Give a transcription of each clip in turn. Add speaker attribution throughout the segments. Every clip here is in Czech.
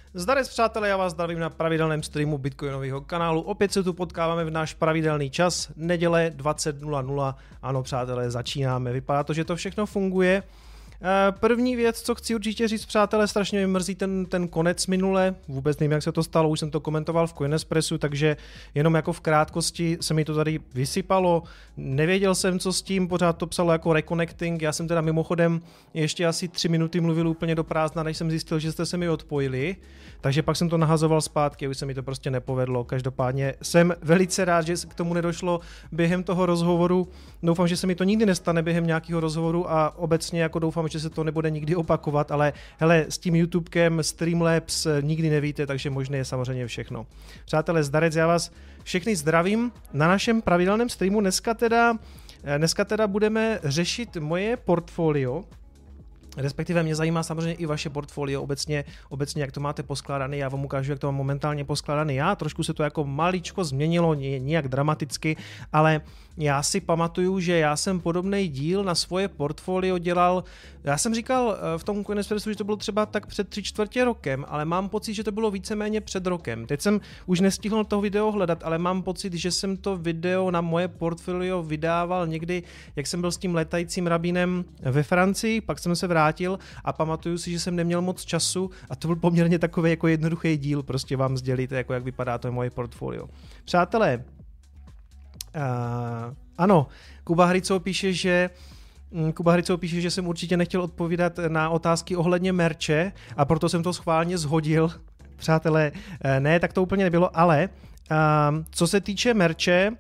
Speaker 1: Zdarec přátelé, já vás zdravím na pravidelném streamu Bitcoinového kanálu. Opět se tu potkáváme v náš pravidelný čas, neděle 20:00. Ano přátelé, začínáme. Vypadá to, že to všechno funguje. První věc, co chci určitě říct, přátelé, strašně mi mrzí ten konec minule, vůbec nevím, jak se to stalo, už jsem to komentoval v Coinespressu, takže jenom jako v krátkosti se mi to tady vysypalo, nevěděl jsem, co s tím, pořád to psalo jako reconnecting, já jsem teda mimochodem ještě asi 3 minuty mluvil úplně do prázdna, než jsem zjistil, že jste se mi odpojili, takže pak jsem to nahazoval zpátky, už se mi to prostě nepovedlo, každopádně jsem velice rád, že k tomu nedošlo během toho rozhovoru, doufám, že se mi to nikdy nestane během nějakého rozhovoru a obecně jako doufám, že se to nebude nikdy opakovat, ale hele, s tím YouTubekem, Streamlabs nikdy nevíte, takže možné je samozřejmě všechno. Přátelé, zdarec, já vás všechny zdravím na našem pravidelném streamu. Dneska teda budeme řešit moje portfolio, respektive mě zajímá samozřejmě i vaše portfolio, obecně jak to máte poskládané, já vám ukážu, jak to mám momentálně poskládané já, trošku se to jako maličko změnilo, nijak dramaticky, ale já si pamatuju, že já jsem podobný díl na svoje portfolio dělal, já jsem říkal v tom Coinespressu, že to bylo třeba tak před 3/4 rokem, ale mám pocit, že to bylo víceméně před rokem. Teď jsem už nestihl to video hledat, ale mám pocit, že jsem to video na moje portfolio vydával někdy, jak jsem byl s tím letajícím rabínem ve Francii, pak jsem se vrátil a pamatuju si, že jsem neměl moc času a to byl poměrně takový jako jednoduchý díl, prostě vám sdělit, jako jak vypadá to moje portfolio. Přátelé, ano, Kuba Hrycov píše, že jsem určitě nechtěl odpovídat na otázky ohledně merče a proto jsem to schválně zhodil. Přátelé, ne, tak to úplně nebylo, ale co se týče merče,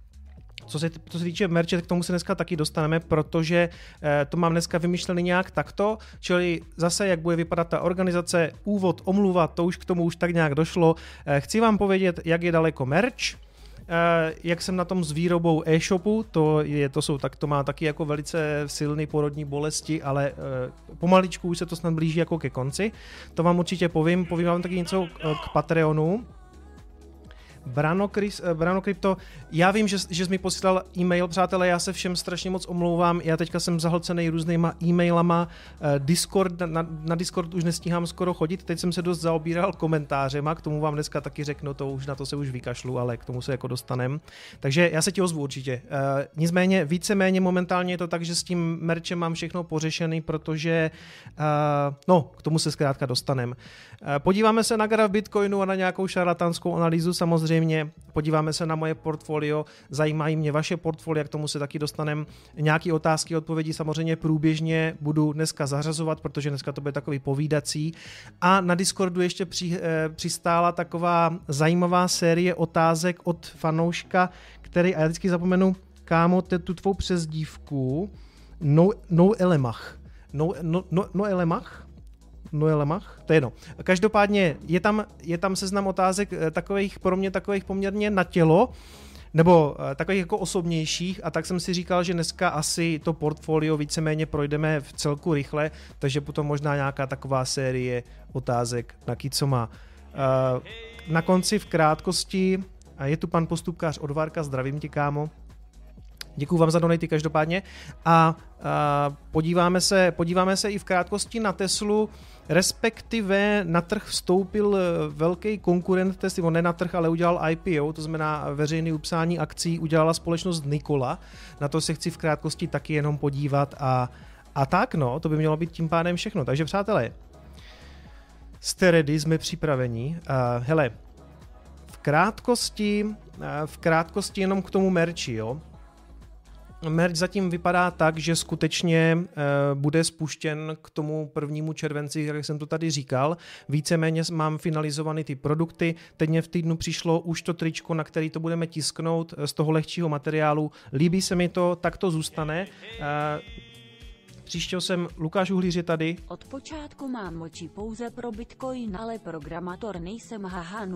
Speaker 1: tak k tomu se dneska taky dostaneme, protože to mám dneska vymyšlený nějak takto, čili zase jak bude vypadat ta organizace, úvod, omluva, to už k tomu už tak nějak došlo. Chci vám povědět, jak je daleko merch, jak jsem na tom s výrobou e-shopu, to má taky jako velice silný porodní bolesti, ale pomaličku už se to snad blíží jako ke konci. To vám určitě povím vám taky něco k Patreonu. Brano Crypto, já vím, že jsi mi posílal e-mail, přátelé, já se všem strašně moc omlouvám, já teďka jsem zahlcený různýma e-mailama, Discord, na Discord už nestíhám skoro chodit, teď jsem se dost zaobíral komentářema, k tomu vám dneska taky řeknu, na to se už vykašlu, ale k tomu se jako dostanem, takže já se ti ozvu určitě. Nicméně víceméně momentálně je to tak, že s tím merčem mám všechno pořešený, protože k tomu se zkrátka dostanem. Podíváme se na graf Bitcoinu a na nějakou šarlatánskou analýzu samozřejmě, podíváme se na moje portfolio, zajímají mě vaše portfolio, k tomu se taky dostaneme. Nějaké otázky, odpovědi samozřejmě průběžně budu dneska zařazovat, protože dneska to bude takový povídací. A na Discordu ještě přistála taková zajímavá série otázek od fanouška, který, a já vždycky zapomenu, kámo, tu tvou přezdívku, Noelemach. Noelemach? To je jedno. Každopádně je tam seznam otázek pro mě takových poměrně na tělo, nebo takových jako osobnějších, a tak jsem si říkal, že dneska asi to portfolio víceméně projdeme v celku rychle, takže potom možná nějaká taková série otázek na Kicoma. Na konci v krátkosti je tu pan postupkář od Varka, zdravím tě, kámo. Děkuju vám za donaty každopádně a podíváme se i v krátkosti na Teslu, respektive na trh vstoupil velký konkurent Tesly, on ne na trh, ale udělal IPO, to znamená veřejné upsání akcí, udělala společnost Nikola, na to se chci v krátkosti taky jenom podívat a tak no, to by mělo být tím pádem všechno, takže přátelé, jste ready, jsme připraveni, hele, v krátkosti jenom k tomu merči, jo. Merch zatím vypadá tak, že skutečně bude spuštěn k tomu 1. červenci, jak jsem to tady říkal. Víceméně mám finalizované ty produkty. Teď mě v týdnu přišlo už to tričko, na který to budeme tisknout z toho lehčího materiálu. Líbí se mi to, tak to zůstane. Příště jsem, Lukáš Uhlíř je tady.
Speaker 2: Od počátku mám moči pouze pro Bitcoin, ale programátor nejsem haha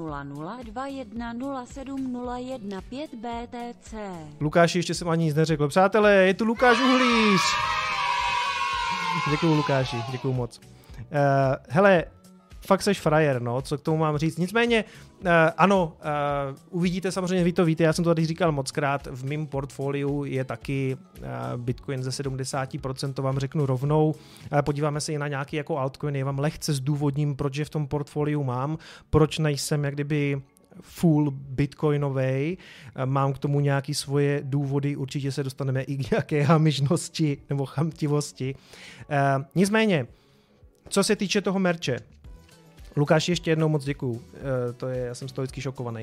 Speaker 2: 0021070115 BTC.
Speaker 1: Lukáši, ještě jsem ani nic neřekl. Přátelé, je tu Lukáš Uhlíř. Děkuju Lukáši, děkuju moc. Hele, fakt seš frajer, no, co k tomu mám říct. Nicméně, ano, uvidíte, samozřejmě vy to víte, já jsem to tady říkal mockrát, v mém portfoliu je taky Bitcoin ze 70%, to vám řeknu rovnou. Podíváme se i na nějaký jako altcoin, já vám lehce zdůvodním, proč je v tom portfoliu mám, proč nejsem jak kdyby full bitcoinovej, mám k tomu nějaké svoje důvody, určitě se dostaneme i k nějaké hamižnosti nebo chamtivosti. Nicméně, co se týče toho merče, Lukáš, ještě jednou moc děkuju, já jsem z toho vždycky šokovaný.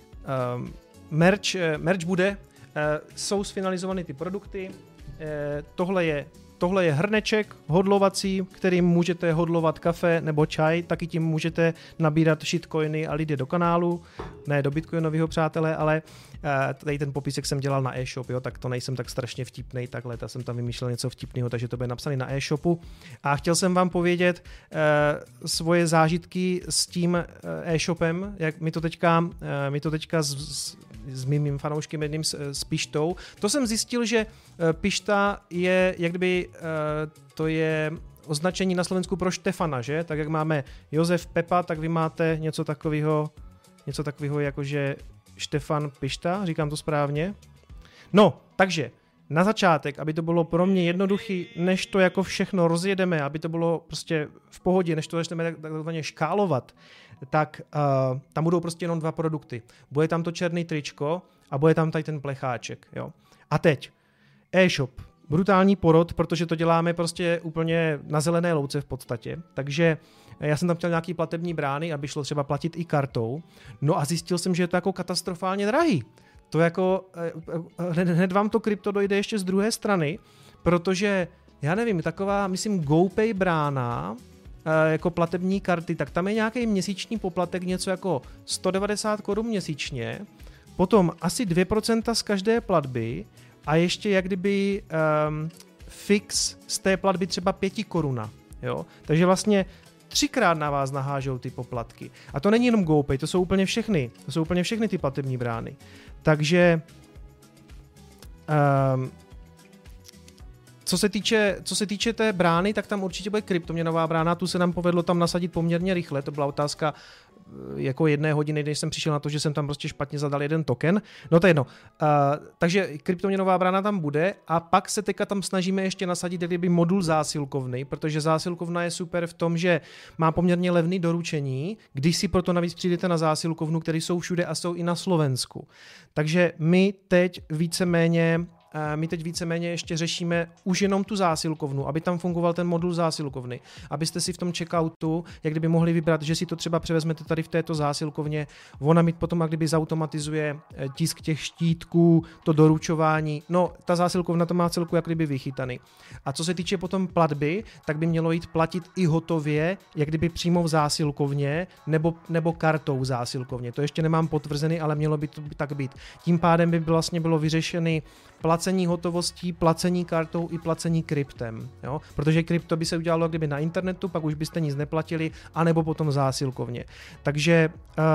Speaker 1: Merch bude, jsou sfinalizovány ty produkty, tohle je hrneček hodlovací, kterým můžete hodlovat kafe nebo čaj, taky tím můžete nabírat shitcoiny a lidi do kanálu, ne do bitcoinového přátelé, ale tady ten popisek jsem dělal na e-shop, jo, tak to nejsem tak strašně vtipnej, takhle, jsem tam vymýšlel něco vtipného, takže to bude napsané na e-shopu. A chtěl jsem vám povědět svoje zážitky s tím e-shopem, jak mi to teďka s mým fanouškem jedním s Pištou. To jsem zjistil, že Pišta je, jak kdyby, to je označení na Slovensku pro Štefana, že? Tak jak máme Josef Pepa, tak vy máte něco takového jakože Štefan Pišta, říkám to správně? No, takže na začátek, aby to bylo pro mě jednoduchý, než to jako všechno rozjedeme, aby to bylo prostě v pohodě, než to začneme takzvaně škálovat, tak tam budou prostě jenom 2 produkty. Bude tam to černý tričko a bude tam tady ten plecháček. Jo. A teď e-shop. Brutální porod, protože to děláme prostě úplně na zelené louce v podstatě. Takže já jsem tam chtěl nějaký platební brány, aby šlo třeba platit i kartou. No a zjistil jsem, že je to jako katastrofálně drahý. To jako, hned vám to krypto dojde ještě z druhé strany, protože, já nevím, taková, myslím, GoPay brána, jako platební karty, tak tam je nějaký měsíční poplatek, něco jako 190 korun měsíčně, potom asi 2% z každé platby a ještě jak kdyby fix z té platby třeba 5 koruna. Jo? Takže vlastně 3krát na vás nahážou ty poplatky. A to není jenom GoPay, to jsou úplně všechny ty platební brány. Takže co se týče té brány, tak tam určitě bude kryptoměnová brána, tu se nám povedlo tam nasadit poměrně rychle, to byla otázka jako 1 hodiny, než jsem přišel na to, že jsem tam prostě špatně zadal jeden token. No to je jedno. Takže kryptoměnová brána tam bude a pak se teďka tam snažíme ještě nasadit kdyby modul zásilkovny, protože zásilkovna je super v tom, že má poměrně levný doručení, když si proto navíc přijdete na zásilkovnu, které jsou všude a jsou i na Slovensku. Takže my teď víceméně ještě řešíme už jenom tu zásilkovnu, aby tam fungoval ten modul zásilkovny, abyste si v tom checkoutu, jak kdyby mohli vybrat, že si to třeba převezmete tady v této zásilkovně, ona mi potom jak kdyby zautomatizuje tisk těch štítků, to doručování, no ta zásilkovna to má celku jak kdyby vychytaný. A co se týče potom platby, tak by mělo jít platit i hotově, jak kdyby přímo v zásilkovně, nebo kartou v zásilkovně. To ještě nemám potvrzený, ale mělo by to tak být. Tím pádem by vlastně bylo vyřešený placení hotovostí, placení kartou i placení kryptem. Jo? Protože krypto by se udělalo kdyby na internetu, pak už byste nic neplatili, anebo potom zásilkovně. Takže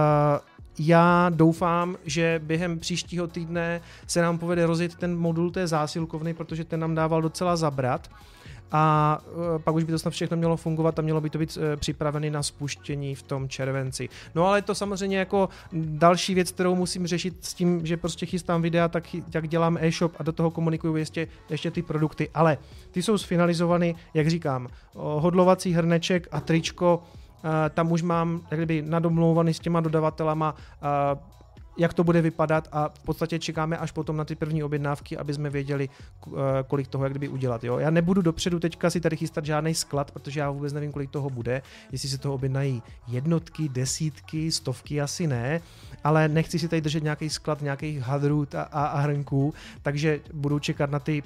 Speaker 1: já doufám, že během příštího týdne se nám povede rozjet ten modul té zásilkovny, protože ten nám dával docela zabrat. A pak už by to snad všechno mělo fungovat a mělo by to být připravené na spuštění v tom červenci. No ale to samozřejmě jako další věc, kterou musím řešit s tím, že prostě chystám videa, tak jak dělám e-shop a do toho komunikuju ještě ty produkty, ale ty jsou sfinalizovaný, jak říkám, hodlovací hrneček a tričko, tam už mám jak kdyby nadomlouvaný s těma dodavatelama, jak to bude vypadat a v podstatě čekáme až potom na ty první objednávky, aby jsme věděli, kolik toho jak kdyby udělat. Jo? Já nebudu dopředu teďka si tady chystat žádný sklad, protože já vůbec nevím, kolik toho bude, jestli se toho objednají jednotky, desítky, stovky, asi ne, ale nechci si tady držet nějaký sklad nějakých hadrů a hrnků, takže budu čekat na ty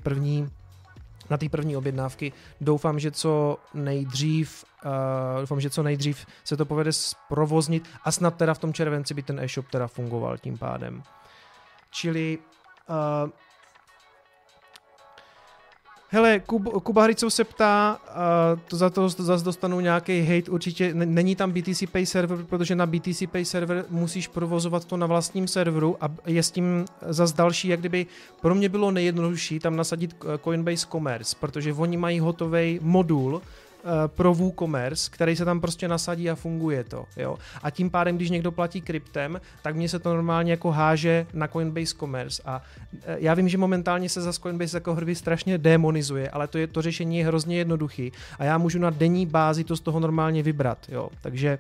Speaker 1: první objednávky. Doufám, že co nejdřív se to povede zprovoznit a snad teda v tom červenci by ten e-shop teda fungoval tím pádem. Čili hele, Kuba Hricou se ptá, za to zase dostanu nějaký hate, určitě není tam BTC Pay server, protože na BTC Pay server musíš provozovat to na vlastním serveru a je s tím zase další, jak kdyby pro mě bylo nejjednodušší tam nasadit Coinbase Commerce, protože oni mají hotový modul pro WooCommerce, který se tam prostě nasadí a funguje to. Jo? A tím pádem, když někdo platí kryptem, tak mně se to normálně jako háže na Coinbase Commerce. A já vím, že momentálně se za Coinbase jako hrvy strašně demonizuje, ale to řešení je hrozně jednoduchý a já můžu na denní bázi to z toho normálně vybrat. Jo? Takže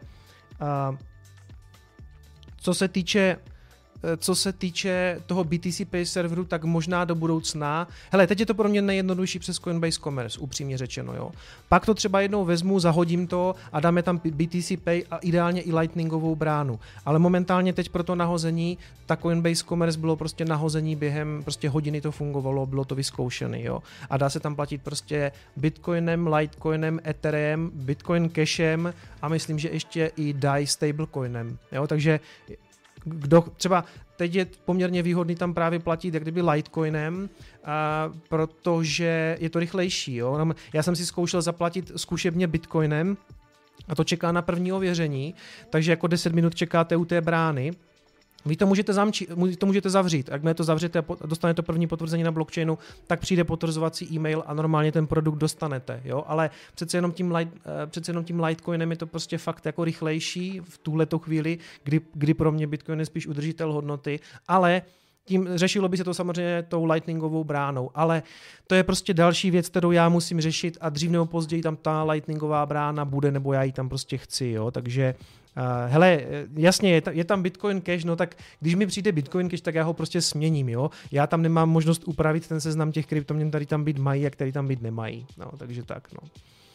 Speaker 1: co se týče toho BTC Pay serveru, tak možná do budoucna. Hele, teď je to pro mě nejjednodušší přes Coinbase Commerce, upřímně řečeno, jo. Pak to třeba jednou vezmu, zahodím to a dáme tam BTC Pay a ideálně i Lightningovou bránu. Ale momentálně teď pro to nahození, ta Coinbase Commerce bylo prostě nahození během prostě hodiny to fungovalo, bylo to vyzkoušený, jo. A dá se tam platit prostě Bitcoinem, Litecoinem, Ethereum, Bitcoin Cashem a myslím, že ještě i DAI stablecoinem, jo. Takže kdo třeba teď je poměrně výhodný tam právě platit jak kdyby Litecoinem, protože je to rychlejší. Jo? Já jsem si zkoušel zaplatit zkušebně Bitcoinem a to čeká na první ověření, takže jako 10 minut čekáte u té brány. Vy to můžete zavřít. Jakmile to zavřete a dostanete první potvrzení na blockchainu, tak přijde potvrzovací e-mail a normálně ten produkt dostanete. Jo? Ale přece jenom tím Litecoinem je to prostě fakt jako rychlejší v tuhleto chvíli, kdy pro mě Bitcoin je spíš udržitel hodnoty, ale tím řešilo by se to samozřejmě tou Lightningovou bránou, ale to je prostě další věc, kterou já musím řešit a dřív nebo později tam ta Lightningová brána bude, nebo já ji tam prostě chci, jo, takže hele, jasně, je tam Bitcoin Cash, no tak když mi přijde Bitcoin Cash, tak já ho prostě směním, jo, já tam nemám možnost upravit ten seznam těch kryptoměn, který tam být mají a který tam být nemají, no, takže tak, no.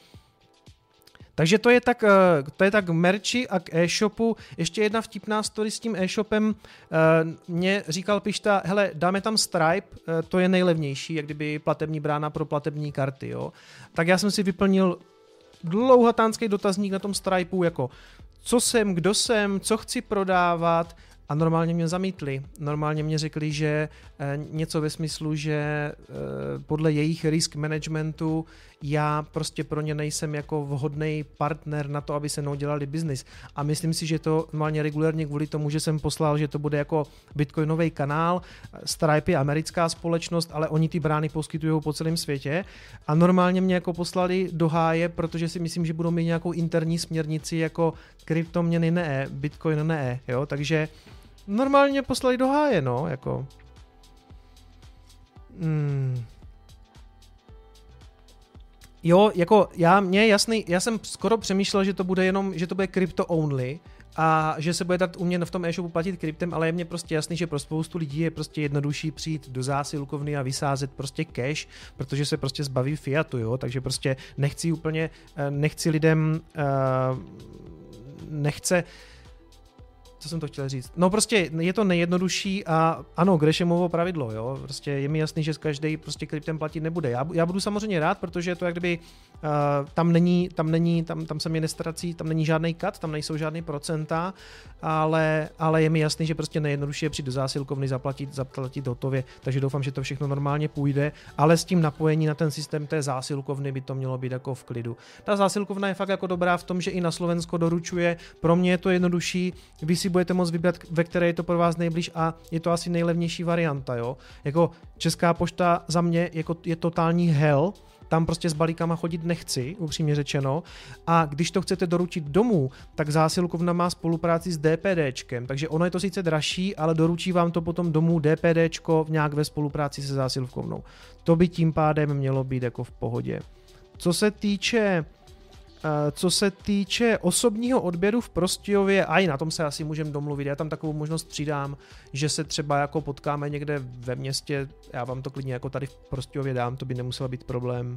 Speaker 1: Takže to je tak merči a k e-shopu. Ještě jedna vtipná story s tím e-shopem. Mě říkal Pišta, hele, dáme tam Stripe, to je nejlevnější, jak kdyby platební brána pro platební karty, jo. Tak já jsem si vyplnil dlouhatánský dotazník na tom Stripeu, jako co jsem, kdo jsem, co chci prodávat a normálně mě zamítli. Normálně mě řekli, že něco ve smyslu, že podle jejich risk managementu já prostě pro ně nejsem jako vhodný partner na to, aby se mnou dělali biznis. A myslím si, že to normálně regulérně kvůli tomu, že jsem poslal, že to bude jako bitcoinový kanál, Stripe je americká společnost, ale oni ty brány poskytují po celém světě a normálně mě jako poslali do háje, protože si myslím, že budou mít nějakou interní směrnici jako kryptoměny ne, Bitcoin ne, jo, takže normálně poslali do háje, no, jako. Jo, jako já jsem skoro přemýšlel, že to bude crypto only a že se bude dát u mě v tom e-shopu platit kryptem, ale je mně prostě jasný, že pro spoustu lidí je prostě jednodušší přijít do zásilkovny a vysázet prostě cash, protože se prostě zbaví fiatu, jo, takže prostě nechci lidem, co jsem to chtěl říct? No prostě je to nejjednodušší a ano, Greshamovo pravidlo, jo, prostě je mi jasný, že každý prostě kryptem platit nebude. Já budu samozřejmě rád, protože je to jak kdyby tam se mě nestrací, tam není žádný cut, tam nejsou žádný procenta, ale je mi jasný, že prostě nejjednodušší je přijít do zásilkovny, zaplatit hotově, takže doufám, že to všechno normálně půjde, ale s tím napojení na ten systém té zásilkovny by to mělo být jako v klidu. Ta zásilkovna je fakt jako dobrá v tom, že i na Slovensko doručuje, pro mě je to jednodušší, vy si budete moct vybrat, ve které je to pro vás nejblíž a je to asi nejlevnější varianta, jo. Jako Česká pošta za mě je totální hell, tam prostě s balíkama chodit nechci, upřímně řečeno. A když to chcete doručit domů, tak zásilkovna má spolupráci s DPDčkem, takže ono je to sice dražší, ale doručí vám to potom domů DPDčko nějak ve spolupráci se zásilkovnou. To by tím pádem mělo být jako v pohodě. Co se týče osobního odběru v Prostějově, a i na tom se asi můžeme domluvit, já tam takovou možnost přidám, že se třeba jako potkáme někde ve městě, já vám to klidně jako tady v Prostějově dám, to by nemuselo být problém.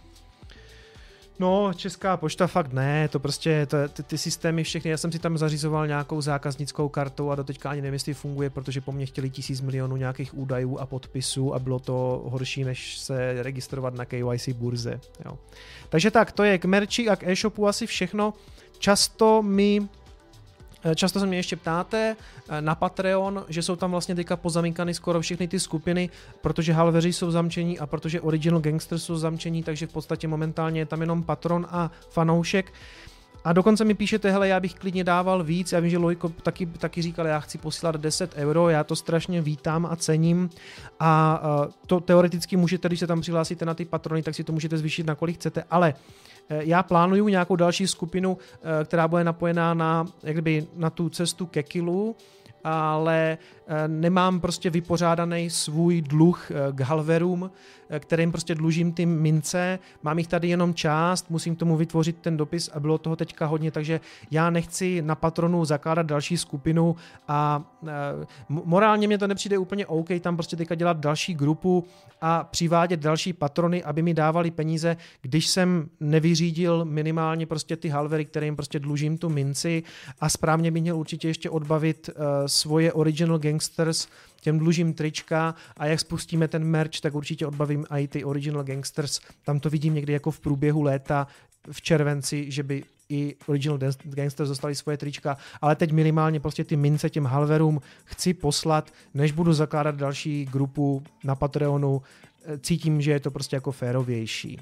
Speaker 1: No, Česká pošta fakt ne, to prostě, ty systémy všechny, já jsem si tam zařizoval nějakou zákaznickou kartou a doteďka ani nevím, jestli funguje, protože po mně chtěli 1000 milionů nějakých údajů a podpisů a bylo to horší, než se registrovat na KYC burze. Jo. Takže tak, to je k merči a k e-shopu asi všechno. Často se mě ještě ptáte na Patreon, že jsou tam vlastně teďka pozamykaný skoro všechny ty skupiny, protože halveři jsou zamčení a protože Original Gangsters jsou zamčení, takže v podstatě momentálně je tam jenom patron a fanoušek. A dokonce mi píšete, hele, já bych klidně dával víc, já vím, že Lojko taky říkal, já chci posílat 10 €, já to strašně vítám a cením a to teoreticky můžete, když se tam přihlásíte na ty patrony, tak si to můžete zvýšit na kolik chcete, ale já plánuju nějakou další skupinu, která bude napojená na tu cestu ke kilu, ale nemám prostě vypořádaný svůj dluh k halverům, kterým prostě dlužím ty mince, mám jich tady jenom část, musím tomu vytvořit ten dopis a bylo toho teďka hodně, takže já nechci na patronu zakládat další skupinu a morálně mě to nepřijde úplně OK, tam prostě teďka dělat další grupu a přivádět další patrony, aby mi dávali peníze, když jsem nevyřídil minimálně prostě ty halvery, kterým prostě dlužím tu minci a správně bych měl určitě ještě odbavit svoje Original Gangsters, těm dlužím trička a jak spustíme ten merch, tak určitě odbavím i ty Original Gangsters. Tam to vidím někdy jako v průběhu léta v červenci, že by i Original Gangsters dostali svoje trička, ale teď minimálně prostě ty mince těm halverům chci poslat, než budu zakládat další grupu na Patreonu. Cítím, že je to prostě jako férovější.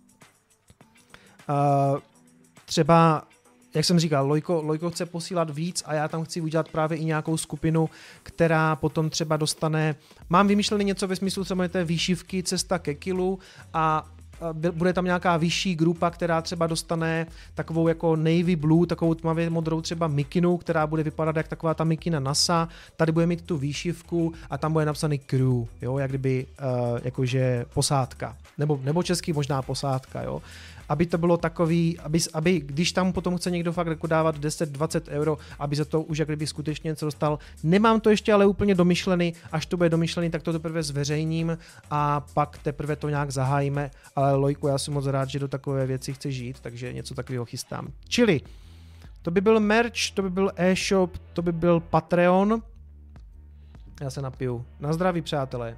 Speaker 1: Třeba jak jsem říkal, Lojko chce posílat víc a já tam chci udělat právě i nějakou skupinu, která potom třeba dostane, mám vymýšlený něco ve smyslu třeba té výšivky Cesta ke kilu a bude tam nějaká vyšší grupa, která třeba dostane takovou jako navy blue, takovou tmavě modrou třeba mikinu, která bude vypadat jak taková ta mikina NASA, tady bude mít tu výšivku a tam bude napsaný crew, jo, jak kdyby jakože posádka, nebo česky možná posádka, jo. Aby to bylo takový, aby když tam potom chce někdo fakt jako dávat 10-20 €, aby za to už jak kdyby skutečně něco dostal. Nemám to ještě ale úplně domyšlený, až to bude domyšlený, tak to teprve zveřejním a pak teprve to nějak zahájíme, ale Lojku, já jsem moc rád, že do takové věci chce žít, takže něco takového chystám. Čili, to by byl merch, to by byl e-shop, to by byl Patreon. Já se napiju. Na zdraví, přátelé.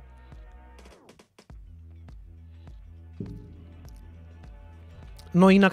Speaker 1: No jinak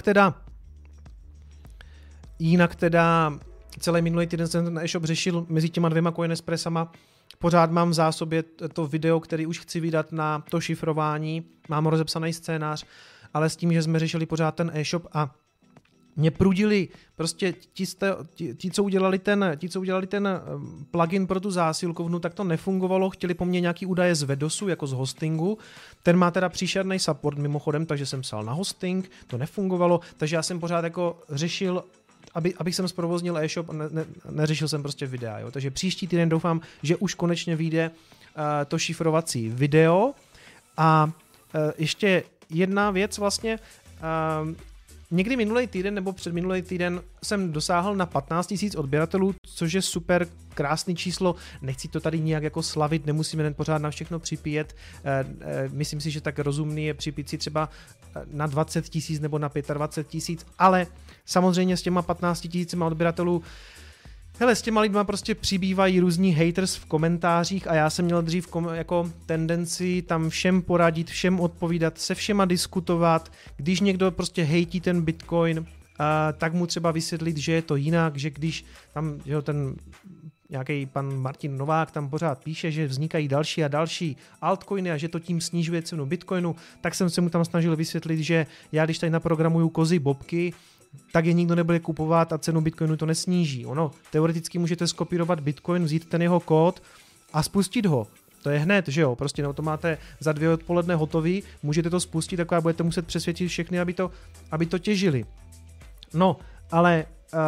Speaker 1: teda celý minulý týden jsem ten e-shop řešil mezi těma 2 Coinespressama. Pořád mám v zásobě to video, který už chci vydat na to šifrování. Mám rozepsaný scénář, ale s tím, že jsme řešili pořád ten e-shop a mě prudili prostě ti, co udělali ten plugin pro tu zásilkovnu, tak to nefungovalo, chtěli po mně nějaký údaje z Vedosu, jako z hostingu, ten má teda příšerný support mimochodem, takže jsem psal na hosting, to nefungovalo, takže já jsem pořád jako řešil, abych jsem zprovoznil e-shop, neřešil jsem prostě videa, jo? Takže příští týden doufám, že už konečně vyjde to šifrovací video a ještě jedna věc vlastně, někdy minulý týden nebo předminulý týden jsem dosáhl na 15 000 odběratelů, což je super krásný číslo, nechci to tady nijak jako slavit, nemusíme jen pořád na všechno připíjet, myslím si, že tak rozumný je připít si třeba na 20 000 nebo na 25 000, ale samozřejmě s těma 15 000 odběratelů hele, s těma lidma prostě přibývají různí haters v komentářích a já jsem měl dřív jako tendenci tam všem poradit, všem odpovídat, se všema diskutovat. Když někdo prostě hejtí ten Bitcoin, tak mu třeba vysvětlit, že je to jinak, že když tam že ten nějaký pan Martin Novák tam pořád píše, že vznikají další a další altcoiny a že to tím snižuje cenu Bitcoinu, tak jsem se mu tam snažil vysvětlit, že já když tady naprogramuju kozy bobky, tak je nikdo nebude kupovat a cenu Bitcoinu to nesníží. Ono, teoreticky můžete skopírovat Bitcoin, vzít ten jeho kód a spustit ho. To je hned, že jo, prostě no, to máte za 2 odpoledne hotový, můžete to spustit, tak budete muset přesvědčit všechny, aby to těžili. No, ale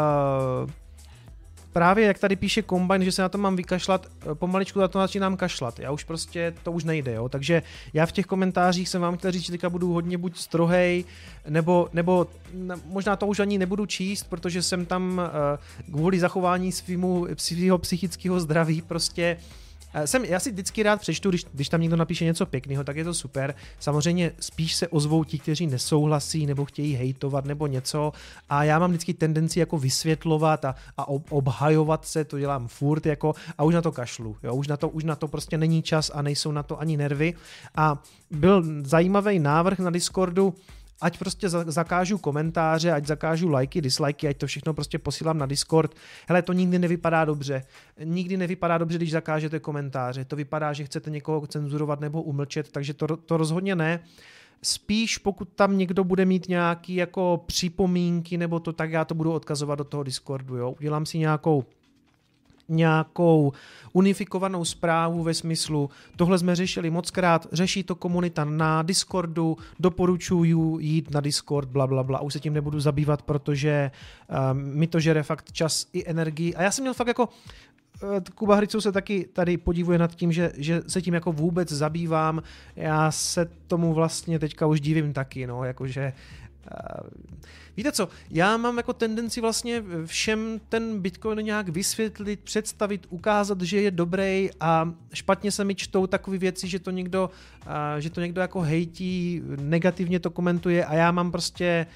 Speaker 1: právě jak tady píše Combine, že se na to mám vykašlat, pomaličku na to začínám kašlat. Já už prostě, to už nejde, jo. Takže já v těch komentářích jsem vám chtěl říct, že teďka budu hodně buď strohej, nebo možná to už ani nebudu číst, protože jsem tam kvůli zachování svého psychického zdraví prostě já si vždycky rád přečtu, když tam někdo napíše něco pěkného, tak je to super. Samozřejmě spíš se ozvou ti, kteří nesouhlasí nebo chtějí hejtovat nebo něco a já mám vždycky tendenci jako vysvětlovat a obhajovat se, to dělám furt jako a už na to kašlu, jo? Už na to prostě není čas a nejsou na to ani nervy a byl zajímavý návrh na Discordu, ať prostě zakážu komentáře, ať zakážu lajky, dislajky, ať to všechno prostě posílám na Discord. Hele, to nikdy nevypadá dobře. Nikdy nevypadá dobře, když zakážete komentáře. To vypadá, že chcete někoho cenzurovat nebo umlčet, takže to rozhodně ne. spíš pokud tam někdo bude mít nějaký jako připomínky nebo to, tak já to budu odkazovat do toho Discordu, jo. Udělám si nějakou unifikovanou zprávu ve smyslu, tohle jsme řešili mockrát, řeší to komunita na Discordu, doporučuju jít na Discord, blablabla, už se tím nebudu zabývat, protože mi to žere fakt čas i energii a já jsem měl fakt jako Kuba Hryců se taky tady podivuje nad tím, že se tím jako vůbec zabývám, já se tomu vlastně teďka už divím taky, no, jakože víte co, já mám jako tendenci vlastně všem ten Bitcoin nějak vysvětlit, představit, ukázat, že je dobrý a špatně se mi čtou takové věci, že to někdo jako hejtí, negativně to komentuje a já mám prostě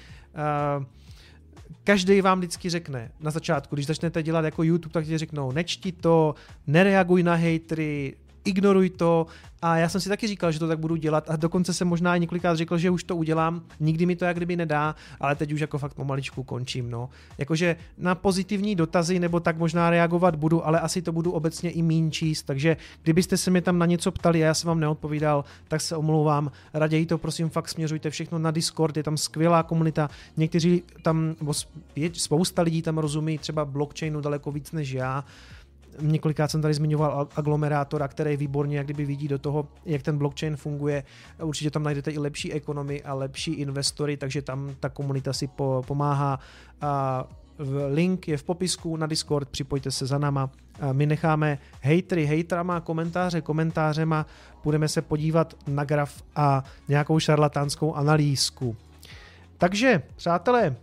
Speaker 1: každý vám vždycky řekne na začátku, když začnete dělat jako YouTube, tak ti řeknou nečti to, nereaguj na hejtry, ignoruj to a já jsem si taky říkal, že to tak budu dělat a dokonce jsem možná i několikrát řekl, že už to udělám, nikdy mi to jak kdyby nedá, ale teď už jako fakt pomaličku končím, no. Jakože na pozitivní dotazy nebo tak možná reagovat budu, ale asi to budu obecně i míň číst, takže kdybyste se mě tam na něco ptali a já jsem vám neodpovídal, tak se omlouvám, raději to prosím fakt směřujte všechno na Discord, je tam skvělá komunita, někteří tam, spousta lidí tam rozumí třeba blockchainu daleko víc než já. Několikrát jsem tady zmiňoval aglomerátora, který výborně jak kdyby vidí do toho, jak ten blockchain funguje. Určitě tam najdete i lepší ekonomy a lepší investory, takže tam ta komunita si pomáhá. Link je v popisku na Discord, připojte se za náma. My necháme hejtrama, komentářema, budeme se podívat na graf a nějakou šarlatánskou analýzku. Takže, přátelé,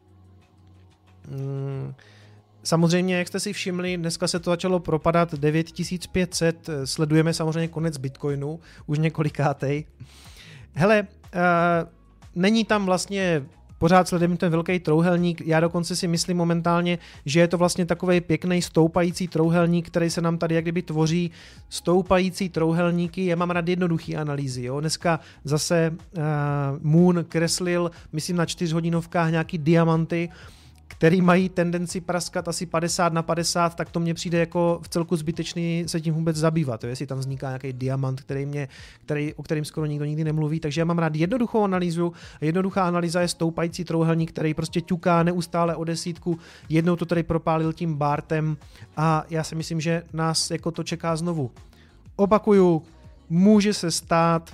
Speaker 1: samozřejmě, jak jste si všimli, dneska se to začalo propadat 9500, sledujeme samozřejmě konec Bitcoinu, už několikátej. Hele, není tam vlastně, pořád sledujeme ten velký trouhelník, já dokonce si myslím momentálně, že je to vlastně takovej pěkný stoupající trouhelník, který se nám tady jak kdyby tvoří stoupající trouhelníky, já mám rád jednoduchý analýzy, jo. Dneska zase Moon kreslil, myslím na 4 hodinovkách nějaký diamanty, který mají tendenci praskat asi 50/50, tak to mně přijde jako v celku zbytečný se tím vůbec zabývat, jo? Jestli tam vzniká nějaký diamant, o kterým skoro nikdo nikdy nemluví, takže já mám rád jednoduchou analýzu. Jednoduchá analýza je stoupající trouhelník, který prostě ťuká neustále o desítku, jednou to tady propálil tím Bartem a já si myslím, že nás jako to čeká znovu. Opakuju, může se stát,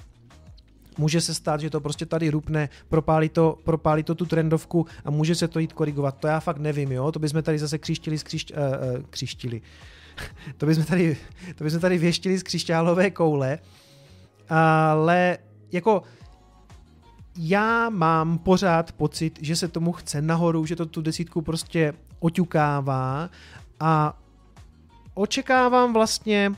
Speaker 1: že to prostě tady rupne, propálí to tu trendovku a může se to jít korigovat. To já fakt nevím, jo? To bychom tady zase křištili. To bychom tady věštili z křišťálové koule. Ale jako já mám pořád pocit, že se tomu chce nahoru, že to tu desítku prostě oťukává a očekávám vlastně,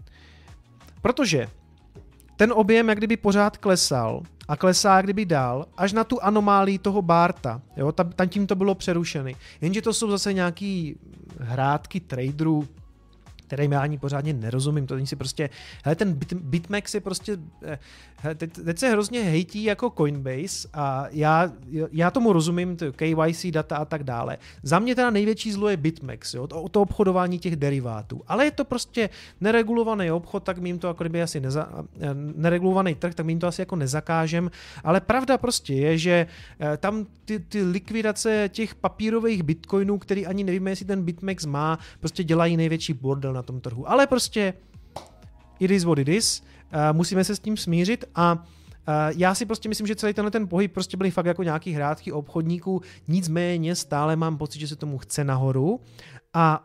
Speaker 1: protože ten objem jak kdyby pořád klesal a klesá jak kdyby dál, až na tu anomálii toho Barta, jo, tam tím to bylo přerušený. Jenže to jsou zase nějaký hrátky traderů, kterým já ani pořádně nerozumím, to není si prostě, hele, ten BitMEX je prostě, teď se hrozně hejtí jako Coinbase a já tomu rozumím, to KYC data a tak dále. Za mě teda největší zlo je BitMEX, jo, to obchodování těch derivátů, ale je to prostě neregulovaný obchod, tak my jim to jako kdyby asi neregulovaný trh, tak my jim to asi jako nezakážem, ale pravda prostě je, že tam ty likvidace těch papírových bitcoinů, který ani nevíme, jestli ten BitMEX má, prostě dělají největší bordel na tom trhu. Ale prostě it is what it is. Musíme se s tím smířit a já si prostě myslím, že celý ten pohyb prostě byly fakt jako nějaký hrátky obchodníků, nicméně stále mám pocit, že se tomu chce nahoru a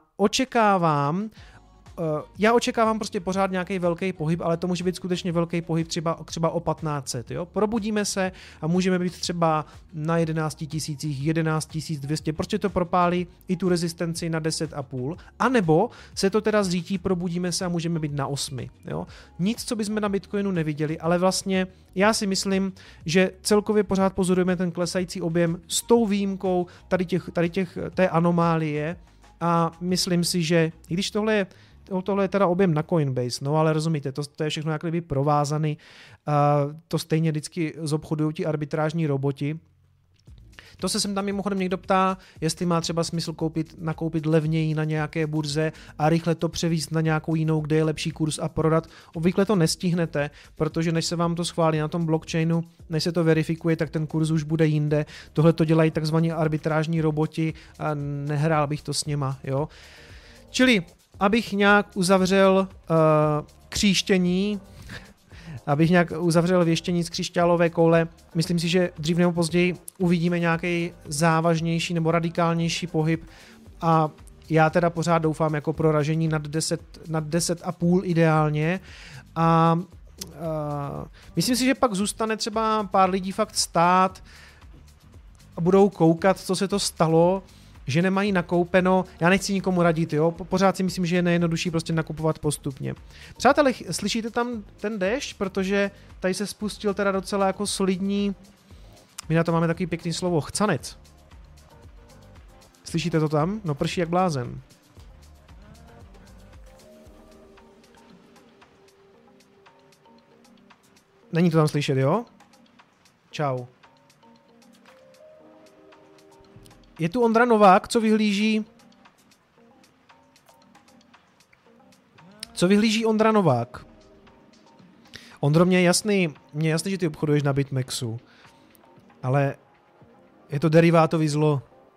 Speaker 1: já očekávám prostě pořád nějaký velký pohyb, ale to může být skutečně velký pohyb třeba o 1500, jo. Probudíme se a můžeme být třeba na 11 000, 11 200, prostě to propálí i tu rezistenci na 10,5, anebo se to teda zřítí, probudíme se a můžeme být na 8, jo. Nic, co bychom na Bitcoinu neviděli, ale vlastně já si myslím, že celkově pořád pozorujeme ten klesající objem s tou výjimkou té anomálie a myslím si, že i když tohle je teda objem na Coinbase, no ale rozumíte, to je všechno jak kdyby provázaný, to stejně vždycky zobchodují ti arbitrážní roboti. To se sem tam mimochodem někdo ptá, jestli má třeba smysl nakoupit levněji na nějaké burze a rychle to převízt na nějakou jinou, kde je lepší kurz a prodat. Obvykle to nestihnete, protože než se vám to schválí na tom blockchainu, než se to verifikuje, tak ten kurz už bude jinde. Tohle to dělají takzvaní arbitrážní roboti a nehrál bych to s nima. Jo? Čili, abych nějak uzavřel kříštění, abych nějak uzavřel věštění z křišťálové koule, myslím si, že dřív nebo později uvidíme nějaký závažnější nebo radikálnější pohyb a já teda pořád doufám jako pro ražení nad 10,5 ideálně a myslím si, že pak zůstane třeba pár lidí fakt stát a budou koukat, co se to stalo, že nemají nakoupeno, já nechci nikomu radit, jo, pořád si myslím, že je nejjednodušší prostě nakupovat postupně. Přátelé, slyšíte tam ten déšť, protože tady se spustil teda docela jako solidní, my na to máme takový pěkný slovo, chcanec. Slyšíte to tam? No prší jak blázen. Není to tam slyšet, jo? Čau. Je tu Ondra Novák, co vyhlíží Ondra Novák? Ondro, mně je jasný, že ty obchoduješ na BitMEXu, ale je to derivátový zlo.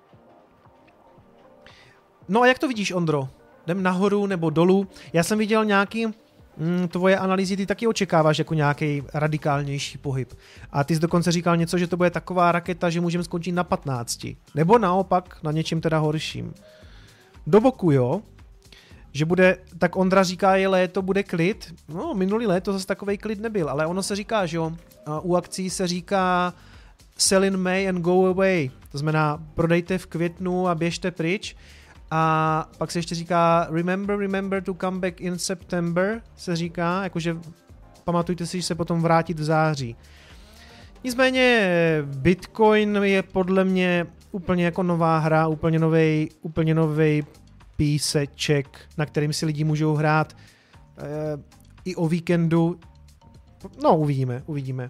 Speaker 1: No a jak to vidíš, Ondro? Jdem nahoru nebo dolů? Já jsem viděl nějaký tvoje analýzy, ty taky očekáváš jako nějaký radikálnější pohyb. A ty jsi dokonce říkal něco, že to bude taková raketa, že můžeme skončit na 15. Nebo naopak na něčem teda horším. Do boku, jo? Že bude, tak Ondra říká, je léto, bude klid. No, minulý léto zase takovej klid nebyl, ale ono se říká, že jo? U akcí se říká sell in May and go away. To znamená, prodejte v květnu a běžte pryč. A pak se ještě říká remember to come back in September, se říká, jakože pamatujte si, že se potom vrátit v září. Nicméně Bitcoin je podle mě úplně jako nová hra, úplně novej píseček, na kterým si lidi můžou hrát i o víkendu. No, uvidíme.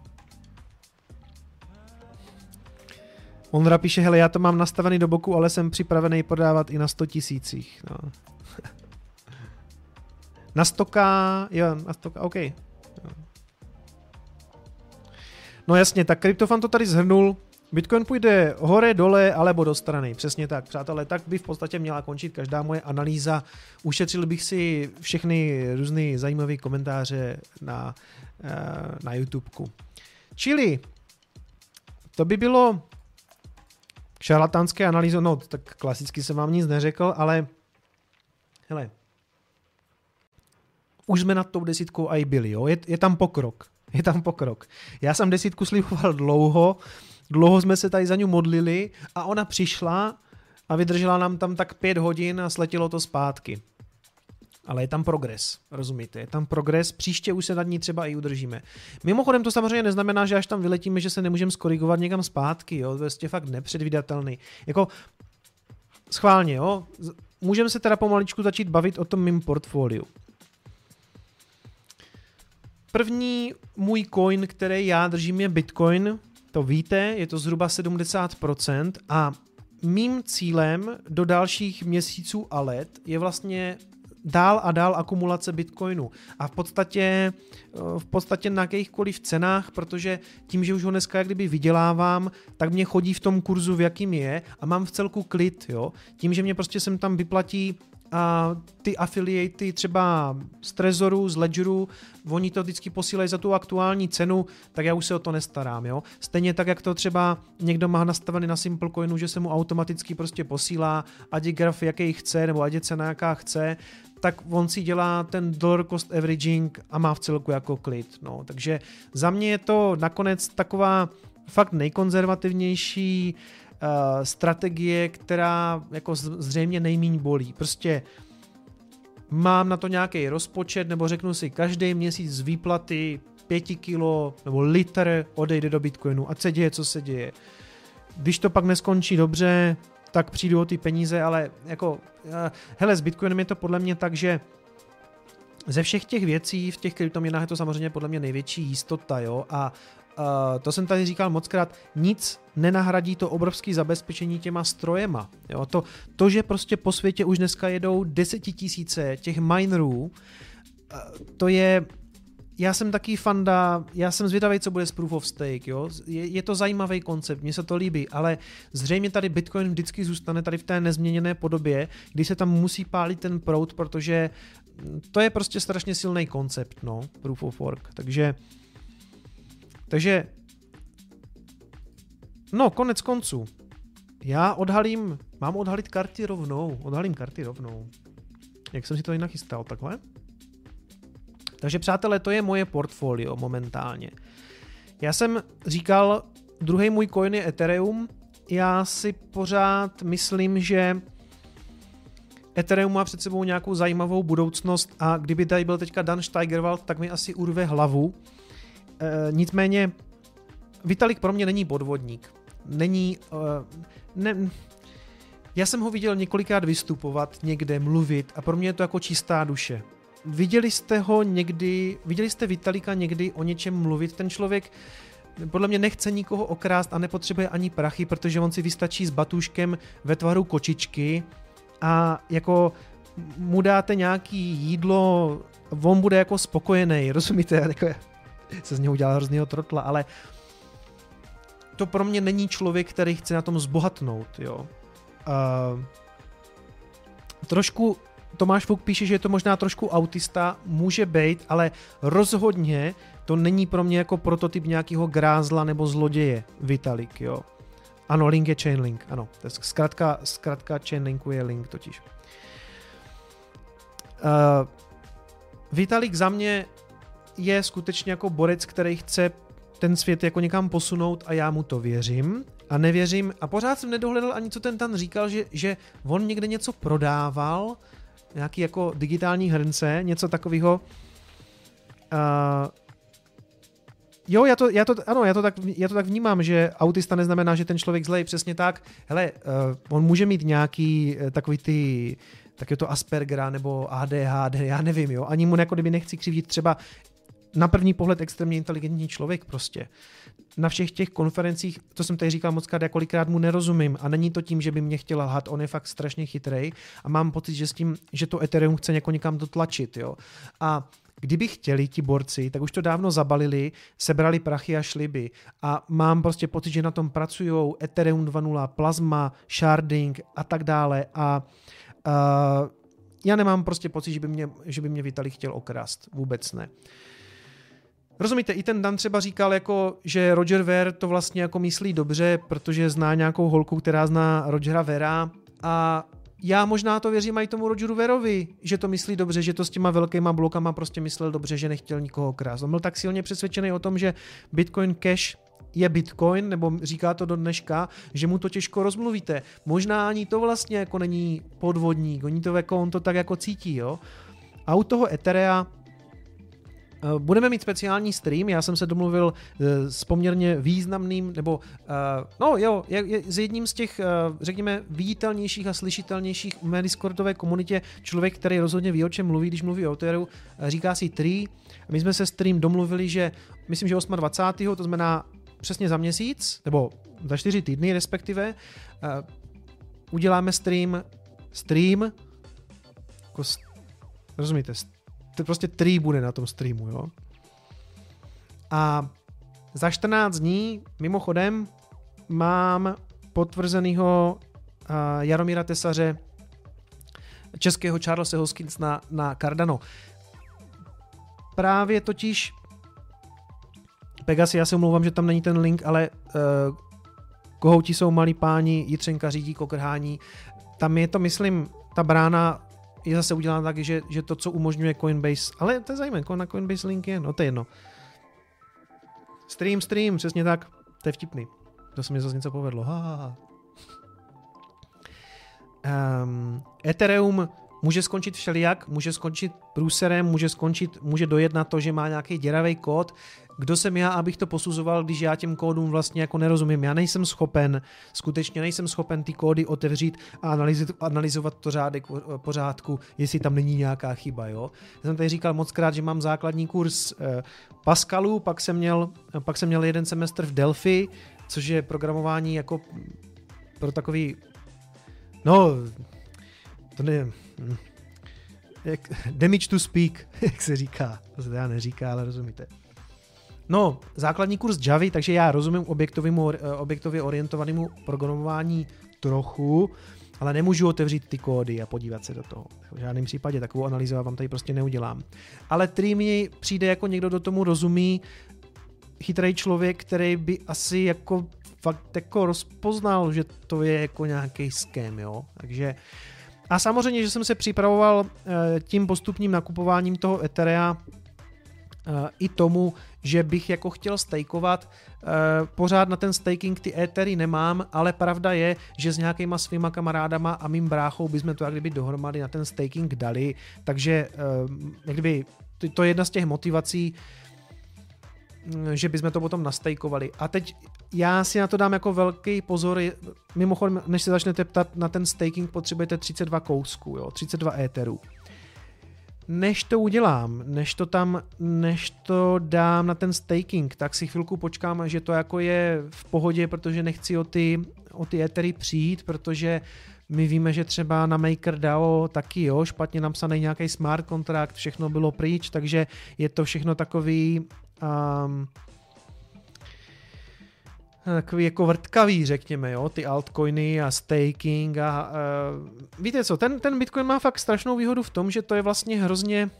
Speaker 1: Ondra píše, hele, já to mám nastavený do boku, ale jsem připravený prodávat i na 100 000. No. Na 100k, jo, na 100k, OK. No jasně, tak Kryptofan to tady zhrnul. Bitcoin půjde hore, dole, alebo do strany. Přesně tak, přátelé, tak by v podstatě měla končit každá moje analýza. Ušetřil bych si všechny různé zajímavé komentáře na YouTubeku. Čili, to by bylo šarlatánské analýzo, no tak klasicky jsem vám nic neřekl, ale hele, už jsme nad tou 10 i byli, jo? Je tam pokrok. Já jsem 10 sliboval dlouho jsme se tady za ní modlili a ona přišla a vydržela nám tam tak 5 hodin a sletělo to zpátky. Ale je tam progres, rozumíte? Je tam progres, příště už se nad ní třeba i udržíme. Mimochodem to samozřejmě neznamená, že až tam vyletíme, že se nemůžeme skorigovat někam zpátky, jo? To je fakt nepředvídatelný. Jako schválně, jo? Můžeme se teda pomaličku začít bavit o tom mým portfoliu. První můj coin, který já držím, je Bitcoin. To víte, je to zhruba 70% a mým cílem do dalších měsíců a let je vlastně dál a dál akumulace Bitcoinu a v podstatě na jakýchkoliv cenách, protože tím, že už ho dneska jak kdyby vydělávám, tak mě chodí v tom kurzu, v jakým je a mám v celku klid, jo. Tím, že mě prostě sem tam vyplatí a ty affiliaty třeba z Trezoru, z Ledgeru, oni to vždycky posílají za tu aktuální cenu, tak já už se o to nestarám, jo. Stejně tak, jak to třeba někdo má nastavený na Simplecoinu, že se mu automaticky prostě posílá, ať je graf jaký chce, nebo ať je cena jaká chce, tak on si dělá ten dollar cost averaging a má v celku jako klid, no. Takže za mě je to nakonec taková fakt nejkonzervativnější strategie, která jako zřejmě nejmíň bolí. Prostě mám na to nějaký rozpočet, nebo řeknu si, každý měsíc z výplaty 5 kilo nebo litr odejde do Bitcoinu, ať se děje, co se děje. Když to pak neskončí dobře, tak přijdu o ty peníze, ale jako hele, s Bitcoinem je to podle mě tak, že ze všech těch věcí v těch kryptoměnách je to samozřejmě podle mě největší jistota, jo, a to jsem tady říkal mockrát, nic nenahradí to obrovské zabezpečení těma strojema. Jo? To, že prostě po světě už dneska jedou 10 000 těch minerů, to je... Já jsem taky fanda, já jsem zvědavý, co bude s Proof of Stake, jo? Je to zajímavý koncept, mně se to líbí, ale zřejmě tady Bitcoin vždycky zůstane tady v té nezměněné podobě, kdy se tam musí pálit ten proud, protože to je prostě strašně silný koncept, no, Proof of Work, takže no, konec konců, mám odhalit karty rovnou, jak jsem si to i nachystal, takhle. Takže přátelé, to je moje portfolio momentálně. Já jsem říkal, druhý můj coin je Ethereum. Já si pořád myslím, že Ethereum má před sebou nějakou zajímavou budoucnost a kdyby tady byl teďka Dan Steigerwald, tak mi asi urve hlavu. Nicméně Vitalik pro mě není podvodník. Já jsem ho viděl několikrát vystupovat, někde mluvit a pro mě je to jako čistá duše. Viděli jste Vitalika někdy o něčem mluvit? Ten člověk podle mě nechce nikoho okrást a nepotřebuje ani prachy, protože on si vystačí s batůžkem ve tvaru kočičky a jako mu dáte nějaký jídlo, on bude jako spokojený, rozumíte? Jako se z něho udělal hroznýho trotla, ale to pro mě není člověk, který chce na tom zbohatnout, jo. Trošku Tomáš Fuk píše, že je to možná trošku autista, může být, ale rozhodně to není pro mě jako prototyp nějakého grázla nebo zloděje Vitalik, jo. Ano, link je Chainlink, ano. To je zkratka Chainlinku je link totiž. Vitalik za mě je skutečně jako borec, který chce ten svět jako někam posunout a já mu to věřím. A nevěřím, a pořád jsem nedohledal ani co ten říkal, že on někde něco prodával, nějaký jako digitální hrnce, něco takového. Jo, já to tak vnímám, že autista neznamená, že ten člověk zlej, přesně tak. Hele, on může mít nějaký taky to Aspergera nebo ADHD, já nevím, jo. Ani mu jako kdyby nechci křivdit, třeba na první pohled extrémně inteligentní člověk prostě. Na všech těch konferencích, to jsem tady říkal mockrát, já kolikrát mu nerozumím a není to tím, že by mě chtěl lhat, on je fakt strašně chytrej a mám pocit, že to Ethereum chce někam dotlačit, jo. A kdyby chtěli ti borci, tak už to dávno zabalili, sebrali prachy a šli by. A mám prostě pocit, že na tom pracujou Ethereum 2.0, Plasma, Sharding a tak dále a já nemám prostě pocit, že by mě Vitalik chtěl okrást. Vůbec ne. Rozumíte, i ten Dan třeba říkal, jako, že Roger Ver to vlastně jako myslí dobře, protože zná nějakou holku, která zná Rogera Vera a já možná to věřím i tomu Rogeru Verovi, že to myslí dobře, že to s těma velkýma blokama prostě myslel dobře, že nechtěl nikoho krást. On byl tak silně přesvědčený o tom, že Bitcoin Cash je Bitcoin, nebo říká to do dneška, že mu to těžko rozmluvíte. Možná ani to vlastně jako není podvodník, on to tak jako cítí, jo. A u toho Etherea budeme mít speciální stream, já jsem se domluvil s poměrně významným, nebo s jedním z těch, řekněme, viditelnějších a slyšitelnějších v mé Discordové komunitě, člověk, který rozhodně ví, o čem mluví, když mluví o Ethereum, říká si Tree. My jsme se stream domluvili, že myslím, že 28. to znamená přesně za měsíc, nebo za 4 týdny respektive, uděláme stream, jako, rozumíte, prostě Tree bude na tom streamu, jo. A za 14 dní, mimochodem, mám potvrzenýho Jaromíra Tesaře, českého Charlese Hoskinsona na Cardano. Právě totiž Pegasi, já se omlouvám, že tam není ten link, ale kohouti jsou malí páni, Jitřenka řídí kokrhání. Tam je to, myslím, ta brána je zase udělána tak, že to, co umožňuje Coinbase, ale to je zajímavé, na Coinbase link je, no to je jedno. Stream, přesně tak, to je vtipný. To se mi zase něco povedlo. Ethereum může skončit všelijak, může skončit průserem, může dojet na to, že má nějaký děravý kód. Kdo jsem já, abych to posuzoval, když já těm kódům vlastně jako nerozumím. Já skutečně nejsem schopen ty kódy otevřít a analyzovat to řádek pořádku, jestli tam není nějaká chyba. Jo? Já jsem tady říkal mockrát, že mám základní kurz Pascalu, pak jsem měl jeden semestr v Delphi, což je programování jako pro takový, to ne, damage to speak, jak se říká, to se teda neříká, ale rozumíte. No, základní kurz Javy, takže já rozumím objektově orientovanému programování trochu, ale nemůžu otevřít ty kódy a podívat se do toho. V žádném případě takovou analýzu vám tady prostě neudělám. Ale Tree mi přijde jako někdo, do tomu rozumí, chytrý člověk, který by asi jako fakt jako rozpoznal, že to je jako nějaký scam, jo. Takže a samozřejmě, že jsem se připravoval tím postupným nakupováním toho Etherea i tomu, že bych jako chtěl stakeovat. Pořád na ten staking ty Ethery nemám, ale pravda je, že s nějakýma svýma kamarádama a mým bráchou bychom to jak kdyby dohromady na ten staking dali, takže jak kdyby to je jedna z těch motivací, že bychom to potom nastejkovali. A teď já si na to dám jako velký pozor. Mimochodem, než se začnete ptat na ten staking, potřebujete 32 kousků, jo, 32 éterů. Než to udělám, než to dám na ten staking, tak si chvilku počkám, že to jako je v pohodě, protože nechci o ty étery přijít, protože my víme, že třeba na MakerDAO taky špatně napsaný nějaký smart kontrakt, všechno bylo pryč, takže je to všechno takový jako vrtkavý, řekněme, jo, ty altcoiny a staking a víte co, ten Bitcoin má fakt strašnou výhodu v tom, že to je vlastně hrozně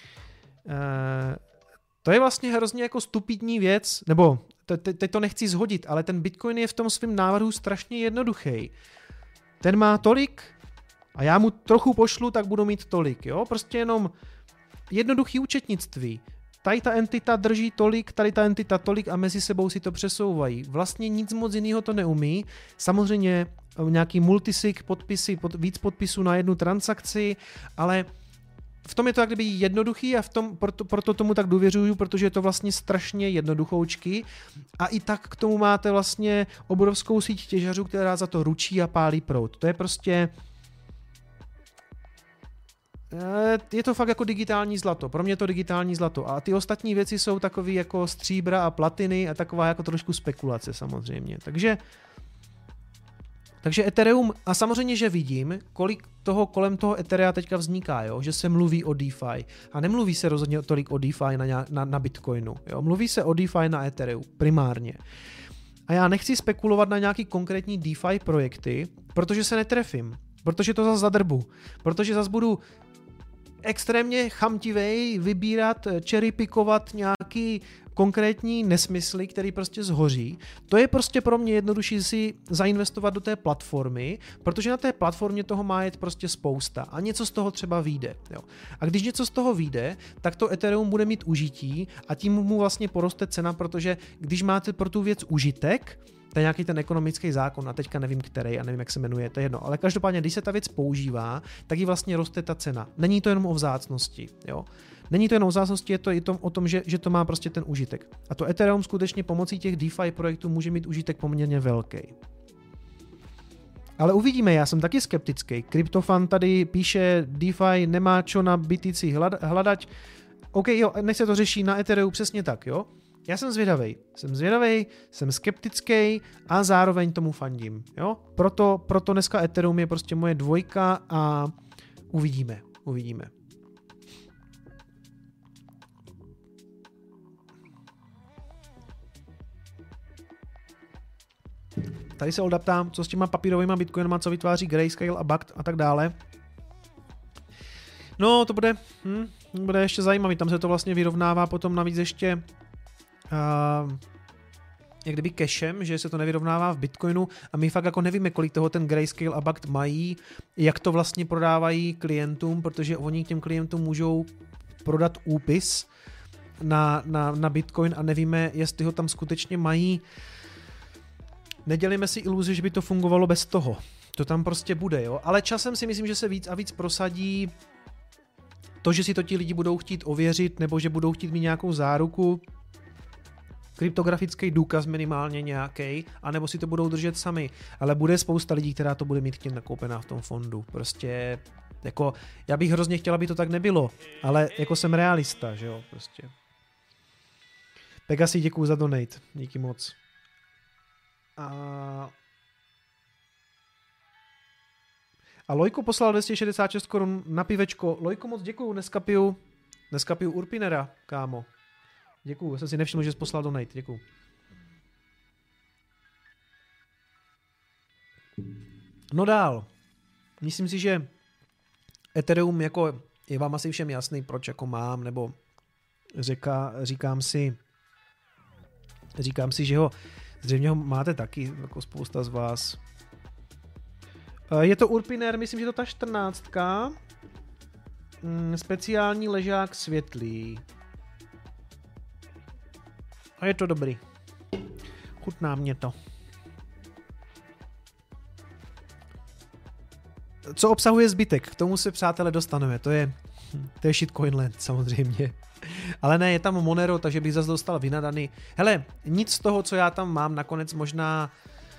Speaker 1: jako stupidní věc, nebo teď to nechci zhodit, ale ten Bitcoin je v tom svém návrhu strašně jednoduchý. Ten má tolik a já mu trochu pošlu, tak budu mít tolik, jo, prostě jenom jednoduchý účetnictví. Tady ta entita drží tolik, tady ta entita tolik a mezi sebou si to přesouvají. Vlastně nic moc jiného to neumí. Samozřejmě nějaký multisig podpisy, víc podpisů na jednu transakci, ale v tom je to jak kdyby jednoduchý a proto tomu tak důvěřuju, protože je to vlastně strašně jednoduchoučky a i tak k tomu máte vlastně obrovskou síť těžařů, která za to ručí a pálí proud. To je prostě... Je to fakt jako digitální zlato. Pro mě je to digitální zlato. A ty ostatní věci jsou takový jako stříbra a platiny a taková jako trošku spekulace samozřejmě. Takže Ethereum, a samozřejmě, že vidím, kolik toho kolem toho Etherea teďka vzniká, jo? Že se mluví o DeFi. A nemluví se rozhodně tolik o DeFi na Bitcoinu. Jo? Mluví se o DeFi na Ethereu primárně. A já nechci spekulovat na nějaký konkrétní DeFi projekty, protože se netrefím. Protože to zase zadrbu. Protože zase budu extrémně chamtivej vybírat, cherrypickovat nějaký konkrétní nesmysly, který prostě zhoří. To je prostě pro mě jednodušší si zainvestovat do té platformy, protože na té platformě toho má jet prostě spousta a něco z toho třeba vyjde. Jo. A když něco z toho vyjde, tak to Ethereum bude mít užití a tím mu vlastně poroste cena, protože když máte pro tu věc užitek, to je nějaký ten ekonomický zákon a teďka nevím který a nevím, jak se jmenuje, to je jedno. Ale každopádně, když se ta věc používá, tak jí vlastně roste ta cena. Není to jenom o vzácnosti, jo. Není to jenom o vzácnosti, je to i o tom, že to má prostě ten užitek. A to Ethereum skutečně pomocí těch DeFi projektů může mít užitek poměrně velký. Ale uvidíme, já jsem taky skeptický. Kryptofan tady píše, DeFi nemá čo na BTC hledat. OK, jo, nech se to řeší na Ethereu přesně tak, jo. Já jsem zvědavej, jsem skeptický a zároveň tomu fandím, jo? Proto dneska Ethereum je prostě moje dvojka a uvidíme. Tady se Olda ptám, co s těma papírovýma bitcoinama, co vytváří Grayscale a Bakkt a tak dále. No, to bude ještě zajímavý, tam se to vlastně vyrovnává potom navíc ještě jak kdyby cashem, že se to nevyrovnává v Bitcoinu a my fakt jako nevíme, kolik toho ten Grayscale a Bakkt mají, jak to vlastně prodávají klientům, protože oni k těm klientům můžou prodat úpis na Bitcoin a nevíme, jestli ho tam skutečně mají. Nedělíme si iluzi, že by to fungovalo bez toho. to tam prostě bude, jo. Ale časem si myslím, že se víc a víc prosadí to, že si to ti lidi budou chtít ověřit, nebo že budou chtít mít nějakou záruku, kryptografický důkaz minimálně nějaký, anebo si to budou držet sami. Ale bude spousta lidí, která to bude mít chtít nakoupená v tom fondu. Prostě, jako, já bych hrozně chtěla, aby to tak nebylo, ale jako jsem realista, že jo, prostě. Pegasi, děkuju za donate, díky moc. A Lojko poslal 266 korun na pivečko. Lojko, moc děkuju, dneska piju Urpinera, kámo. Děkuju, jsem si nevšiml, že jsi poslal donate, děkuju. No dál. Myslím si, že Ethereum jako je vám asi všem jasný, proč jako mám, nebo říkám si, že ho zřejmě ho máte taky, jako spousta z vás. Je to Urpiner, myslím, že to ta 14. Speciální ležák světlý. A je to dobrý. Chutná mě to. Co obsahuje zbytek? K tomu se, přátelé, dostaneme. To je shitcoinland samozřejmě. Ale ne, je tam Monero, takže bych zase dostal vynadaný. Hele, nic z toho, co já tam mám, nakonec možná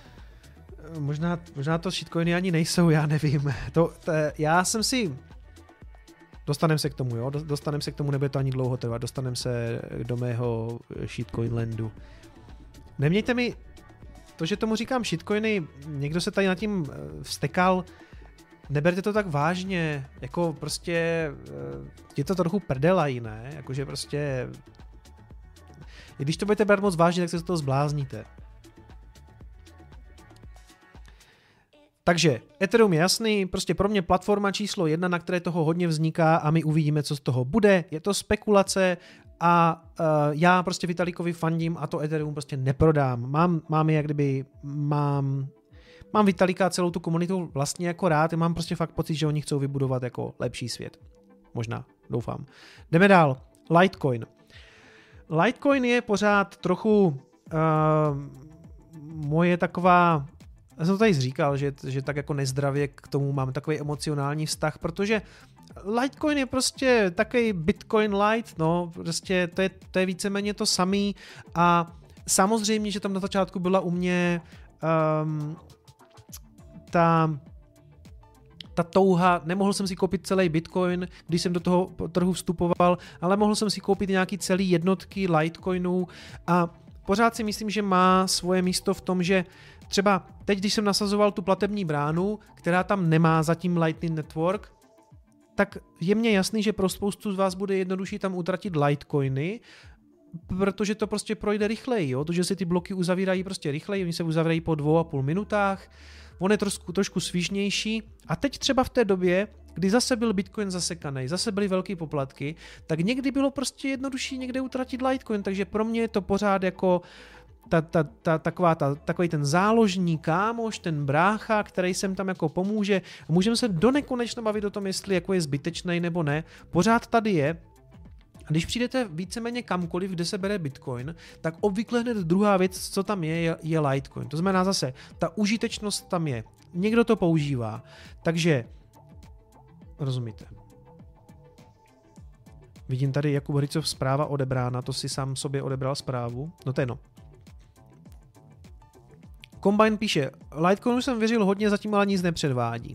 Speaker 1: to shitcoiny ani nejsou, já nevím. Já jsem si... Dostaneme se k tomu, jo? Dostaneme se k tomu, nebude to ani dlouho trvat. Dostaneme se do mého shitcoinlandu. Nemějte mi... To, že tomu říkám shitcoiny, někdo se tady nad tím vztekal, neberte to tak vážně, jako prostě je to trochu prdelají, ne? Jakože prostě... Když to budete brát moc vážně, tak se z toho zblázníte. Takže Ethereum je jasný, prostě pro mě platforma číslo 1, na které toho hodně vzniká a my uvidíme, co z toho bude. Je to spekulace a já prostě Vitalikovi fandím a to Ethereum prostě neprodám. Mám je jak kdyby, mám Vitalika a celou tu komunitu vlastně jako rád, mám prostě fakt pocit, že oni chcou vybudovat jako lepší svět. Možná, doufám. Jdeme dál. Litecoin. Litecoin je pořád trochu moje taková... Já jsem to tady říkal, že tak jako nezdravě k tomu mám takový emocionální vztah, protože Litecoin je prostě takový Bitcoin Lite, no, prostě to je víceméně to samý a samozřejmě, že tam na začátku byla u mě ta touha, nemohl jsem si koupit celý Bitcoin, když jsem do toho trhu vstupoval, ale mohl jsem si koupit nějaký celý jednotky Litecoinů a pořád si myslím, že má svoje místo v tom, že třeba teď, když jsem nasazoval tu platební bránu, která tam nemá zatím Lightning Network, tak je mně jasný, že pro spoustu z vás bude jednodušší tam utratit Litecoiny, protože to prostě projde rychleji, jo? To, že se ty bloky uzavírají prostě rychleji, oni se uzavírají po 2,5 minutách, on je trošku svížnější a teď třeba v té době, kdy zase byl Bitcoin zasekaný, zase byly velké poplatky, tak někdy bylo prostě jednodušší někde utratit Litecoin, takže pro mě je to pořád jako takový ten záložní kámoš, ten brácha, který sem tam jako pomůže. Můžeme se do nekonečna bavit o tom, jestli jako je zbytečný nebo ne. Pořád tady je. A když přijdete víceméně kamkoliv, kde se bere Bitcoin, tak obvykle hned druhá věc, co tam je Litecoin. To znamená zase, ta užitečnost tam je. Někdo to používá. Takže, rozumíte. Vidím tady Jakub Hricov, zpráva odebrána, to si sám sobě odebral zprávu. No to je no. Combine píše, Litecoinu jsem věřil hodně, zatím ale nic nepředvádí.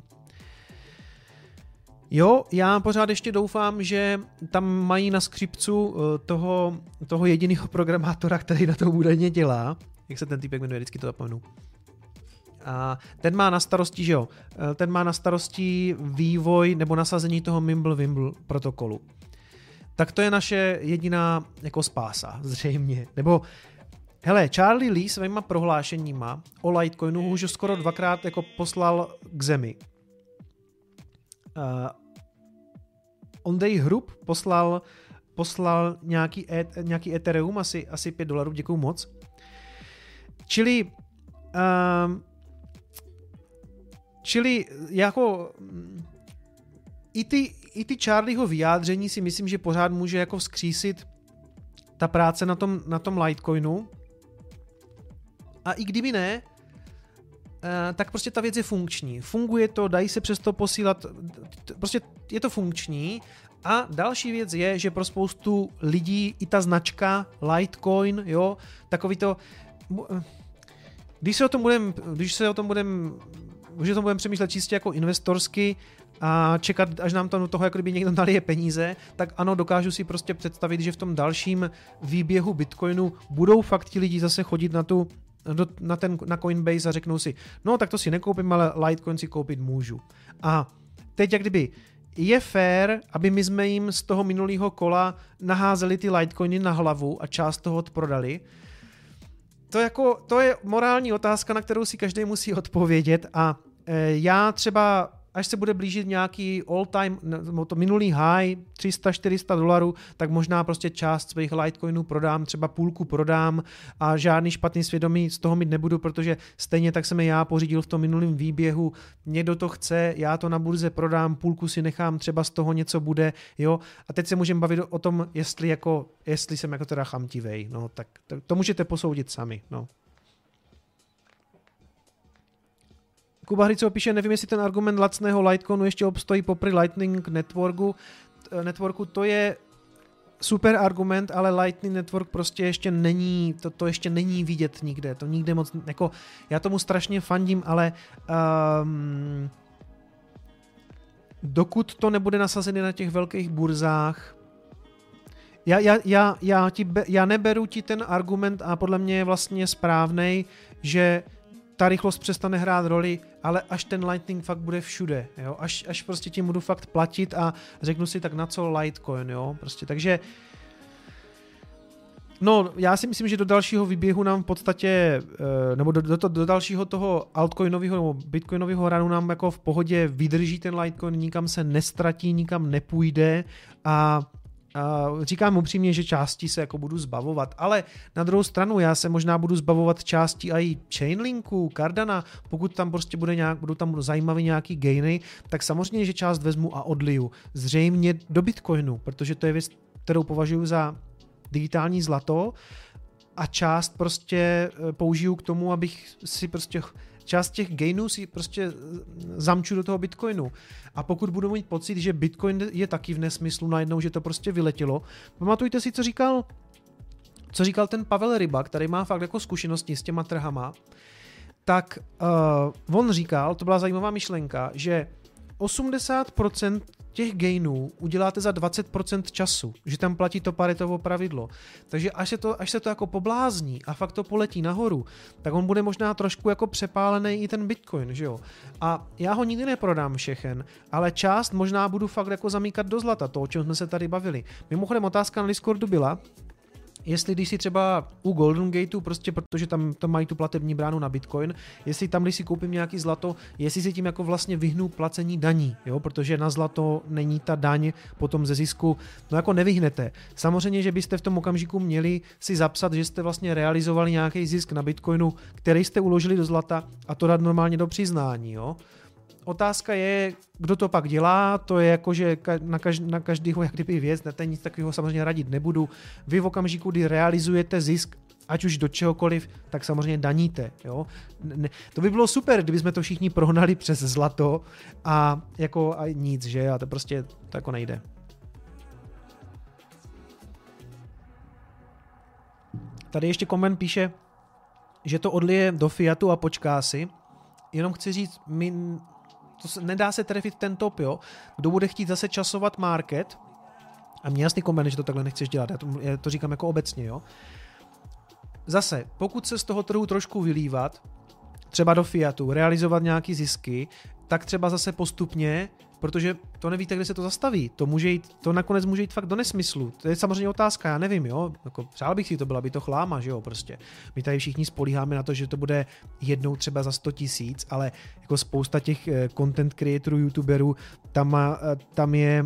Speaker 1: Jo, já pořád ještě doufám, že tam mají na skřipcu toho jediného programátora, který na to údajně dělá. Jak se ten týpek jmenuje, vždycky to zapomenu. A ten má na starosti, že jo, ten má na starosti vývoj nebo nasazení toho Mimble-Wimble protokolu. Tak to je naše jediná jako spása, zřejmě. Nebo hele, Charlie Lee svýma prohlášeníma o Litecoinu už skoro 2krát jako poslal k zemi. Ondej Hrub poslal nějaký Ethereum, asi $5, děkuju moc. Čili jako i ty Charlieho vyjádření si myslím, že pořád může jako vzkřísit ta práce na tom Litecoinu. A i kdyby ne, tak prostě ta věc je funkční. Funguje to, dají se přes to posílat, prostě je to funkční. A další věc je, že pro spoustu lidí i ta značka Litecoin, jo, takový to, když se o tom budeme přemýšlet čistě jako investorsky a čekat, až nám tam do toho jako kdyby někdo nalije peníze, tak ano, dokážu si prostě představit, že v tom dalším výběhu Bitcoinu budou fakt ti lidi zase chodit na Coinbase a řeknou si, no tak to si nekoupím, ale Litecoin si koupit můžu. A teď jak kdyby je fér, aby my jsme jim z toho minulého kola naházeli ty Litecoiny na hlavu a část toho odprodali. To je morální otázka, na kterou si každý musí odpovědět a já třeba, až se bude blížit nějaký all-time, to minulý high, $300-400, tak možná prostě část svých Litecoinů prodám, třeba půlku prodám a žádný špatný svědomí z toho mít nebudu, protože stejně tak jsem já pořídil v tom minulém výběhu, někdo to chce, já to na burze prodám, půlku si nechám, třeba z toho něco bude, jo, a teď se můžeme bavit o tom, jestli jsem jako teda chamtivej, no, tak to můžete posoudit sami, no. Kuba Hryco píše, nevím, jestli ten argument lacného Litecoinu ještě obstojí popri Lightning Networku, to je super argument, ale Lightning Network prostě ještě není, to ještě není vidět nikde, to nikde moc, jako já tomu strašně fandím, ale dokud to nebude nasazené na těch velkých burzách, já neberu ti ten argument a podle mě je vlastně správnej, že ta rychlost přestane hrát roli, ale až ten Lightning fakt bude všude, jo? Až prostě tím budu fakt platit a řeknu si tak na co Litecoin, jo? Prostě, takže no, já si myslím, že do dalšího výběhu nám v podstatě, nebo do dalšího toho altcoinového nebo bitcoinového runu nám jako v pohodě vydrží ten Litecoin, nikam se nestratí, nikam nepůjde a říkám upřímně, že části se jako budu zbavovat, ale na druhou stranu já se možná budu zbavovat části i Chainlinku, Cardana, pokud tam prostě budou tam zajímavé nějaký gainy, tak samozřejmě, že část vezmu a odliju. Zřejmě do Bitcoinu, protože to je věc, kterou považuji za digitální zlato a část prostě použiju k tomu, abych si prostě část těch gainů si prostě zamču do toho Bitcoinu. A pokud budu mít pocit, že Bitcoin je taky v nesmyslu najednou, že to prostě vyletělo, pamatujte si, co říkal ten Pavel Ryba, který má fakt jako zkušenosti s těma trhama, tak on říkal, to byla zajímavá myšlenka, že 80% těch gainů uděláte za 20% času, že tam platí to Paretovo pravidlo. Takže až se to jako poblázní a fakt to poletí nahoru, tak on bude možná trošku jako přepálený i ten Bitcoin, že jo. A já ho nikdy neprodám všechen, ale část možná budu fakt jako zamíkat do zlata, to, o čem jsme se tady bavili. Mimochodem otázka na Discordu byla, jestli když si třeba u Golden Gateu, prostě protože tam mají tu platební bránu na Bitcoin, jestli tam, když si koupím nějaký zlato, jestli si tím jako vlastně vyhnu placení daní, jo, protože na zlato není ta daň potom ze zisku, no jako nevyhnete. Samozřejmě, že byste v tom okamžiku měli si zapsat, že jste vlastně realizovali nějaký zisk na Bitcoinu, který jste uložili do zlata a to dát normálně do přiznání, jo. Otázka je, kdo to pak dělá, to je jako, že na každýho jak kdyby věc, na ten nic takového samozřejmě radit nebudu. Vy v okamžiku, kdy realizujete zisk, ať už do čehokoliv, tak samozřejmě daníte. Jo? To by bylo super, kdyby jsme to všichni prohnali přes zlato a jako a nic, že? A to prostě to jako nejde. Tady ještě koment píše, že to odlije do fiatu a počká si. Jenom chci říct, nedá se trefit ten top, jo. Kdo bude chtít zase časovat market, a mě jasný koment, že to takhle nechceš dělat, já to říkám jako obecně, jo. Zase, pokud se z toho trhu trošku vylívat, třeba do fiatu, realizovat nějaký zisky, tak třeba zase postupně, protože to nevíte, kde se to zastaví. To nakonec může jít fakt do nesmyslu. To je samozřejmě otázka, já nevím, jo. Jako, přál bych si to, byla by to chláma, že jo, prostě. My tady všichni spolíháme na to, že to bude jednou třeba za 100 000, ale jako spousta těch content creatorů, youtuberů, tam je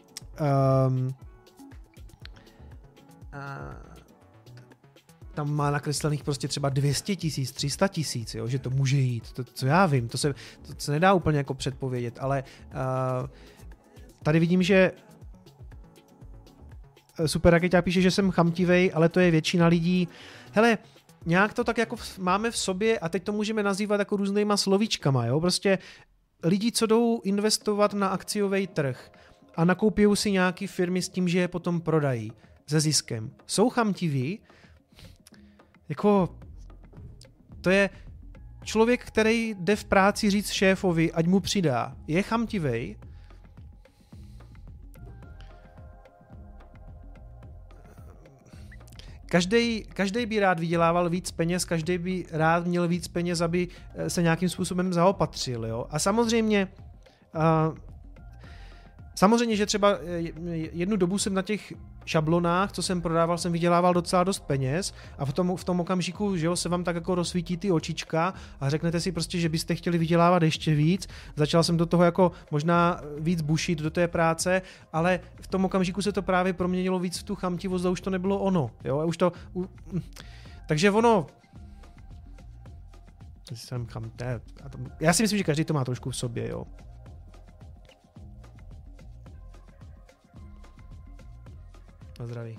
Speaker 1: tam má nakreslených prostě třeba 200 000, 300 000, jo, že to může jít, to, co já vím, to se nedá úplně jako předpovědět, ale tady vidím, že Super Rakeťák píše, že jsem chamtivej, ale to je většina lidí. Hele, nějak to tak jako máme v sobě a teď to můžeme nazývat jako různýma slovíčkama, jo? Prostě lidi, co jdou investovat na akciový trh a nakoupí si nějaký firmy s tím, že je potom prodají se ziskem. Jsou chamtiví, jako to je člověk, který jde v práci říct šéfovi, ať mu přidá. Je chamtivej. Každý by rád vydělával víc peněz, každý by rád měl víc peněz, aby se nějakým způsobem zaopatřil. Jo? A samozřejmě, že třeba jednu dobu jsem na těch šablonách, co jsem prodával, jsem vydělával docela dost peněz a v tom okamžiku, že jo, se vám tak jako rozsvítí ty očička a řeknete si prostě, že byste chtěli vydělávat ještě víc. Začal jsem do toho jako možná víc bušit do té práce, ale v tom okamžiku se to právě proměnilo víc v tu chamtivost a už to nebylo ono. Jo? Takže ono... Já si myslím, že každý to má trošku v sobě, jo. Na zdraví.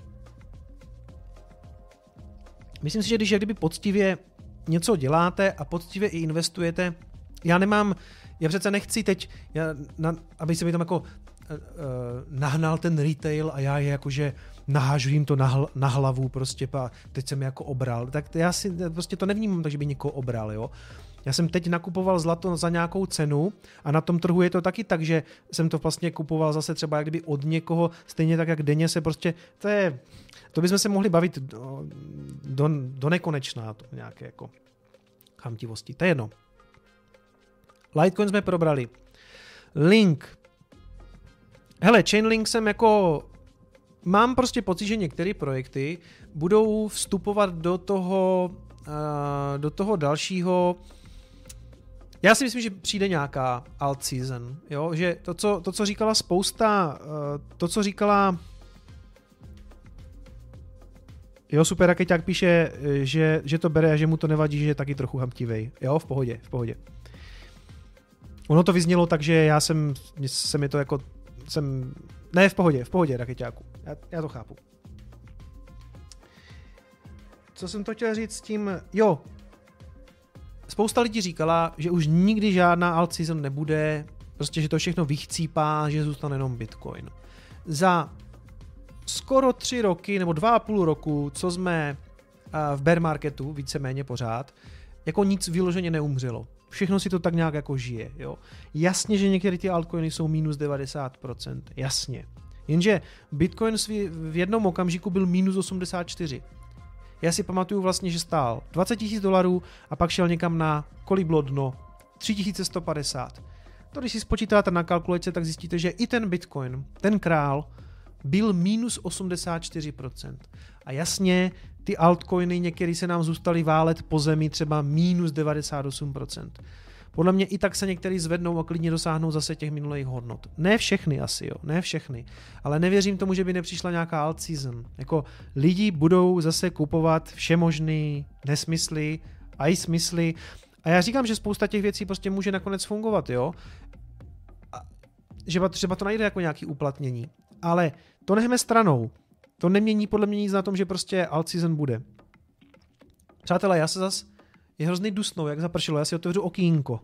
Speaker 1: Myslím si, že když kdyby poctivě něco děláte a poctivě i investujete, já přece nechci teď, aby se mi tam jako nahnal ten retail a já je jakože nahážu jim to na hlavu prostě a teď jsem jako obral. Tak já si prostě to nevnímám tak, že by někoho obral, jo. Já jsem teď nakupoval zlato za nějakou cenu a na tom trhu je to taky tak, že jsem to vlastně kupoval zase třeba jak kdyby od někoho, stejně tak jak denně se prostě, to bychom se mohli bavit do nekonečná, to nějaké jako chamtivosti. To je jedno. Litecoin jsme probrali. Link. Hele, Chainlink jsem jako... Mám prostě pocit, že některé projekty budou vstupovat do toho dalšího. Já si myslím, že přijde nějaká alt season, jo, že to, co říkala spousta, jo, Super Rakeťák píše, že to bere a že mu to nevadí, že je taky trochu hamtivej, jo, v pohodě. Ono to vyznělo tak, že se mi to jako, ne, v pohodě, Rakeťáku, já to chápu. Co jsem to chtěl říct s tím, jo, spousta lidí říkala, že už nikdy žádná alt season nebude, prostě, že to všechno vychcípá, že zůstane jenom Bitcoin. Za skoro 3 roky, nebo 2,5 roku, co jsme v bear marketu, víceméně pořád, jako nic vyloženě neumřelo. Všechno si to tak nějak jako žije, jo. Jasně, že některé ty altcoiny jsou minus 90%, jasně. Jenže Bitcoin v jednom okamžiku byl minus 84%. Já si pamatuju vlastně, že stál $20,000 a pak šel někam na, kolik bylo dno? 3150. To když si spočítáte na kalkulačce, tak zjistíte, že i ten Bitcoin, ten král, byl minus 84%. A jasně, ty altcoiny některé se nám zůstaly válet po zemi třeba minus 98%. Podle mě i tak se některý zvednou a klidně dosáhnou zase těch minulých hodnot. Ne všechny asi, jo, ne všechny. Ale nevěřím tomu, že by nepřišla nějaká alt season. Jako lidi budou zase kupovat všemožný nesmysly a i smysly. A já říkám, že spousta těch věcí prostě může nakonec fungovat, jo. A že třeba to najde jako nějaký uplatnění. Ale to nechme stranou. To nemění podle mě nic na tom, že prostě alt season bude. Přátelé, já se zas je hrozný dusnou, jak zapršilo, já si otevřu okýnko.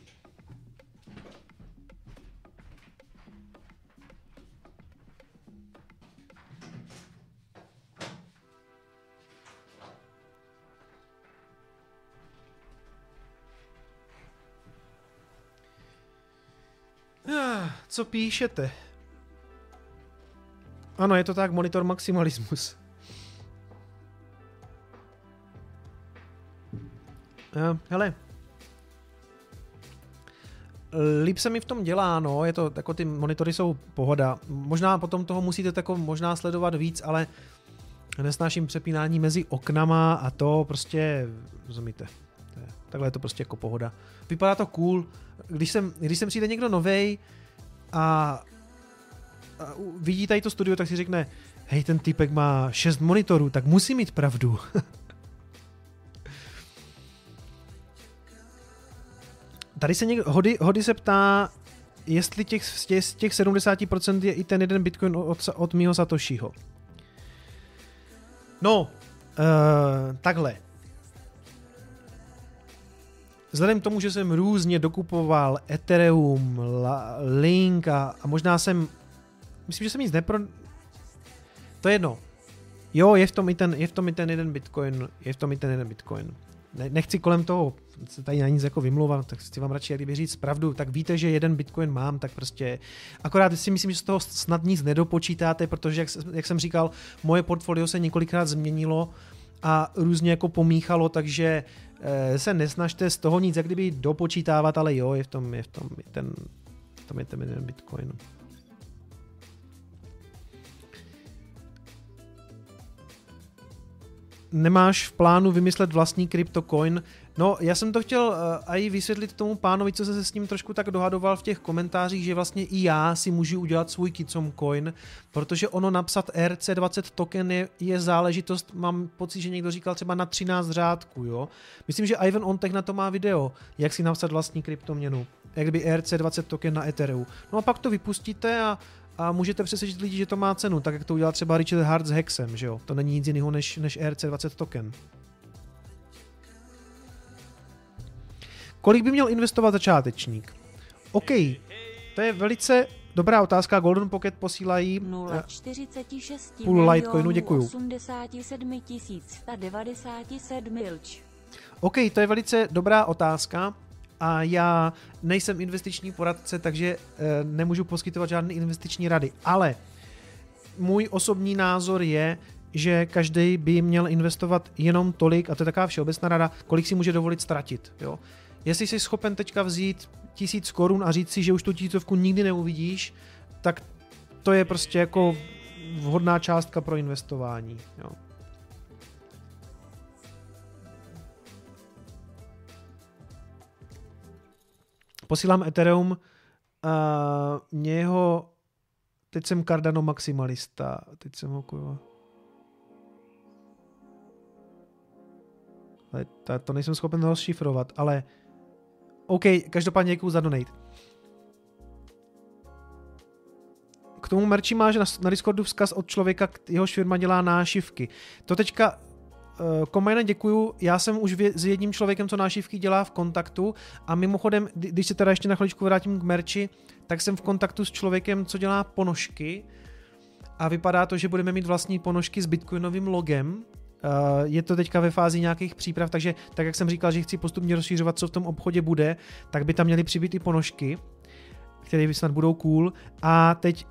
Speaker 1: Co píšete? Ano, je to tak, monitor maximalismus. Hele, líp se mi v tom dělá, no, je to, jako ty monitory jsou pohoda. Možná potom toho musíte tako možná sledovat víc, ale nesnáším přepínání mezi oknama a to prostě, rozumíte, takhle je to prostě jako pohoda. Vypadá to cool, když sem přijde někdo novej a vidí tady to studio, tak si řekne, hej, ten týpek má 6 monitorů, tak musí mít pravdu. Tady se Hody se ptá, jestli z těch 70% je i ten jeden Bitcoin od mýho Satoshiho. No, takhle. vzhledem k tomu, že jsem různě dokupoval Ethereum, Link a možná jsem, myslím, že jsem nic to je jedno. Jo, je v tom i ten jeden Bitcoin. Nechci kolem toho se tady na nic jako vymlouvat, tak chci vám radši kdyby říct pravdu, tak víte, že jeden Bitcoin mám, tak prostě akorát si myslím, že z toho snad nic nedopočítáte, protože jak jsem říkal, moje portfolio se několikrát změnilo a různě jako pomíchalo, takže se nesnažte z toho nic jak kdyby dopočítávat, ale jo, je v tom ten jeden Bitcoin. Nemáš v plánu vymyslet vlastní CryptoCoin? No, já jsem to chtěl i vysvětlit tomu pánovi, co se s ním trošku tak dohadoval v těch komentářích, že vlastně i já si můžu udělat svůj Kicom Coin, protože ono napsat ERC20 token je záležitost, mám pocit, že někdo říkal třeba na 13 řádků, jo. Myslím, že Ivan OnTech na to má video, jak si napsat vlastní kryptoměnu, jak by ERC20 token na Ethereum. No a pak to vypustíte a můžete přesvědčit lidi, že to má cenu, tak jak to udělal třeba Richard Hart s Hexem, že jo? To není nic jiného než ERC20 token. Kolik by měl investovat začátečník? OK, to je velice dobrá otázka. Golden Pocket posílají
Speaker 2: 0,46
Speaker 1: půl Litecoinu, děkuju.
Speaker 2: 87 197 milč.
Speaker 1: OK, to je velice dobrá otázka. A já nejsem investiční poradce, takže nemůžu poskytovat žádné investiční rady. Ale můj osobní názor je, že každý by měl investovat jenom tolik, a to je taková všeobecná rada, kolik si může dovolit ztratit. Jo? Jestli jsi schopen teďka vzít 1000 korun a říct si, že už tu 1000 nikdy neuvidíš, tak to je prostě jako vhodná částka pro investování. Jo? Posílám Ethereum, teď jsem Cardano maximalista, teď jsem ho kurva. To nejsem schopen ho šifrovat, ale OK, každopádně děkuju za donate. K tomu merči máš na Discordu vzkaz od člověka, jehož firma dělá nášivky. To teďka Komajne, děkuju, já jsem už s jedním člověkem, co nášivky dělá v kontaktu a mimochodem, když se teda ještě na chviličku vrátím k merči, tak jsem v kontaktu s člověkem, co dělá ponožky a vypadá to, že budeme mít vlastní ponožky s bitcoinovým logem. Je to teďka ve fázi nějakých příprav, takže tak jak jsem říkal, že chci postupně rozšířovat, co v tom obchodě bude, tak by tam měly přibýt i ponožky, které snad budou cool. A teď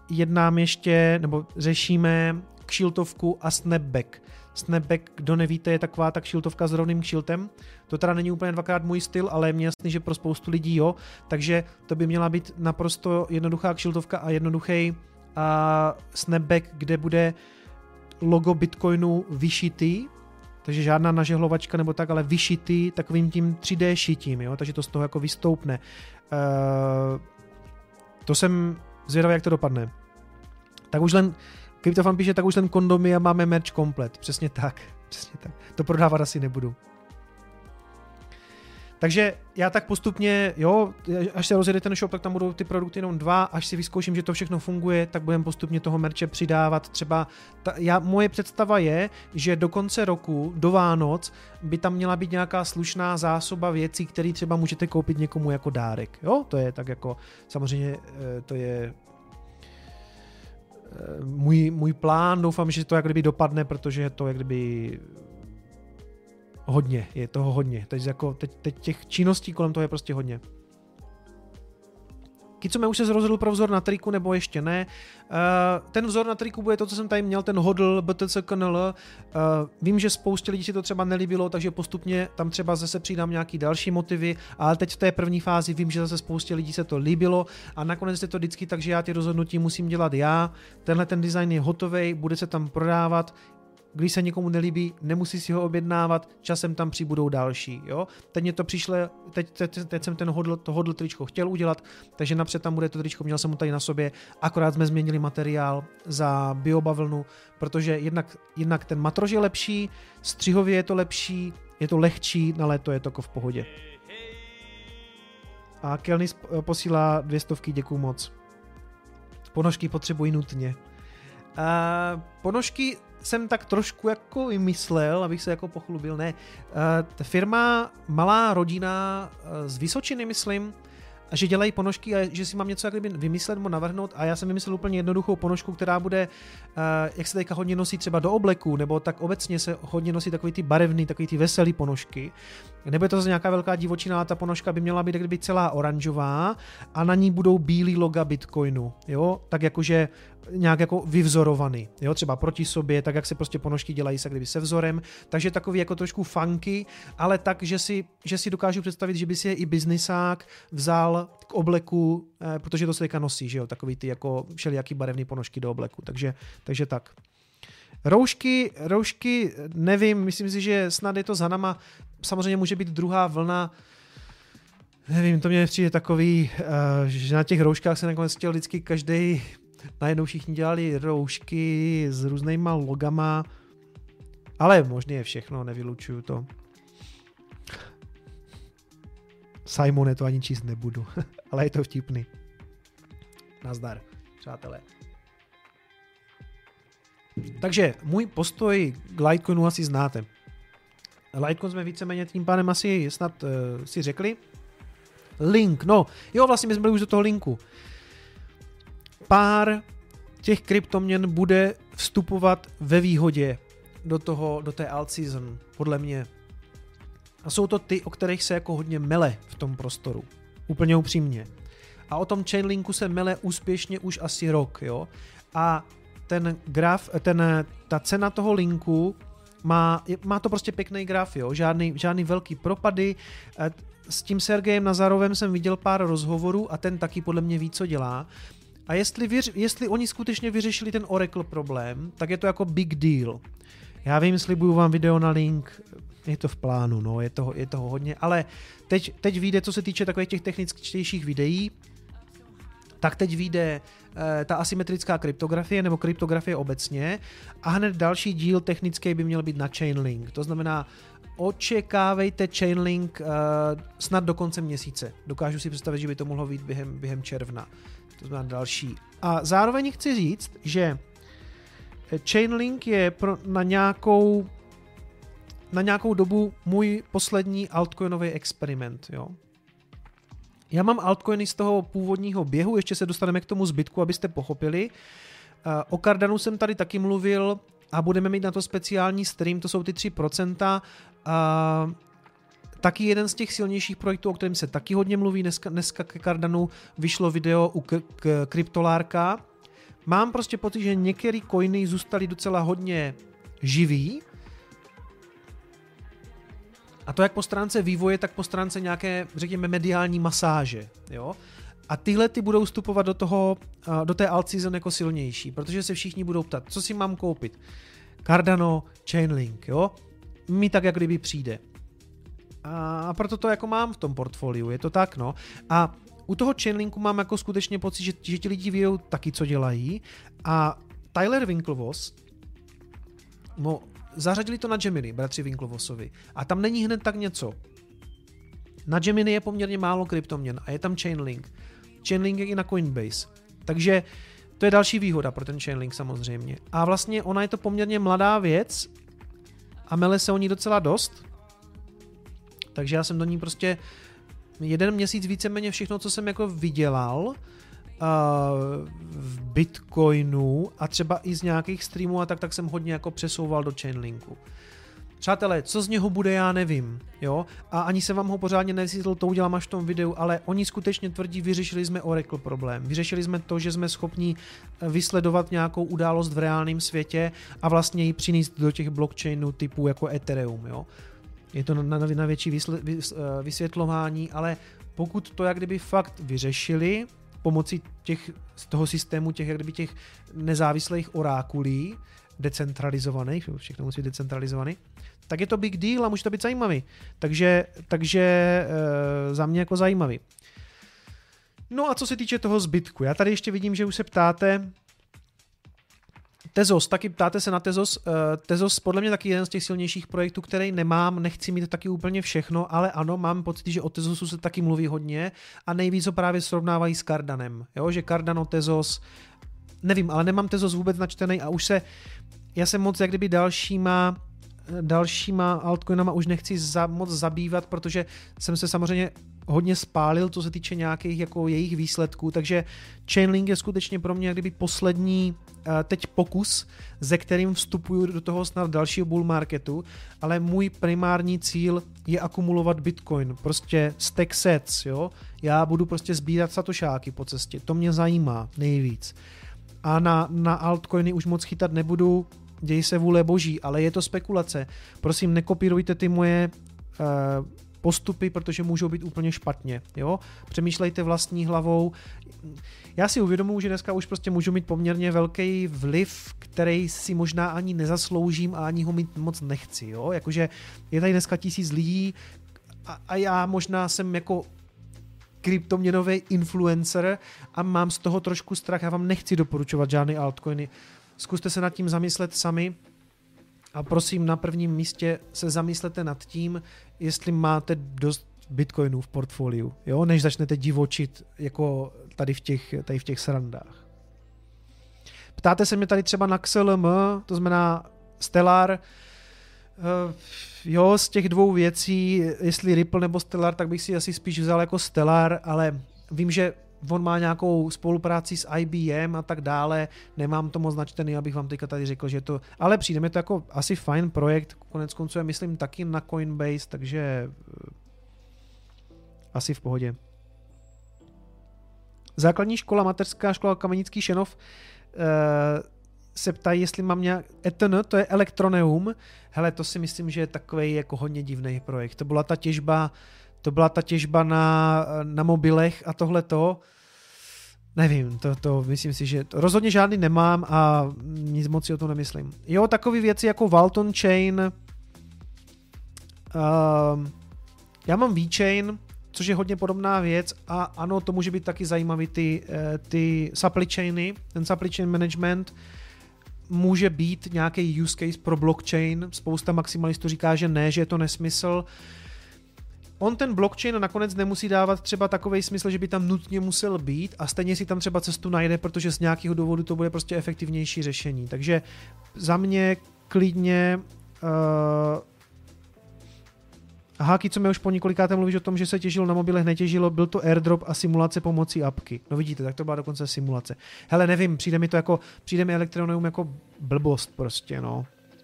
Speaker 1: řešíme kšiltovku a snapback. Snapback, kdo nevíte, je taková ta kšiltovka s rovným kšiltem. To teda není úplně dvakrát můj styl, ale je mi jasný, že pro spoustu lidí jo. Takže to by měla být naprosto jednoduchá kšiltovka a jednoduchý snapback, kde bude logo Bitcoinu vyšitý, takže žádná nažehlovačka nebo tak, ale vyšitý takovým tím 3D šitím, jo? Takže to z toho jako vystoupne. To jsem zvědavý, jak to dopadne. Tak už len CryptoFan píše, tak už len kondomy a máme merch komplet. Přesně tak. To prodávat asi nebudu. Takže já tak postupně, jo, až se rozjede ten shop, tak tam budou ty produkty jenom 2, až si vyzkouším, že to všechno funguje, tak budeme postupně toho merče přidávat. Třeba moje představa je, že do konce roku, do Vánoc, by tam měla být nějaká slušná zásoba věcí, které třeba můžete koupit někomu jako dárek. Jo, to je tak jako, samozřejmě to je můj plán, doufám, že to jak kdyby dopadne, protože je to jak kdyby je toho hodně. Teď těch činností kolem toho je prostě hodně. Kicome, už se rozhodl pro vzor na triku, nebo ještě ne? Ten vzor na triku bude to, co jsem tady měl, ten hodl BTC KNL. Vím, že spoustě lidí si to třeba nelíbilo, takže postupně tam třeba zase přidám nějaký další motivy, ale teď v té první fázi vím, že zase spoustě lidí se to líbilo a nakonec je to vždycky tak, že já ty rozhodnutí musím dělat já. Tenhle ten design je hotovej, bude se tam prodávat. Když se někomu nelíbí, nemusí si ho objednávat, časem tam přibudou další. Jo? Teď mě to přišlo, teď jsem to hodl tričko chtěl udělat, takže napřed tam bude to tričko, měl jsem ho tady na sobě, akorát jsme změnili materiál za biobavlnu, protože jednak ten matrož je lepší, střihově je to lepší, je to lehčí, na léto je to jako v pohodě. A Kelnis posílá 200, děkuju moc. Ponožky potřebují nutně. Ponožky jsem tak trošku jako vymyslel, abych se jako pochlubil, ne, firma, malá rodina z Vysočiny, myslím, a že dělají ponožky a že si mám něco jak kdyby vymyslet nebo navrhnout a já jsem vymyslel úplně jednoduchou ponožku, která bude, jak se teďka hodně nosí třeba do obleku, nebo tak obecně se hodně nosí takový ty barevný, takový ty veselý ponožky. Nebude to zase nějaká velká divočina, ale ta ponožka by měla být jak kdyby celá oranžová a na ní budou bílý loga Bitcoinu, jo, tak jakože nějak jako vyvzorovaný, jo, třeba proti sobě, tak jak se prostě ponožky dělají se kdyby se vzorem, takže takový jako trošku funky, ale tak, že si dokážu představit, že by si je i biznisák vzal k obleku, protože to se teďka nosí, že jo, takový ty jako všelijaký barevný ponožky do obleku, takže tak. Roušky, nevím, myslím si, že snad je to za náma, samozřejmě může být druhá vlna, nevím, to mě přijde takový, že na těch rouškách se nakonec chtěl vždycky každej. Najednou všichni dělali roušky s různýma logama, ale možný je všechno, nevylučuju to. Simone, to ani číst nebudu, ale je to vtipný. Nazdar, přátelé. Takže můj postoj k Litecoinu asi znáte. Litecoin jsme víceméně tím pádem asi snad si řekli. Link, no, jo, vlastně my jsme byli už do toho linku. Pár těch kryptoměn bude vstupovat ve výhodě do té alt season, podle mě. A jsou to ty, o kterých se jako hodně mele v tom prostoru. Úplně upřímně. A o tom Chainlinku se mele úspěšně už asi rok, jo. A ten graf, ta cena toho linku má to prostě pěkný graf, jo. Žádný velký propady. S tím Sergejem Nazarovem jsem viděl pár rozhovorů a ten taky podle mě ví, co dělá. A jestli oni skutečně vyřešili ten Oracle problém, tak je to jako big deal. Já vím, slibuju vám video na link, je to v plánu, no, je toho hodně, ale teď vyjde, co se týče takových těch techničtějších videí, tak teď vyjde ta asymetrická kryptografie nebo kryptografie obecně a hned další díl technický by měl být na Chainlink. To znamená, očekávejte Chainlink snad do konce měsíce. Dokážu si představit, že by to mohlo být během června. To znamená další. A zároveň chci říct, že Chainlink je na nějakou dobu můj poslední altcoinový experiment. Jo? Já mám altcoiny z toho původního běhu, ještě se dostaneme k tomu zbytku, abyste pochopili. O Cardanu jsem tady taky mluvil a budeme mít na to speciální stream, to jsou ty 3%. Taky jeden z těch silnějších projektů, o kterém se taky hodně mluví, dneska ke Cardanu vyšlo video u Kryptolárka. Mám prostě pocit, že některé coiny zůstaly docela hodně živý. A to jak po stránce vývoje, tak po stránce nějaké, řekněme, mediální masáže. Jo? A tyhle ty budou vstupovat do té alt season jako silnější, protože se všichni budou ptat, co si mám koupit. Cardano, Chainlink, jo? Mi tak jak kdyby přijde. A proto to jako mám v tom portfoliu, je to tak, no. A u toho Chainlinku mám jako skutečně pocit, že ti lidi vědou taky, co dělají. A Tyler Winklevoss, no, zařadili to na Gemini, bratři Winklevossovi. A tam není hned tak něco. Na Gemini je poměrně málo kryptoměn a je tam Chainlink. Chainlink je i na Coinbase. Takže to je další výhoda pro ten Chainlink samozřejmě. A vlastně ona je to poměrně mladá věc a mele se o ní docela dost. Takže já jsem do ní prostě 1 měsíc víceméně všechno, co jsem jako vydělal v Bitcoinu a třeba i z nějakých streamů a tak jsem hodně jako přesouval do Chainlinku. Přátelé, co z něho bude, já nevím, jo, a ani jsem vám ho pořádně nevysvětlil, to udělám až v tom videu, ale oni skutečně tvrdí, vyřešili jsme Oracle problém, vyřešili jsme to, že jsme schopni vysledovat nějakou událost v reálném světě a vlastně ji přinést do těch blockchainů typu jako Ethereum, jo. Je to na větší vysvětlování, ale pokud to jak kdyby fakt vyřešili pomocí z toho systému těch jak kdyby těch nezávislých orákulí, decentralizovaných, všechno musí být decentralizovaný, tak je to big deal a může to být zajímavý. Takže za mě jako zajímavý. No a co se týče toho zbytku, já tady ještě vidím, že už se ptáte Tezos, taky ptáte se na Tezos. Tezos podle mě taky jeden z těch silnějších projektů, který nemám, nechci mít taky úplně všechno, ale ano, mám pocit, že o Tezosu se taky mluví hodně a nejvíc ho právě srovnávají s Cardanem. Jo, že Cardano, Tezos, nevím, ale nemám Tezos vůbec načtený a už se já se moc jak kdyby dalšíma altcoinama už nechci moc zabývat, protože jsem se samozřejmě hodně spálil, co se týče nějakých jako jejich výsledků, takže Chainlink je skutečně pro mě jak kdyby poslední teď pokus, ze kterým vstupuju do toho snad dalšího bull marketu, ale můj primární cíl je akumulovat Bitcoin, prostě stack sets, jo, já budu prostě sbírat satošáky po cestě, to mě zajímá nejvíc. A na altcoiny už moc chytat nebudu, děj se vůle boží, ale je to spekulace. Prosím, nekopírujte ty moje postupy, protože můžou být úplně špatně. Jo? Přemýšlejte vlastní hlavou. Já si uvědomuji, že dneska už prostě můžu mít poměrně velký vliv, který si možná ani nezasloužím a ani ho mít moc nechci. Jo? Jakože je tady dneska 1000 lidí a já možná jsem jako kryptoměnový influencer a mám z toho trošku strach. Já vám nechci doporučovat žádný altcoiny. Zkuste se nad tím zamyslet sami a prosím na prvním místě se zamyslete nad tím, jestli máte dost bitcoinů v portfoliu, jo? Než začnete divočit jako tady v těch srandách. Ptáte se mě tady třeba na XLM, to znamená Stellar. Jo, z těch dvou věcí, jestli Ripple nebo Stellar, tak bych si asi spíš vzal jako Stellar, ale vím, že on má nějakou spolupráci s IBM a tak dále, nemám to moc načtený, abych vám teďka tady řekl, že to, ale přijde mi to jako asi fajn projekt, konec konců je myslím taky na Coinbase, takže asi v pohodě. Základní škola, mateřská škola Kamenický Šenov se ptají, jestli mám nějak ETN, to je Elektroneum. Hele, to si myslím, že je takovej jako hodně divný projekt. To byla ta těžba na mobilech a tohleto. Nevím, to myslím si, že rozhodně žádný nemám a nic moc si o tom nemyslím. Jo, takové věci jako Walton Chain. Já mám VeChain, což je hodně podobná věc a ano, to může být taky zajímavý ty supply chainy, ten supply chain management může být nějaký use case pro blockchain, spousta maximalistů říká, že ne, že je to nesmysl. On ten blockchain nakonec nemusí dávat třeba takovej smysl, že by tam nutně musel být a stejně si tam třeba cestu najde, protože z nějakého důvodu to bude prostě efektivnější řešení. Takže za mě klidně Háky, co mi už po několikáté mluvíš o tom, že se těžilo na mobilech, netěžilo, byl to airdrop a simulace pomocí apky. No vidíte, tak to byla dokonce simulace. Hele, nevím, přijde mi Elektroneum jako blbost prostě, no.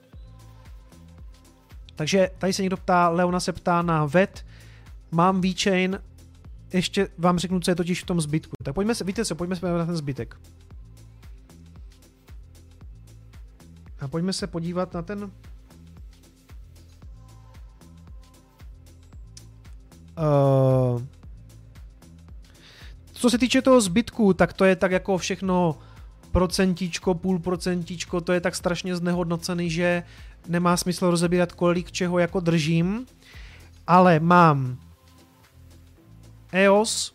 Speaker 1: Takže tady se někdo ptá, Leona se ptá na VET, mám VeChain, ještě vám řeknu, co je totiž v tom zbytku. Tak pojďme se na ten zbytek. A pojďme se podívat na ten co se týče toho zbytku, tak to je tak jako všechno procentíčko, půl procentíčko, to je tak strašně znehodnocený, že nemá smysl rozebírat, kolik čeho jako držím, ale mám EOS,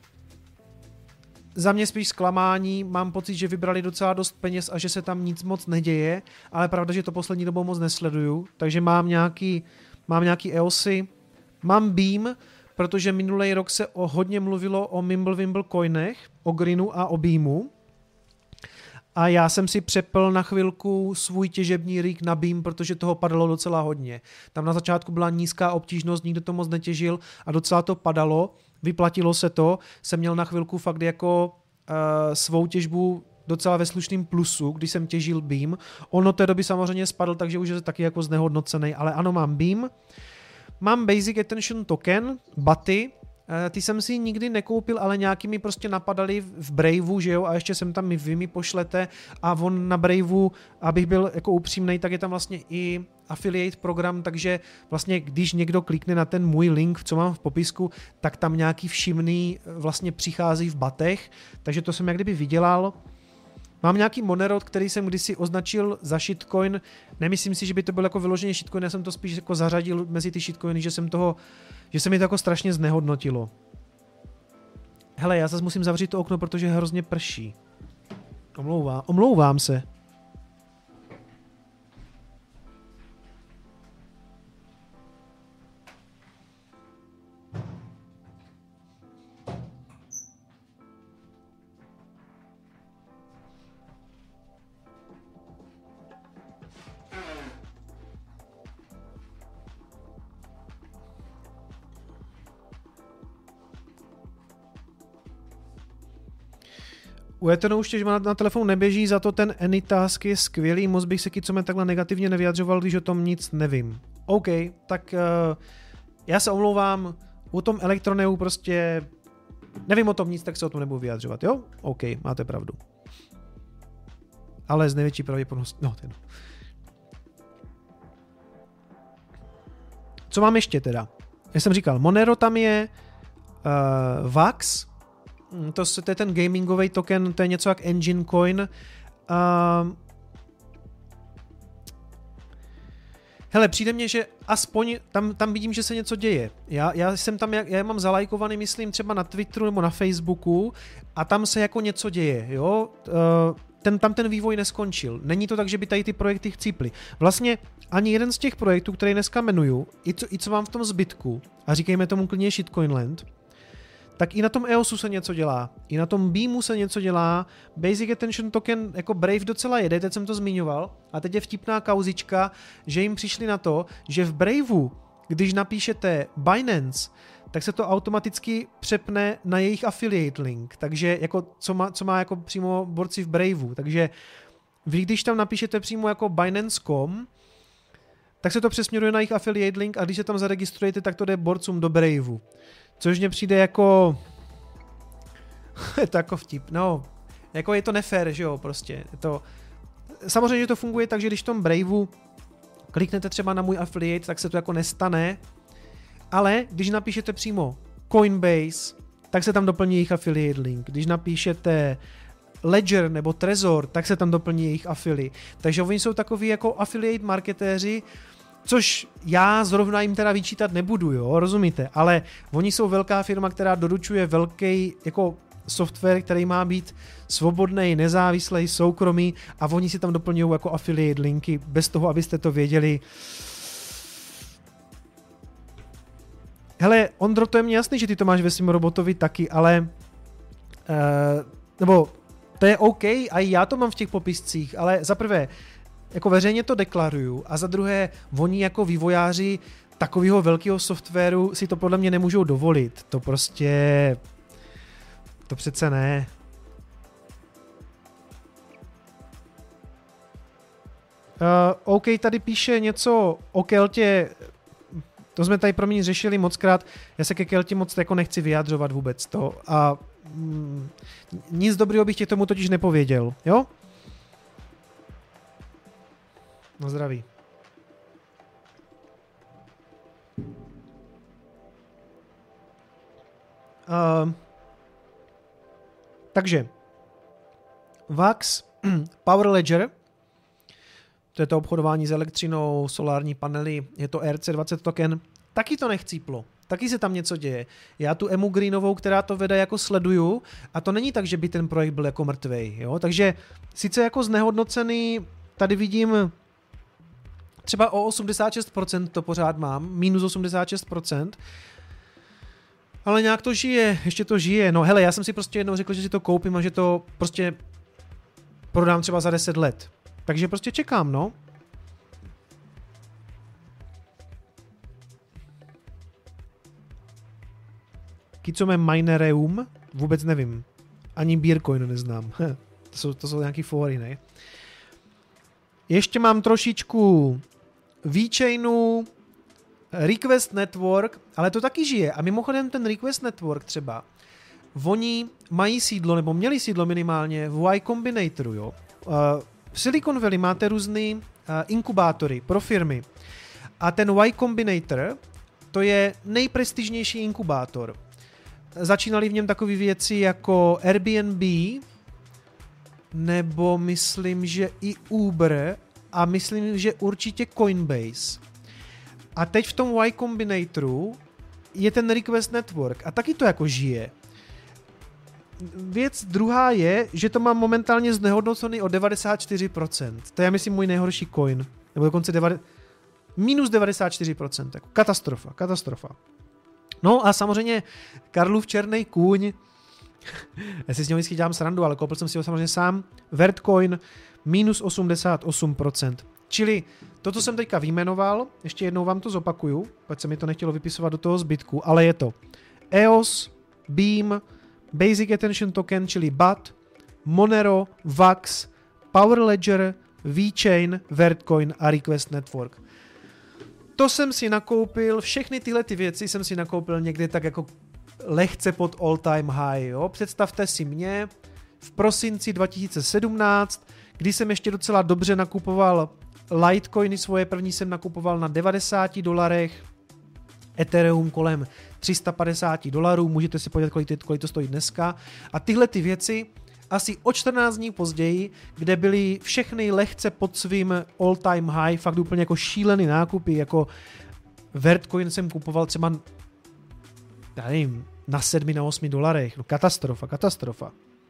Speaker 1: za mě spíš zklamání, mám pocit, že vybrali docela dost peněz a že se tam nic moc neděje, ale pravda, že to poslední dobou moc nesleduju, takže mám nějaký EOSy, mám Beam, protože minulý rok se hodně mluvilo o Mimblewimble coinech, o Greenu a o Beamu. A já jsem si přepl na chvilku svůj těžební rig na Beam, protože toho padalo docela hodně. Tam na začátku byla nízká obtížnost, nikdo to moc netěžil a docela to padalo, vyplatilo se to. Jsem měl na chvilku fakt jako svou těžbu docela ve slušným plusu, když jsem těžil Beam. Ono té doby samozřejmě spadl, takže už je taky jako znehodnocený, ale ano, mám Beam. Mám Basic Attention Token, BATy, ty jsem si nikdy nekoupil, ale nějaký mi prostě napadali v Braveu, že jo, a ještě jsem tam vy mi pošlete a on na Braveu, abych byl jako upřímnej, tak je tam vlastně i affiliate program, takže vlastně když někdo klikne na ten můj link, co mám v popisku, tak tam nějaký všimný vlastně přichází v batech, takže to jsem jak kdyby vydělal. Mám nějaký Monerot, který jsem kdysi označil za shitcoin. Nemyslím si, že by to byl jako vyloženě shitcoin, já jsem to spíš jako zařadil mezi ty shitcoiny, že se mi to jako strašně znehodnotilo. Hele, já zase musím zavřít to okno, protože hrozně prší. Omlouvám se. U Ethonu už na telefonu neběží, za to ten Anytask je skvělý, moc bych se Kicome takhle negativně nevyjadřoval, když o tom nic nevím. OK, tak já se omlouvám, o tom Elektroneu prostě nevím o tom nic, tak se o tom nebudu vyjadřovat, jo? OK, máte pravdu. Ale z největší pravděpodobností, no ten. Co mám ještě teda? Já jsem říkal, Monero tam je, Vax, to je ten gamingový token, to je něco jak Engine Coin. Hele, přijde mně, že aspoň tam vidím, že se něco děje. Já jsem tam, já mám zalajkovaný, myslím, třeba na Twitteru nebo na Facebooku a tam se jako něco děje, jo. Tam ten vývoj neskončil. Není to tak, že by tady ty projekty chcíply. Vlastně ani jeden z těch projektů, který dneska jmenuju, i co mám v tom zbytku, a říkejme tomu klidně Shitcoinland, tak i na tom EOSu se něco dělá. I na tom Beamu se něco dělá. Basic Attention Token jako Brave docela jede, teď jsem to zmiňoval. A teď je vtipná kauzička, že jim přišli na to, že v Braveu, když napíšete Binance, tak se to automaticky přepne na jejich affiliate link. Takže jako, co má jako přímo borci v Braveu. Takže vy, když tam napíšete přímo jako Binance.com, tak se to přesměruje na jejich affiliate link a když se tam zaregistrujete, tak to jde borcům do Braveu. Což mně přijde jako... je to jako vtip, no. Jako je to nefér, že jo, prostě. Je to... Samozřejmě, že to funguje tak, že když v tom Braveu kliknete třeba na můj affiliate, tak se to jako nestane, ale když napíšete přímo Coinbase, tak se tam doplní jejich affiliate link. Když napíšete Ledger nebo Trezor, tak se tam doplní jejich affili. Takže oni jsou takový jako affiliate marketéři, což já zrovna jim teda vyčítat nebudu, jo, rozumíte, ale oni jsou velká firma, která doručuje velký jako software, který má být svobodný, nezávislý, soukromý a oni si tam doplňují jako affiliate linky, bez toho, abyste to věděli. Hele, Ondro, to je mně jasný, že ty to máš ve svým robotovi taky, ale nebo to je OK, a já to mám v těch popiscích, ale za prvé, jako veřejně to deklaruju a za druhé, oni jako vývojáři takového velkého softwaru si to podle mě nemůžou dovolit. To prostě... To přece ne. OK, tady píše něco o Keltě, to jsme tady pro mě řešili mockrát, já se ke Keltě moc jako nechci vyjadřovat vůbec to a nic dobrýho bych tě tomu totiž nepověděl, jo? No zdraví. Takže Vax, Power Ledger, to je to obchodování s elektřinou, solární panely, je to ERC20 token, taky to nechcíplo. Taky se tam něco děje. Já tu Emu Greenovou, která to vede, jako sleduju a to není tak, že by ten projekt byl jako mrtvej. Jo? Takže sice jako znehodnocený, tady vidím třeba o 86% to pořád mám, minus 86%, ale nějak to žije, ještě to žije. No hele, já jsem si prostě jednou řekl, že si to koupím a že to prostě prodám třeba za 10 let. Takže prostě čekám, no. Kicome Minereum? Vůbec nevím. Ani Beercoin neznám. To jsou nějaký fóry, ne? Ještě mám trošičku VeChainu, Request Network, ale to taky žije. A mimochodem ten Request Network třeba, oni mají sídlo, nebo měli sídlo minimálně v Y Combinatoru, jo. V Silicon Valley máte různý inkubátory pro firmy. A ten Y Combinator, to je nejprestižnější inkubátor. Začínaly v něm takové věci jako Airbnb, nebo myslím, že i Uber a myslím, že určitě Coinbase. A teď v tom Y Combinatoru je ten Request Network a taky to jako žije. Věc druhá je, že to mám momentálně znehodnocený o 94%. To je, myslím, můj nejhorší coin. Nebo dokonce minus 94%. Jako katastrofa. No a samozřejmě Karlův černý kůň, já si s ním vždycky dělám srandu, ale koupil jsem si ho samozřejmě sám, Vertcoin minus 88%. Čili to, co jsem teďka vyjmenoval, ještě jednou vám to zopakuju, protože se mi to nechtělo vypisovat do toho zbytku, ale je to EOS, Beam, Basic Attention Token, čili BAT, Monero, Vax, Power Ledger, VeChain, Vertcoin a Request Network. To jsem si nakoupil, všechny tyhle ty věci jsem si nakoupil někde tak jako lehce pod all time high. Jo? Představte si mě v prosinci 2017, kdy jsem ještě docela dobře nakupoval Litecoiny, svoje první jsem nakupoval na $90, Ethereum kolem $350, můžete si podívat, kolik to stojí dneska. A tyhle ty věci asi o 14 dní později, kde byly všechny lehce pod svým all time high, fakt úplně jako šílený nákupy, jako Vertcoin jsem kupoval třeba, já nevím, na $7 na $8. No katastrofa.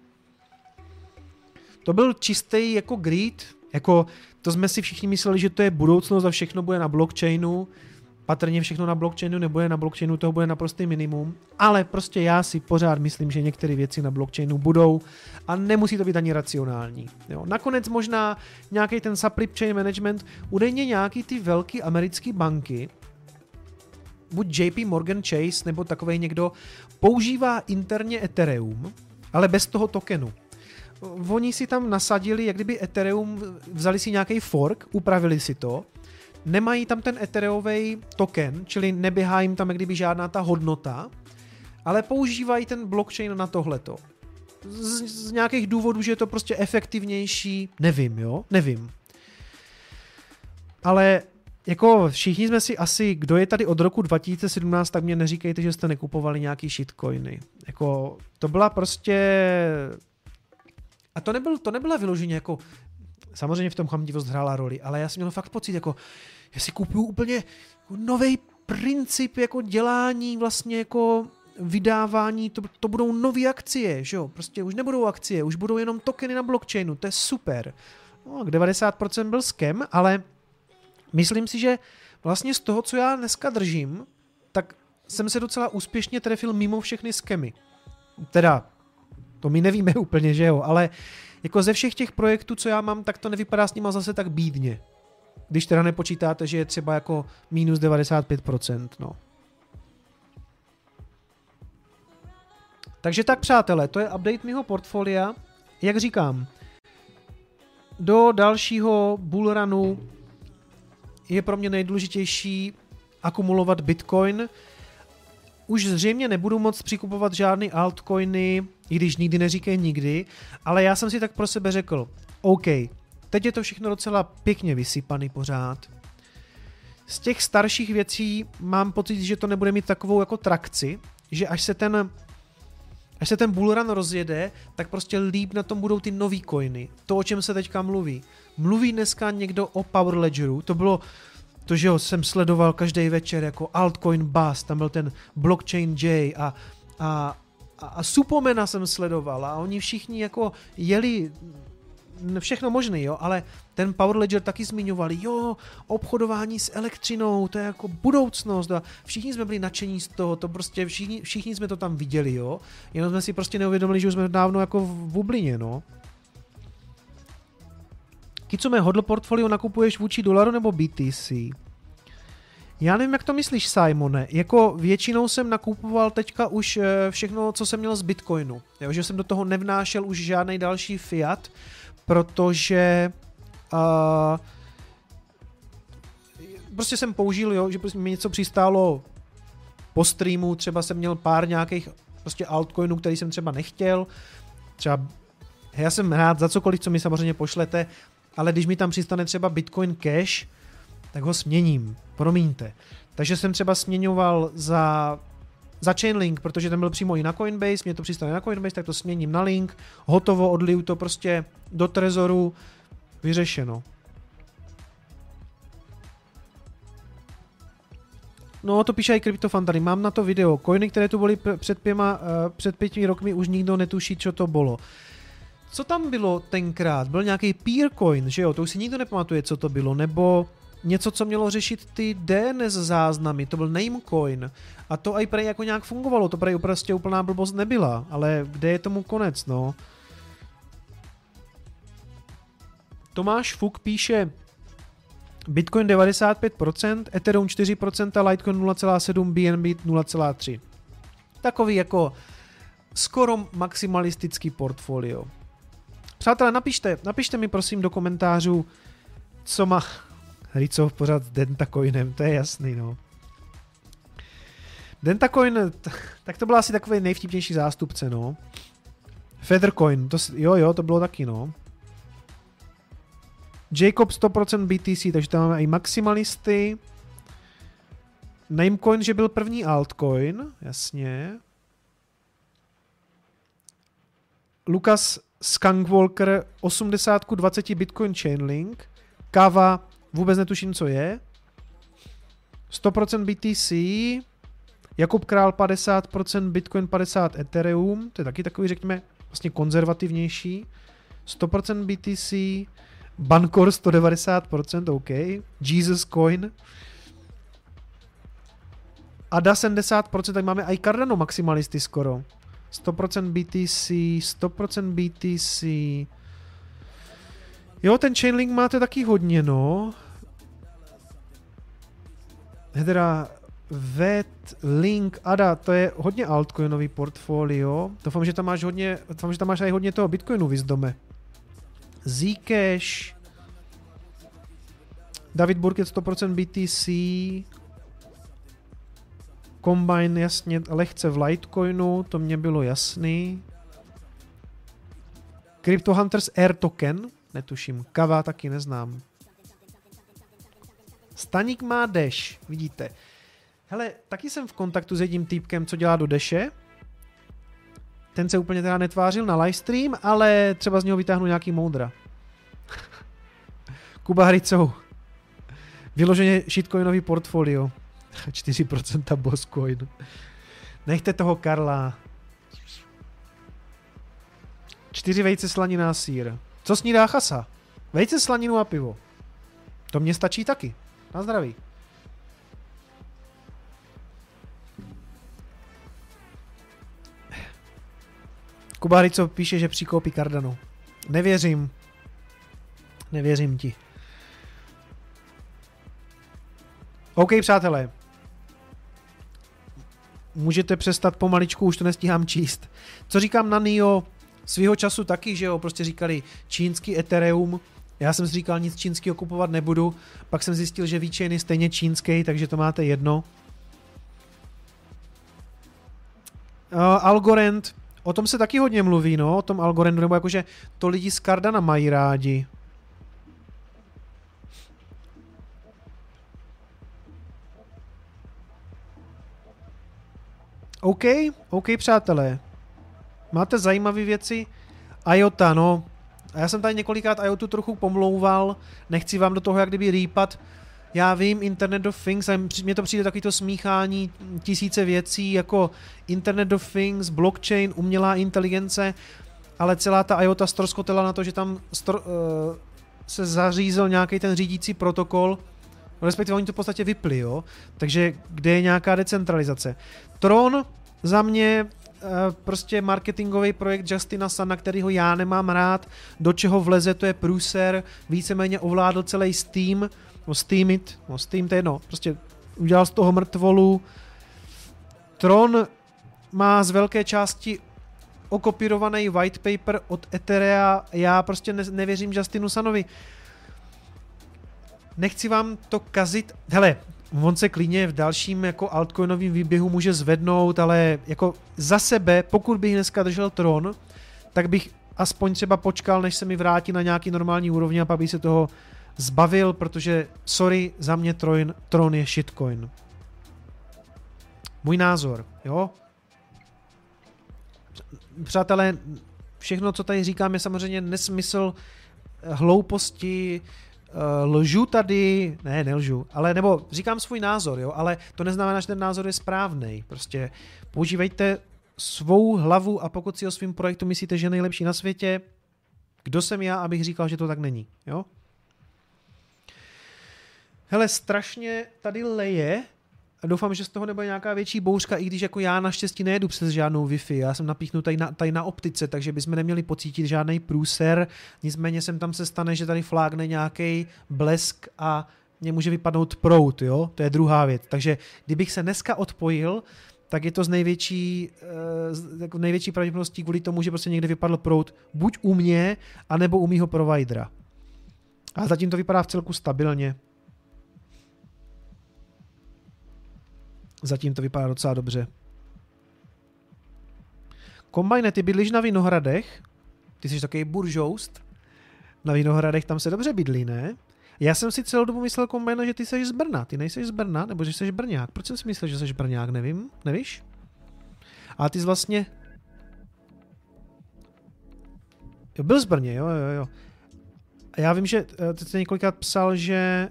Speaker 1: To byl čistý jako greed, jako to jsme si všichni mysleli, že to je budoucnost a všechno bude na blockchainu. Patrně všechno na blockchainu nebude, na blockchainu toho bude naprostý minimum, ale prostě já si pořád myslím, že některé věci na blockchainu budou a nemusí to být ani racionální. Jo. Nakonec možná nějaký ten supply chain management, údajně nějaký ty velký americké banky, buď JP Morgan Chase nebo takovej někdo, používá interně Ethereum, ale bez toho tokenu. Oni si tam nasadili, jak kdyby Ethereum, vzali si nějaký fork, upravili si to, nemají tam ten Ethereový token, čili neběhá jim tam jak kdyby žádná ta hodnota, ale používají ten blockchain na tohleto. Z nějakých důvodů, že je to prostě efektivnější, nevím. Ale jako všichni jsme si asi, kdo je tady od roku 2017, tak mě neříkejte, že jste nekupovali nějaký shitcoiny. Jako to byla prostě... A to nebyla vyloženě jako... Samozřejmě v tom chamtivost hrála roli, ale já jsem měl fakt pocit, jako já si kupuju úplně nový princip jako dělání, vlastně jako vydávání, to budou nové akcie, že jo? Prostě už nebudou akcie, už budou jenom tokeny na blockchainu, to je super. No, 90% byl scam, ale myslím si, že vlastně z toho, co já dneska držím, tak jsem se docela úspěšně trefil mimo všechny scamy. Teda, to my nevíme úplně, že jo, ale jako ze všech těch projektů, co já mám, tak to nevypadá s nima zase tak bídně. Když teda nepočítáte, že je třeba jako minus 95%, no. Takže tak, přátelé, to je update mého portfolia. Jak říkám, do dalšího bullrunu je pro mě nejdůležitější akumulovat Bitcoin. Už zřejmě nebudu moc přikupovat žádný altcoiny, i když nikdy neříkej nikdy, ale já jsem si tak pro sebe řekl, OK, teď je to všechno docela pěkně vysypaný pořád. Z těch starších věcí mám pocit, že to nebude mít takovou jako trakci, že až se ten bullrun rozjede, tak prostě líp na tom budou ty nový coiny. To, o čem se teďka mluví. Mluví dneska někdo o Power Ledgeru, to bylo to, že ho jsem sledoval každý večer jako altcoin buzz, tam byl ten blockchain J a Supomena jsem sledoval a oni všichni jako jeli všechno možný, jo, ale ten Power Ledger taky zmiňovali, jo, obchodování s elektřinou, to je jako budoucnost a všichni jsme byli nadšení z toho, to prostě všichni jsme to tam viděli, jo, jenom jsme si prostě neuvědomili, že už jsme dávno jako v bublině, no. Kicume, hodl portfolio nakupuješ vůči dolaru nebo BTC? Já nevím, jak to myslíš, Simone. Jako většinou jsem nakupoval teďka už všechno, co jsem měl z Bitcoinu. Jo, že jsem do toho nevnášel už žádný další fiat, protože prostě jsem použil, jo, že prostě mi něco přistálo po streamu, třeba jsem měl pár nějakých prostě altcoinů, který jsem třeba nechtěl. Třeba já jsem rád za cokoliv, co mi samozřejmě pošlete, ale když mi tam přistane třeba Bitcoin Cash, tak ho směním, promiňte. Takže jsem třeba směňoval za Chainlink, protože ten byl přímo i na Coinbase, mě to přistane na Coinbase, tak to směním na Link, hotovo, odliju to prostě do trezoru, vyřešeno. No, to píše i CryptoFan tady, mám na to video. Coiny, které tu byly před 5 rokmi, už nikdo netuší, co to bylo. Co tam bylo tenkrát? Byl nějaký Peercoin, že jo? To už si nikdo nepamatuje, co to bylo. Nebo něco, co mělo řešit ty DNS záznamy. To byl Namecoin. A to i prej jako nějak fungovalo. To prej prostě úplná blbost nebyla. Ale kde je tomu konec, no? Tomáš Fuk píše Bitcoin 95%, Ethereum 4%, Litecoin 0,7%, BNB 0,3%. Takový jako skoro maximalistický portfolio. Přátelé, napište mi prosím do komentářů, co má Ricov pořád s Dentacoinem, to je jasný, no. Dentacoin, tak to byl asi takový nejvtipnější zástupce, no. Feathercoin, to bylo taky, no. Jacob 100% BTC, takže tam máme i maximalisty. Namecoin, že byl první altcoin, jasně. Lukas Skunkwalker 80/20 Bitcoin Chainlink. Kava, vůbec netuším, co je. 100% BTC. Jakub Král 50% Bitcoin, 50 Ethereum. To je taky takový, řekněme, vlastně konzervativnější. 100% BTC. Bancor 190%, OK. Jesus Coin. ADA 70%, tak máme i Cardano maximalisty skoro. 100% BTC, 100% BTC. Jo, ten Chainlink máte taky hodně, no. Hedera, VET, Link, ADA, to je hodně altcoinový portfolio. Doufám, že tam máš i hodně toho Bitcoinu, Vizdome. Zcash. David Burkett 100% BTC. Combine jasně lehce v Litecoinu, to mě bylo jasný. Crypto Hunters Air Token, netuším. Kava taky neznám. Staník má Dash, vidíte. Hele, taky jsem v kontaktu s jedním týpkem, co dělá do Dashe. Ten se úplně teda netvářil na livestream, ale třeba z něho vytáhnu nějaký moudra. Kuba Hricou. Vyloženě shitcoinový portfolio. 4% Bosscoin. Nechte toho Karla. 4 vejce, slanina a sýr. Co snídá chasa? Vejce, slaninu a pivo. To mně stačí taky. Na zdraví. Kuba Hrico píše, že přikoupí Cardano. Nevěřím. Nevěřím ti. OK, přátelé. Můžete přestat pomaličku, už to nestíhám číst. Co říkám na NIO? Svýho času taky, že jo, prostě říkali čínský Ethereum. Já jsem si říkal, nic čínského kupovat nebudu. Pak jsem zjistil, že VeChain je stejně čínský, takže to máte jedno. Algorand. O tom se taky hodně mluví, no, o tom Algorandu, nebo jakože to lidi z Cardana mají rádi. OK, přátelé. Máte zajímavé věci? IOTA, no. A já jsem tady několikrát IOTu trochu pomlouval, nechci vám do toho jak kdyby rýpat. Já vím, Internet of Things, a mně to přijde takovýto smíchání tisíce věcí, jako Internet of Things, blockchain, umělá inteligence, ale celá ta IOTA ztroskotala na to, že tam se zařízl nějaký ten řídící protokol, respektive oni to v podstatě vypli, jo? Takže kde je nějaká decentralizace? Tron za mě prostě marketingový projekt Justina Sana, kterýho já nemám rád, do čeho vleze, to je průser, víceméně ovládl celý Steam, Steam to je jedno, prostě udělal z toho mrtvolu. Tron má z velké části okopírovaný white paper od Etherea, já prostě nevěřím Justinu Sanovi. Nechci vám to kazit, hele, on se klidně v dalším jako altcoinovým výběhu může zvednout, ale jako za sebe, pokud bych dneska držel Tron, tak bych aspoň třeba počkal, než se mi vrátí na nějaký normální úrovni a pak bych se toho zbavil, protože sorry, za mě Tron je shitcoin. Můj názor, jo? Přátelé, všechno, co tady říkám, je samozřejmě nesmysl, hlouposti, lžu tady, nelžu, ale nebo říkám svůj názor, jo, ale to neznamená, že ten názor je správnej. Prostě používejte svou hlavu a pokud si o svým projektu myslíte, že je nejlepší na světě, kdo jsem já, abych říkal, že to tak není, jo? Hele, strašně tady leje a doufám, že z toho nebude nějaká větší bouřka, i když jako já naštěstí nejedu přes žádnou Wi-Fi, já jsem napíchnutý tady na optice, takže bychom neměli pocítit žádný průser, nicméně sem tam se stane, že tady flákne nějaký blesk a mě může vypadnout proud, jo, to je druhá věc, takže kdybych se dneska odpojil, tak je to z největší pravděpodobností kvůli tomu, že prostě někde vypadl proud buď u mě, anebo u mýho providera. A zatím to vypadá v celku stabilně. Zatím to vypadá docela dobře. Kombajne, ty bydlíš na Vinohradech? Ty jsi takový buržoust. Na Vinohradech tam se dobře bydlí, ne? Já jsem si celou dobu myslel, Kombajne, že ty jsi z Brna. Ty nejseš z Brna? Nebo že jsi Brňák? Proč jsem si myslel, že jsi Brňák? Nevím. Nevíš? A ty jsi vlastně... Jo, byl z Brně, jo. A já vím, že ty jsi několikrát psal, že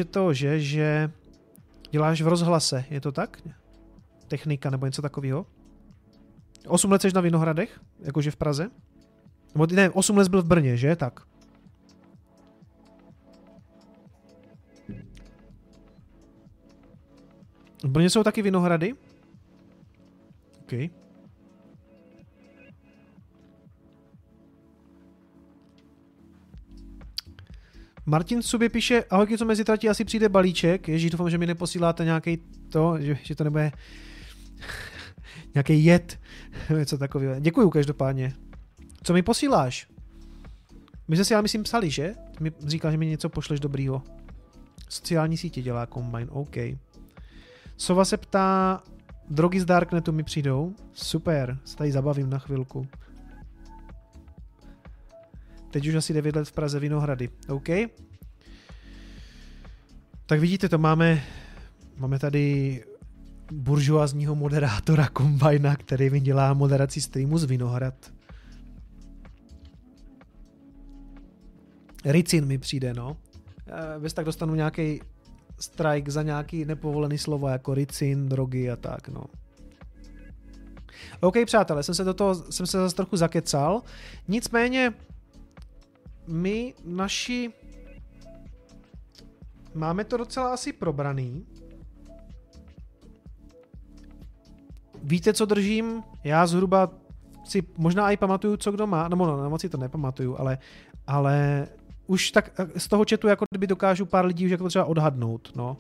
Speaker 1: děláš v rozhlase. Je to tak? Technika nebo něco takového? 8 let jsi na Vinohradech? Jakože v Praze? Nebo ne, 8 let byl v Brně, že? Tak. V Brně jsou taky Vinohrady? OK. Martin Subě píše, ahojky, co mezi tratí asi přijde balíček. Ježíš, doufám, že mi neposíláte nějaký to, že to nebude nějaký jed, něco takového. Děkuju každopádně. Co mi posíláš? My jsme si ale myslím psali, že? Ty mi říkal, že mi něco pošleš dobrýho. Sociální sítě dělá Combine, OK. Sova se ptá, drogy z Darknetu mi přijdou. Super, se tady zabavím na chvilku. Teď už asi 9 let v Praze Vinohrady. OK. Tak vidíte, to máme tady buržoazního moderátora Combina, který mi dělá moderaci streamu z Vinohrad. Ricin mi přijde, no. Bez tak dostanu nějaký strike za nějaký nepovolený slovo jako ricin, drogy a tak, no. OK, přátelé, jsem se zase trochu zakecal. Nicméně máme to docela asi probraný. Víte, co držím? Já zhruba si možná i pamatuju, co kdo má. No, moc si to nepamatuju, ale už tak z toho chatu jako kdyby dokážu pár lidí už jako třeba odhadnout, no.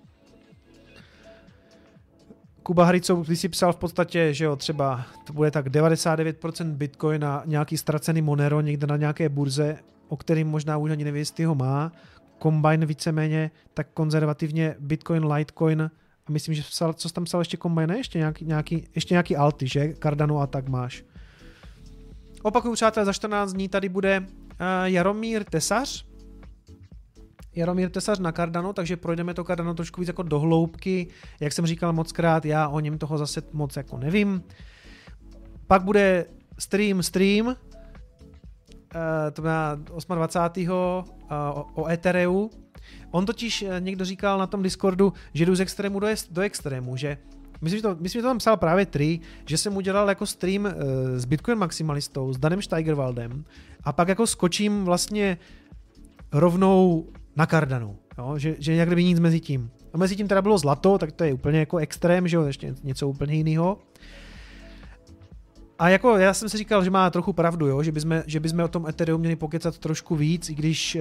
Speaker 1: Kuba Hricou, když si psal v podstatě, že jo, třeba to bude tak 99% Bitcoin a nějaký ztracený Monero někde na nějaké burze, o kterým možná už ani neví, jestli ho má. Combine víceméně tak konzervativně Bitcoin, Litecoin a myslím, že psal, co jsi tam psal ještě Combine, ještě nějaký alty, že? Cardano a tak máš. Opakuju, přátelé, za 14 dní tady bude Jaromír Tesař. Jaromír Tesař na Cardano, takže projdeme to Cardano trošku víc jako do hloubky. Jak jsem říkal mockrát, já o něm toho zase moc jako nevím. Pak bude stream, to má 28. O Ethereu. On totiž někdo říkal na tom Discordu, že jdu z extrému do extrému, že myslím, že to tam psal právě Tri, že jsem udělal jako stream s Bitcoin maximalistou, s Danem Steigerwaldem a pak jako skočím vlastně rovnou na Cardano, jo? Že nějak by nic mezi tím. A mezi tím teda bylo zlato, tak to je úplně jako extrém, že jo, ještě něco úplně jiného. A jako já jsem si říkal, že má trochu pravdu, jo? Že bychom o tom Ethereum měli pokecat trošku víc, i když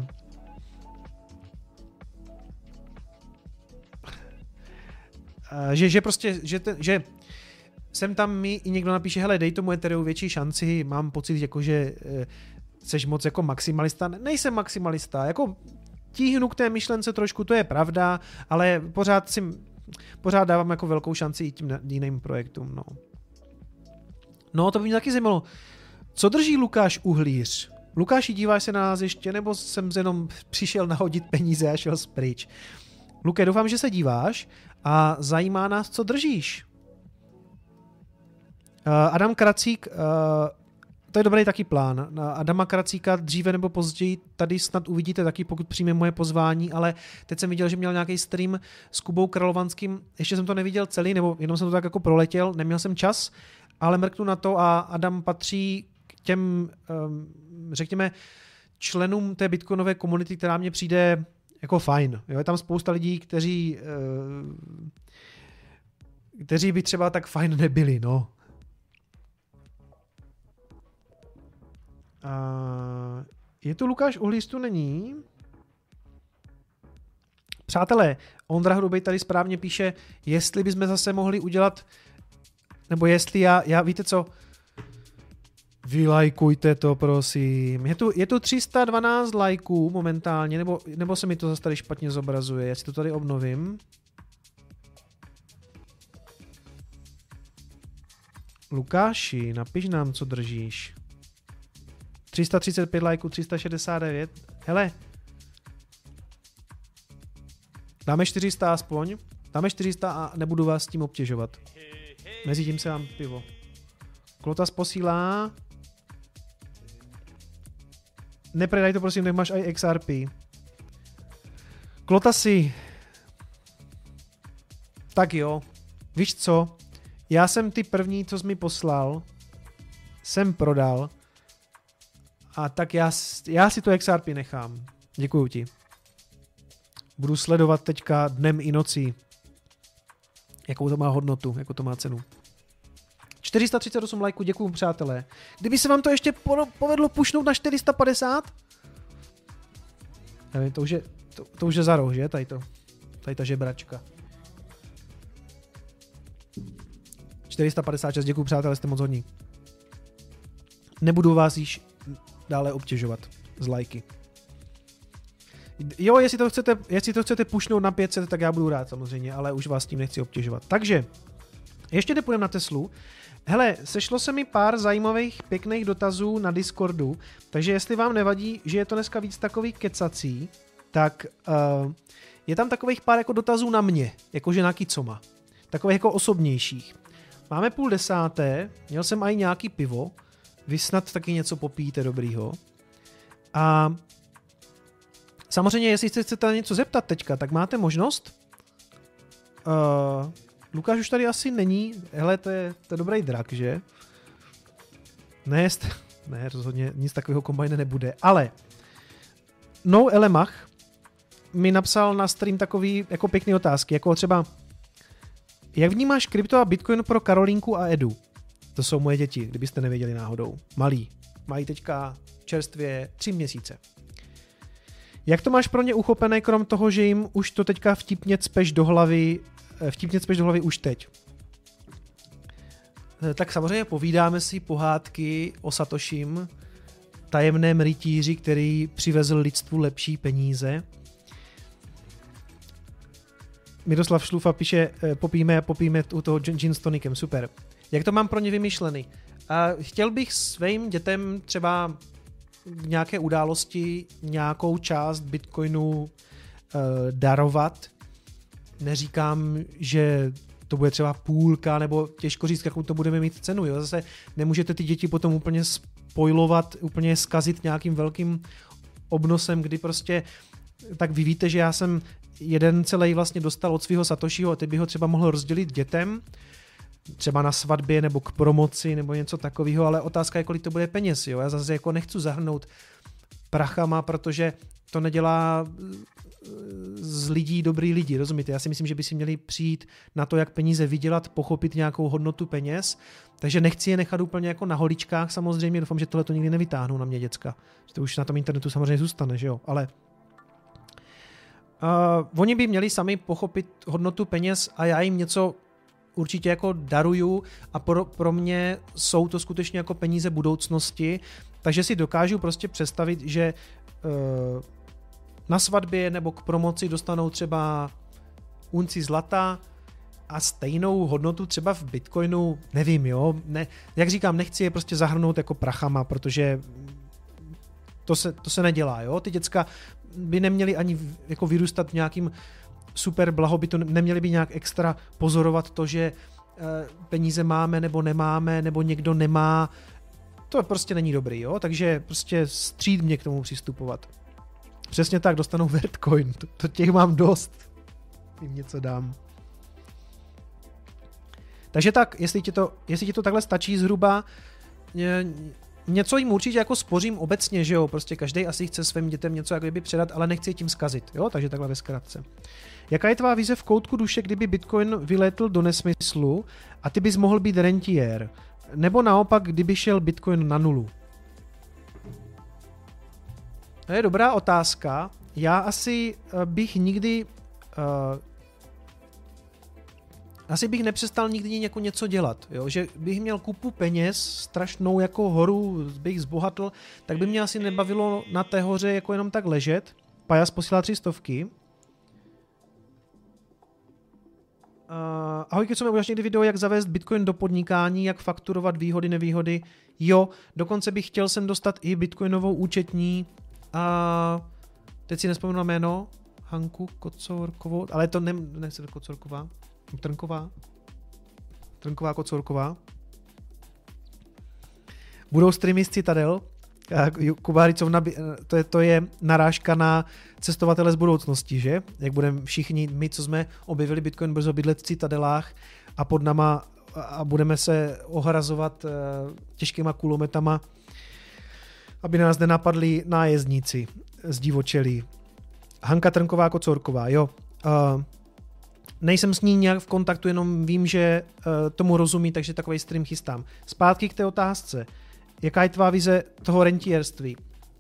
Speaker 1: že sem tam mi i někdo napíše, hele, dej tomu Ethereum větší šanci, mám pocit, jako, že seš moc jako maximalista. Nejsem maximalista, jako tíhnu k té myšlence trošku, to je pravda, ale pořád dávám jako velkou šanci i tím jiným projektům, no. No, to by mě taky zajímalo. Co drží Lukáš Uhlíř? Lukáši, díváš se na nás ještě, nebo jsem jenom přišel nahodit peníze a šel pryč? Luke, doufám, že se díváš a zajímá nás, co držíš. Adam Kracík, to je dobrý taky plán. Adama Kracíka dříve nebo později tady snad uvidíte taky, pokud přijme moje pozvání, ale teď jsem viděl, že měl nějaký stream s Kubou Kralovanským, ještě jsem to neviděl celý, nebo jenom jsem to tak jako proletěl, neměl jsem čas, ale mrknu na to a Adam patří k těm, řekněme, členům té bitcoinové komunity, která mně přijde jako fajn. Jo, je tam spousta lidí, kteří by třeba tak fajn nebyli, no. Je tu Lukáš Uhlíř, tu není. Přátelé, Ondra Hrubej tady správně píše, jestli bychom zase mohli udělat, nebo jestli já víte co, vylajkujte to, prosím. Je tu 312 lajků momentálně, nebo se mi to zase tady špatně zobrazuje, já si to tady obnovím. Lukáši, napiš nám, co držíš. 335 lajků, 369. Hele, dáme 400 aspoň. Dáme 400 a nebudu vás s tím obtěžovat. Mezitím se vám pivo. Klotas posílá. Nepredaj to prosím, nech máš i XRP. Klotasi. Tak jo. Víš co? Já jsem ty první, co jsi mi poslal, jsem prodal. A tak já si to XRP nechám. Děkuju ti. Budu sledovat teďka dnem i nocí, jakou to má hodnotu, jakou to má cenu. 438 lajků, děkuju přátelé. Kdyby se vám to ještě povedlo pušnout na 450? Nevím, to už je za roh, že? Tady ta žebračka. 456, děkuju přátelé, jste moc hodní. Nebudu vás již dále obtěžovat z lajky. Jo, jestli to chcete pušnout na 500, tak já budu rád samozřejmě, ale už vás tím nechci obtěžovat. Takže, ještě nepůjdeme na Teslu. Hele, sešlo se mi pár zajímavých, pěkných dotazů na Discordu, takže jestli vám nevadí, že je to dneska víc takový kecací, tak je tam takových pár jako dotazů na mě, jakože na Kicoma. Takových jako osobnějších. Máme 9:30, měl jsem i nějaký pivo, vy snad taky něco popíte dobrýho. A samozřejmě, jestli se chcete něco zeptat teďka, tak máte možnost. Lukáš už tady asi není. Hele, to je dobrý drak, že? Ne, rozhodně nic takového kombajne nebude. Ale No Elemach mi napsal na stream takový jako pěkný otázky, jako třeba jak vnímáš krypto a Bitcoin pro Karolínku a Edu? To jsou moje děti, kdybyste nevěděli náhodou. Malí. Mají teďka čerstvě 3 měsíce. Jak to máš pro ně uchopené, krom toho, že jim už to teďka vtipně cpeš do hlavy už teď? Tak samozřejmě povídáme si pohádky o Satoshim, tajemném rytíři, který přivezl lidstvu lepší peníze. Miroslav Šlufa píše, popíme u toho gin s tonikem, super. Jak to mám pro ně vymyšlený? A chtěl bych svým dětem třeba k nějaké události nějakou část Bitcoinu darovat. Neříkám, že to bude třeba půlka, nebo těžko říct, jakou to budeme mít cenu. Jo? Zase nemůžete ty děti potom úplně spojovat, úplně zkazit nějakým velkým obnosem, kdy prostě tak vy víte, že já jsem jeden celý vlastně dostal od svého Satoshiho a ty by ho třeba mohl rozdělit dětem, třeba na svatbě nebo k promoci nebo něco takového, ale otázka je, kolik to bude peněz. Jo? Já zase jako nechci zahrnout prachama, protože to nedělá z lidí dobrý lidi, rozumíte? Já si myslím, že by si měli přijít na to, jak peníze vydělat, pochopit nějakou hodnotu peněz, takže nechci je nechat úplně jako na holičkách samozřejmě, doufám, že tohle to nikdy nevytáhnou na mě děcka, že to už na tom internetu samozřejmě zůstane, že jo, ale oni by měli sami pochopit hodnotu peněz a já jim něco určitě jako daruju a pro mě jsou to skutečně jako peníze budoucnosti, takže si dokážu prostě představit, že na svatbě nebo k promoci dostanou třeba unci zlata a stejnou hodnotu třeba v Bitcoinu, nevím, jo, ne, jak říkám, nechci je prostě zahrnout jako prachama, protože to se nedělá, jo, ty děcka by neměly ani jako vyrůstat v nějakým super blahobytu, neměli by nějak extra pozorovat to, že peníze máme nebo nemáme, nebo někdo nemá, to prostě není dobrý, jo, takže prostě střídmě k tomu přistupovat. Přesně tak, dostanou Vertcoin, to těch mám dost, jim něco dám. Takže tak, jestli ti to takhle stačí zhruba, něco jim určitě jako spořím obecně, že jo, prostě každý asi chce svým dětem něco jak kdyby předat, ale nechci je tím zkazit, jo, takže takhle ve zkratce. Jaká je tvá vize v koutku duše, kdyby Bitcoin vylétl do nesmyslu a ty bys mohl být rentiér? Nebo naopak, kdyby šel Bitcoin na nulu? To je dobrá otázka. Já asi bych nikdy asi bych nepřestal nikdy jako něco dělat, jo? Že bych měl kupu peněz, strašnou jako horu, bych zbohatl, tak by mě asi nebavilo na té hoře jako jenom tak ležet. Pajas posílá 300. Ahoj, co mě uděláš někdy video, jak zavést Bitcoin do podnikání, jak fakturovat výhody, nevýhody. Jo, dokonce bych chtěl sem dostat i bitcoinovou účetní a teď si nespomenu na jméno, Hanku Kocourkovou, ale to nechci Kocourková, Trnková Kocourková. Budou streamy z Citadel, Kuba Ricovna, to je narážka na cestovatele z budoucnosti, že? Jak budeme všichni, my, co jsme objevili Bitcoin, brzo bydlet v Citadelách a pod náma a budeme se ohrazovat těžkýma kulometama, aby nás nenapadli nájezdníci z divočelí. Hanka Trnková Kocourková, jo. Nejsem s ní nějak v kontaktu, jenom vím, že tomu rozumí, takže takový stream chystám. Zpátky k té otázce. Jaká je tvá vize toho rentierství?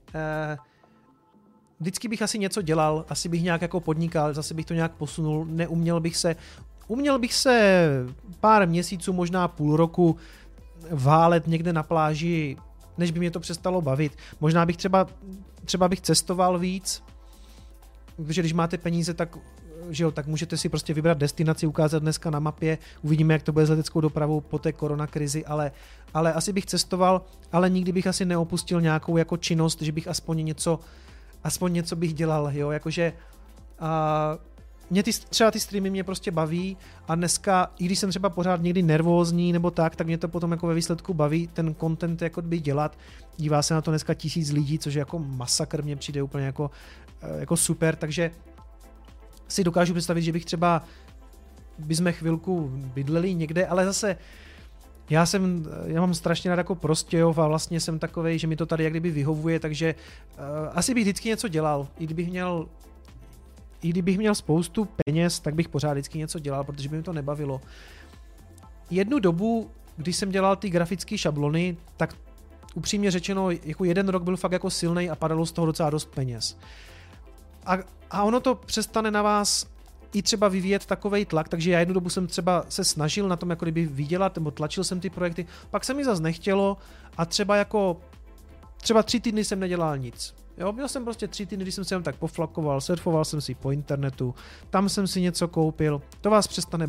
Speaker 1: Vždycky bych asi něco dělal, asi bych nějak jako podnikal, zase bych to nějak posunul, uměl bych se pár měsíců, možná půl roku válet někde na pláži, než by mě to přestalo bavit. Možná bych třeba bych cestoval víc, protože když máte peníze, tak můžete si prostě vybrat destinaci, ukázat dneska na mapě, uvidíme, jak to bude s leteckou dopravou po té koronakrizi, ale asi bych cestoval, ale nikdy bych asi neopustil nějakou jako činnost, že bych aspoň něco bych dělal, jo, jakože mě třeba ty streamy mě prostě baví a dneska, i když jsem třeba pořád někdy nervózní nebo tak mě to potom jako ve výsledku baví ten content jako by dělat. Dívá se na to dneska 1000 lidí, což je jako masakr, mně přijde úplně jako super, takže si dokážu představit, že bych třeba bychom chvilku bydleli někde, ale zase já mám strašně rád jako Prostějov a vlastně jsem takovej, že mi to tady jak kdyby vyhovuje, takže asi bych vždycky něco dělal, i kdybych měl spoustu peněz, tak bych pořád vždycky něco dělal, protože by mi to nebavilo. Jednu dobu, když jsem dělal ty grafické šablony, tak upřímně řečeno, jako jeden rok byl fakt jako silnej a padalo z toho docela dost peněz. A ono to přestane na vás i třeba vyvíjet takovej tlak, takže já jednu dobu jsem třeba se snažil na tom jako kdyby vydělat, nebo tlačil jsem ty projekty, pak se mi zase nechtělo a třeba 3 týdny jsem nedělal nic. Jo, měl jsem prostě 3 týdny, když jsem se jen tak poflakoval, surfoval jsem si po internetu, tam jsem si něco koupil, to vás přestane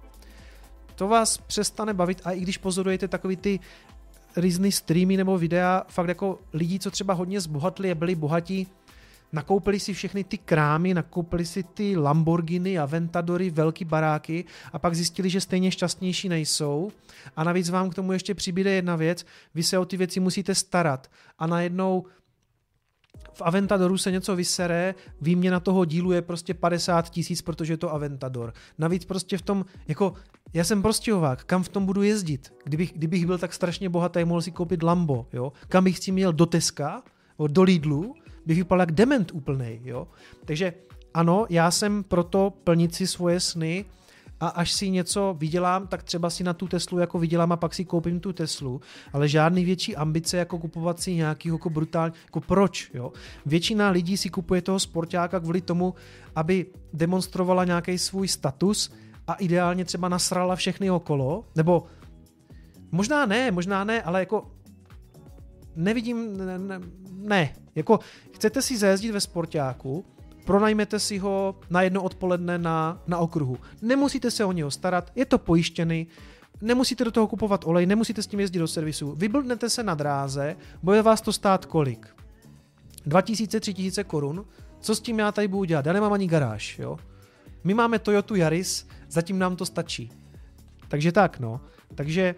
Speaker 1: bavit a i když pozorujete takový ty různý streamy nebo videa, fakt jako lidi, co třeba hodně zbohatli a byli bohatí, nakoupili si všechny ty krámy, nakoupili si ty Lamborghini, Aventadory, velký baráky a pak zjistili, že stejně šťastnější nejsou. A navíc vám k tomu ještě přibyde jedna věc, vy se o ty věci musíte starat a najednou v Aventadoru se něco vysere, výměna toho dílu je prostě 50 000, protože je to Aventador. Navíc prostě v tom, jako já jsem prostějovák, kam v tom budu jezdit? Kdybych byl tak strašně bohatý, mohl si koupit Lambo, jo? Kam bych s tím jel do Teska, do Lidlu, bych vypadal jak dement úplnej, jo? Takže ano, já jsem proto plnit si svoje sny a až si něco vydělám, tak třeba si na tu Teslu jako vydělám a pak si koupím tu Teslu, ale žádný větší ambice jako kupovat si nějakýho jako brutální, jako proč, jo? Většina lidí si kupuje toho sportáka kvůli tomu, aby demonstrovala nějaký svůj status a ideálně třeba nasrala všechny okolo, nebo možná ne, ale jako nevidím, ne, jako chcete si zajezdit ve sportáku, pronajmete si ho na jedno odpoledne na okruhu. Nemusíte se o něho starat, je to pojištěný, nemusíte do toho kupovat olej, nemusíte s tím jezdit do servisu. Vyblbnete se na dráze, bude vás to stát kolik? 2000-3000 korun? Co s tím já tady budu dělat? Já nemám ani garáž, jo? My máme Toyotu Yaris, zatím nám to stačí. Takže tak, no. Takže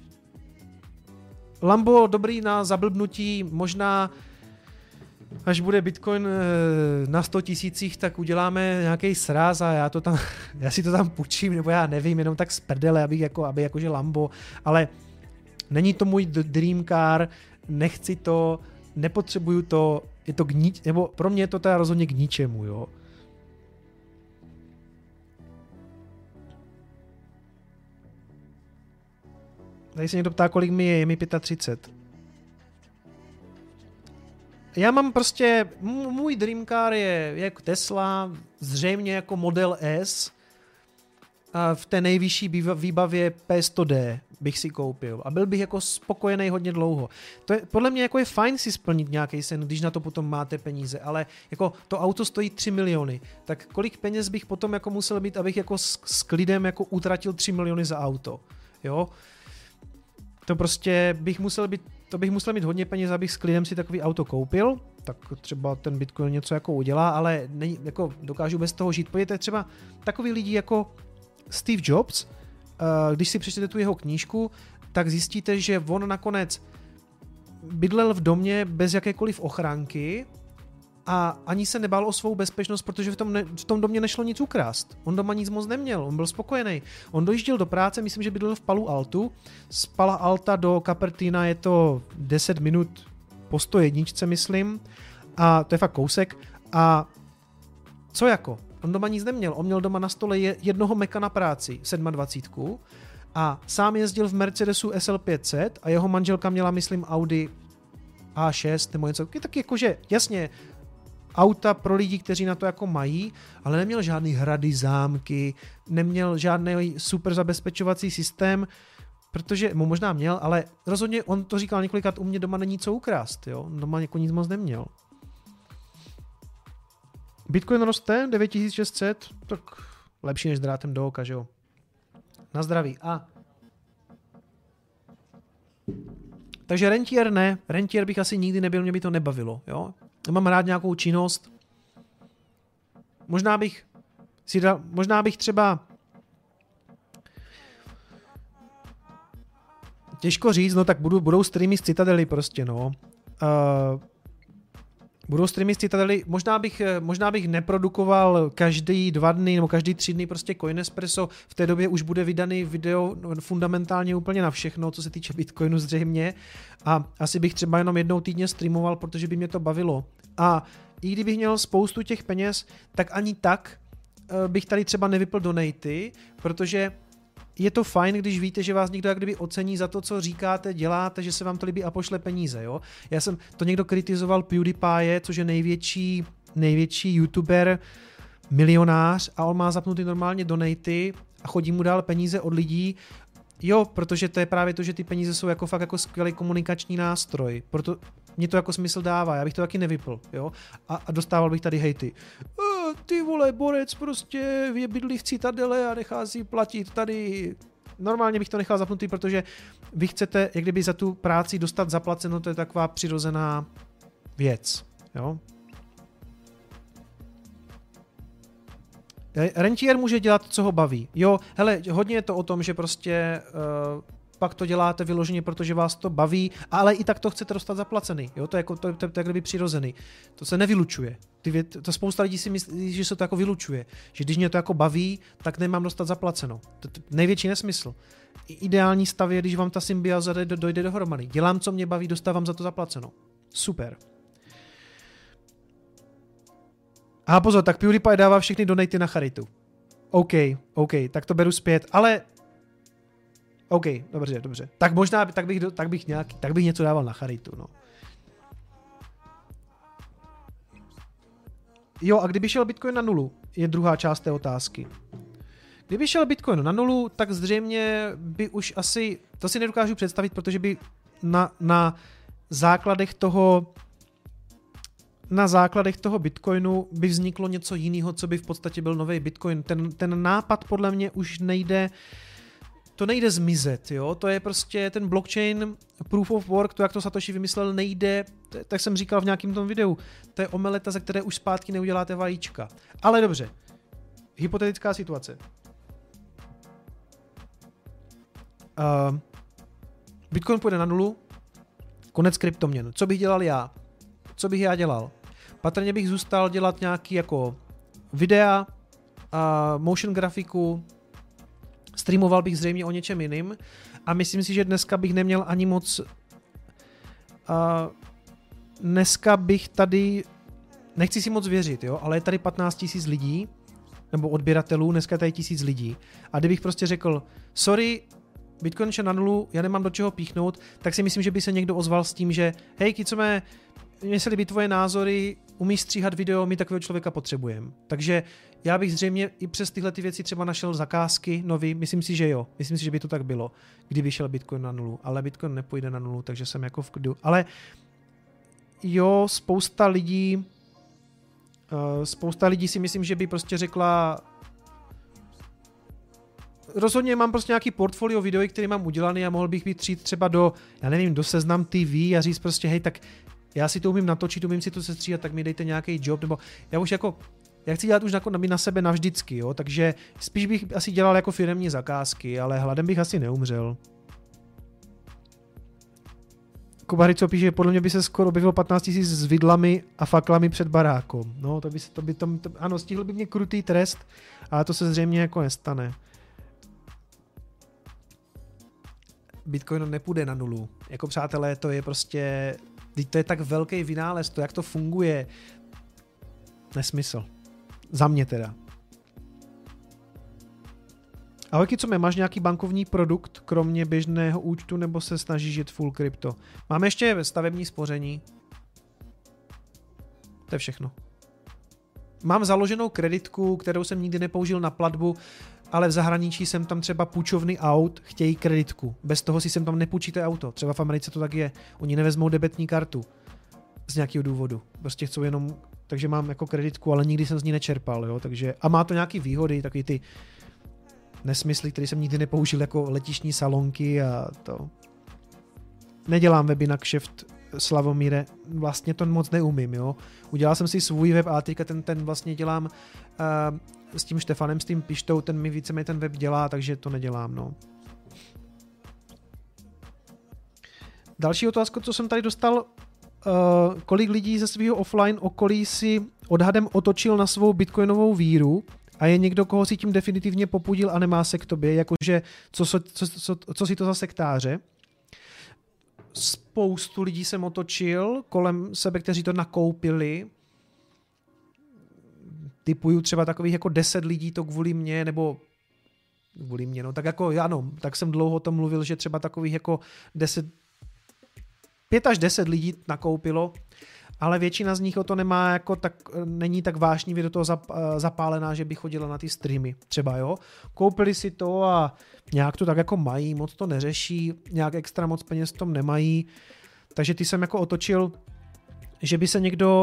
Speaker 1: Lambo dobrý na zablbnutí, možná až bude Bitcoin na 100 000, tak uděláme nějaký sraz a já si to tam půjčím, nebo já nevím, jenom tak z prdele, aby jakože Lambo, ale není to můj dream car, nechci to, nepotřebuju to, je to nebo pro mě je to teda rozhodně k ničemu, jo. Tady se někdo ptá, kolik mi je mi 35. Já mám prostě, můj dream car je jako Tesla, zřejmě jako Model S, a v té nejvyšší výbavě P100D bych si koupil a byl bych jako spokojený hodně dlouho. To je, podle mě jako je fajn si splnit nějaký sen, když na to potom máte peníze, ale jako to auto stojí 3 miliony, tak kolik peněz bych potom jako musel být, abych jako s klidem jako utratil 3 miliony za auto, jo? To prostě bych musel mít hodně peněz, abych s klidem si takový auto koupil, tak třeba ten Bitcoin něco jako udělá, ale jako dokážu bez toho žít. Pojďte třeba takový lidi jako Steve Jobs, když si přečtete tu jeho knížku, tak zjistíte, že on nakonec bydlel v domě bez jakékoliv ochránky a ani se nebál o svou bezpečnost, protože v tom domě nešlo nic ukrást. On doma nic moc neměl, on byl spokojený. On dojížděl do práce, myslím, že bydlel v Palo Altu. Z Pala Alta do Cupertina je to 10 minut po 101, myslím. A to je fakt kousek. A co jako? On doma nic neměl. On měl doma na stole jednoho Maca na práci, 27, a sám jezdil v Mercedesu SL500 a jeho manželka měla, myslím, Audi A6 nebo něco. Tak jakože, jasně, auta pro lidi, kteří na to jako mají, ale neměl žádný hrady, zámky, neměl žádný super zabezpečovací systém, protože, možná měl, ale rozhodně on to říkal několikrát, u mě doma není co ukrást, jo? Doma jako nic moc neměl. Bitcoin roste 9600, tak lepší než drátem do oka, že jo? Na zdraví. Takže rentier ne, rentier bych asi nikdy nebyl, mě by to nebavilo, jo? Mám rád nějakou činnost. Možná bych třeba těžko říct, no tak budou streamy z Citadely prostě, no. Budou streamy z Citadely, možná bych neprodukoval každý 2 dny nebo každý 3 dny prostě Coinespresso, v té době už bude vydaný video fundamentálně úplně na všechno, co se týče Bitcoinu zřejmě, a asi bych třeba jenom jednou týdně streamoval, protože by mě to bavilo. A i kdybych měl spoustu těch peněz, tak ani tak bych tady třeba nevypl donaty, protože je to fajn, když víte, že vás někdo jak kdyby ocení za to, co říkáte, děláte, že se vám to líbí a pošle peníze, jo. Já jsem to někdo kritizoval PewDiePie, což je největší youtuber, milionář, a on má zapnutý normálně donaty a chodí mu dál peníze od lidí. Jo, protože to je právě to, že ty peníze jsou jako fakt jako skvělý komunikační nástroj. Proto mě to jako smysl dává, já bych to taky nevypl, jo. A dostával bych tady hejty. Ty vole, borec prostě je bydlí v Citadele a nechá si platit tady. Normálně bych to nechal zapnutý, protože vy chcete, jak kdyby za tu práci dostat zaplaceno, to je taková přirozená věc, jo. Rentier může dělat, co ho baví. Jo, hele, hodně je to o tom, že prostě pak to děláte vyloženě, protože vás to baví, ale i tak to chcete dostat zaplacený. Jo, to je jak kdyby přirozený. To se nevylučuje. To spousta lidí si myslí, že se to jako vylučuje. Že když mě to jako baví, tak nemám dostat zaplaceno. To je největší nesmysl. Ideální stav je, když vám ta symbioza dojde dohromady. Dělám, co mě baví, dostávám za to zaplaceno. Super. A pozor, tak PewDiePie dává všechny donaty na charitu. OK, tak to beru zpět, ale OK, dobře. Tak možná tak bych něco dával na charitu, no. Jo, a kdyby šel Bitcoin na nulu, je druhá část té otázky. Kdyby šel Bitcoin na nulu, tak zřejmě by už asi, to si nedokážu představit, protože by na základech toho Bitcoinu by vzniklo něco jiného, co by v podstatě byl nový Bitcoin. Ten nápad podle mě už nejde zmizet, jo? To je prostě ten blockchain, proof of work, to jak to Satoshi vymyslel, nejde, tak jsem říkal v nějakém tom videu, to je omeleta, ze které už zpátky neuděláte vajíčka. Ale dobře, hypotetická situace. Bitcoin půjde na nulu, konec kryptoměn. Co bych dělal já? Co bych já dělal? Patrně bych zůstal dělat nějaký jako videa, motion grafiku, streamoval bych zřejmě o něčem jiným a myslím si, že dneska bych neměl ani moc... Dneska bych tady... Nechci si moc věřit, jo, ale je tady 15 000 lidí, nebo odběratelů, dneska je tady 1000 lidí. A kdybych prostě řekl, sorry, Bitcoin šel na nulu, já nemám do čeho píchnout, tak si myslím, že by se někdo ozval s tím, že hej, kicome, mně se líbí tvoje názory, umíš stříhat video, my takového člověka potřebujeme. Takže já bych zřejmě i přes tyhle ty věci třeba našel zakázky nový, myslím si, že jo. Myslím si, že by to tak bylo, kdyby šel Bitcoin na nulu. Ale Bitcoin nepůjde na nulu, takže jsem jako v klidu. Ale jo, spousta lidí si myslím, že by prostě řekla, rozhodně mám prostě nějaký portfolio videí, který mám udělaný a mohl bych přijít třeba do, já nevím, do Seznam TV a říct prostě, hej, tak já si to umím natočit, umím si to sestříhat, tak mi dejte nějaký job, nebo já už jako, já chci dělat už na sebe navždycky, jo, takže spíš bych asi dělal jako firemní zakázky, ale hladem bych asi neumřel. Kubary, co píše, podle mě by se skoro objevilo 15 000 s vidlami a faklami před barákom. No, ano, stihl by mě krutý trest, ale to se zřejmě jako nestane. Bitcoin nepůjde na nulu. Jako přátelé, to je prostě, to je tak velký vynález, to jak to funguje. Nesmysl. Za mě teda. Ahojky, co máš nějaký bankovní produkt, kromě běžného účtu, nebo se snažíš žít full krypto? Máme ještě stavební spoření. To je všechno. Mám založenou kreditku, kterou jsem nikdy nepoužil na platbu, ale v zahraničí jsem tam třeba půjčovny aut, chtějí kreditku. Bez toho si sem tam nepůjčíte auto. Třeba v Americe to tak je. Oni nevezmou debetní kartu. Z nějakého důvodu. Prostě chcou jenom, takže mám jako kreditku, ale nikdy jsem z ní nečerpal, jo, takže, a má to nějaký výhody, takový ty nesmysly, které jsem nikdy nepoužil, jako letišní salonky a to. Nedělám weby na kšeft, Slavomíre, vlastně to moc neumím, jo. Udělal jsem si svůj web a teďka ten vlastně dělám s tím Štefanem, s tím Pištou, ten mi víceméně ten web dělá, takže to nedělám, no. Další otázka, co jsem tady dostal, kolik lidí ze svého offline okolí si odhadem otočil na svou bitcoinovou víru a je někdo, koho si tím definitivně popudil a nemá se k tobě, jakože co si to za sektáře. Spoustu lidí jsem otočil kolem sebe, kteří to nakoupili. Typuju třeba takových jako 10 lidí to kvůli mně, nebo kvůli mně, no tak jako ano, tak jsem dlouho o tom mluvil, že třeba takových jako 5 až 10 lidí nakoupilo, ale většina z nich o to nemá jako tak, není tak vášnivě do toho zapálená, že by chodila na ty streamy třeba, jo. Koupili si to a nějak to tak jako mají, moc to neřeší, nějak extra moc peněz v tom nemají, takže ty jsem jako otočil, že by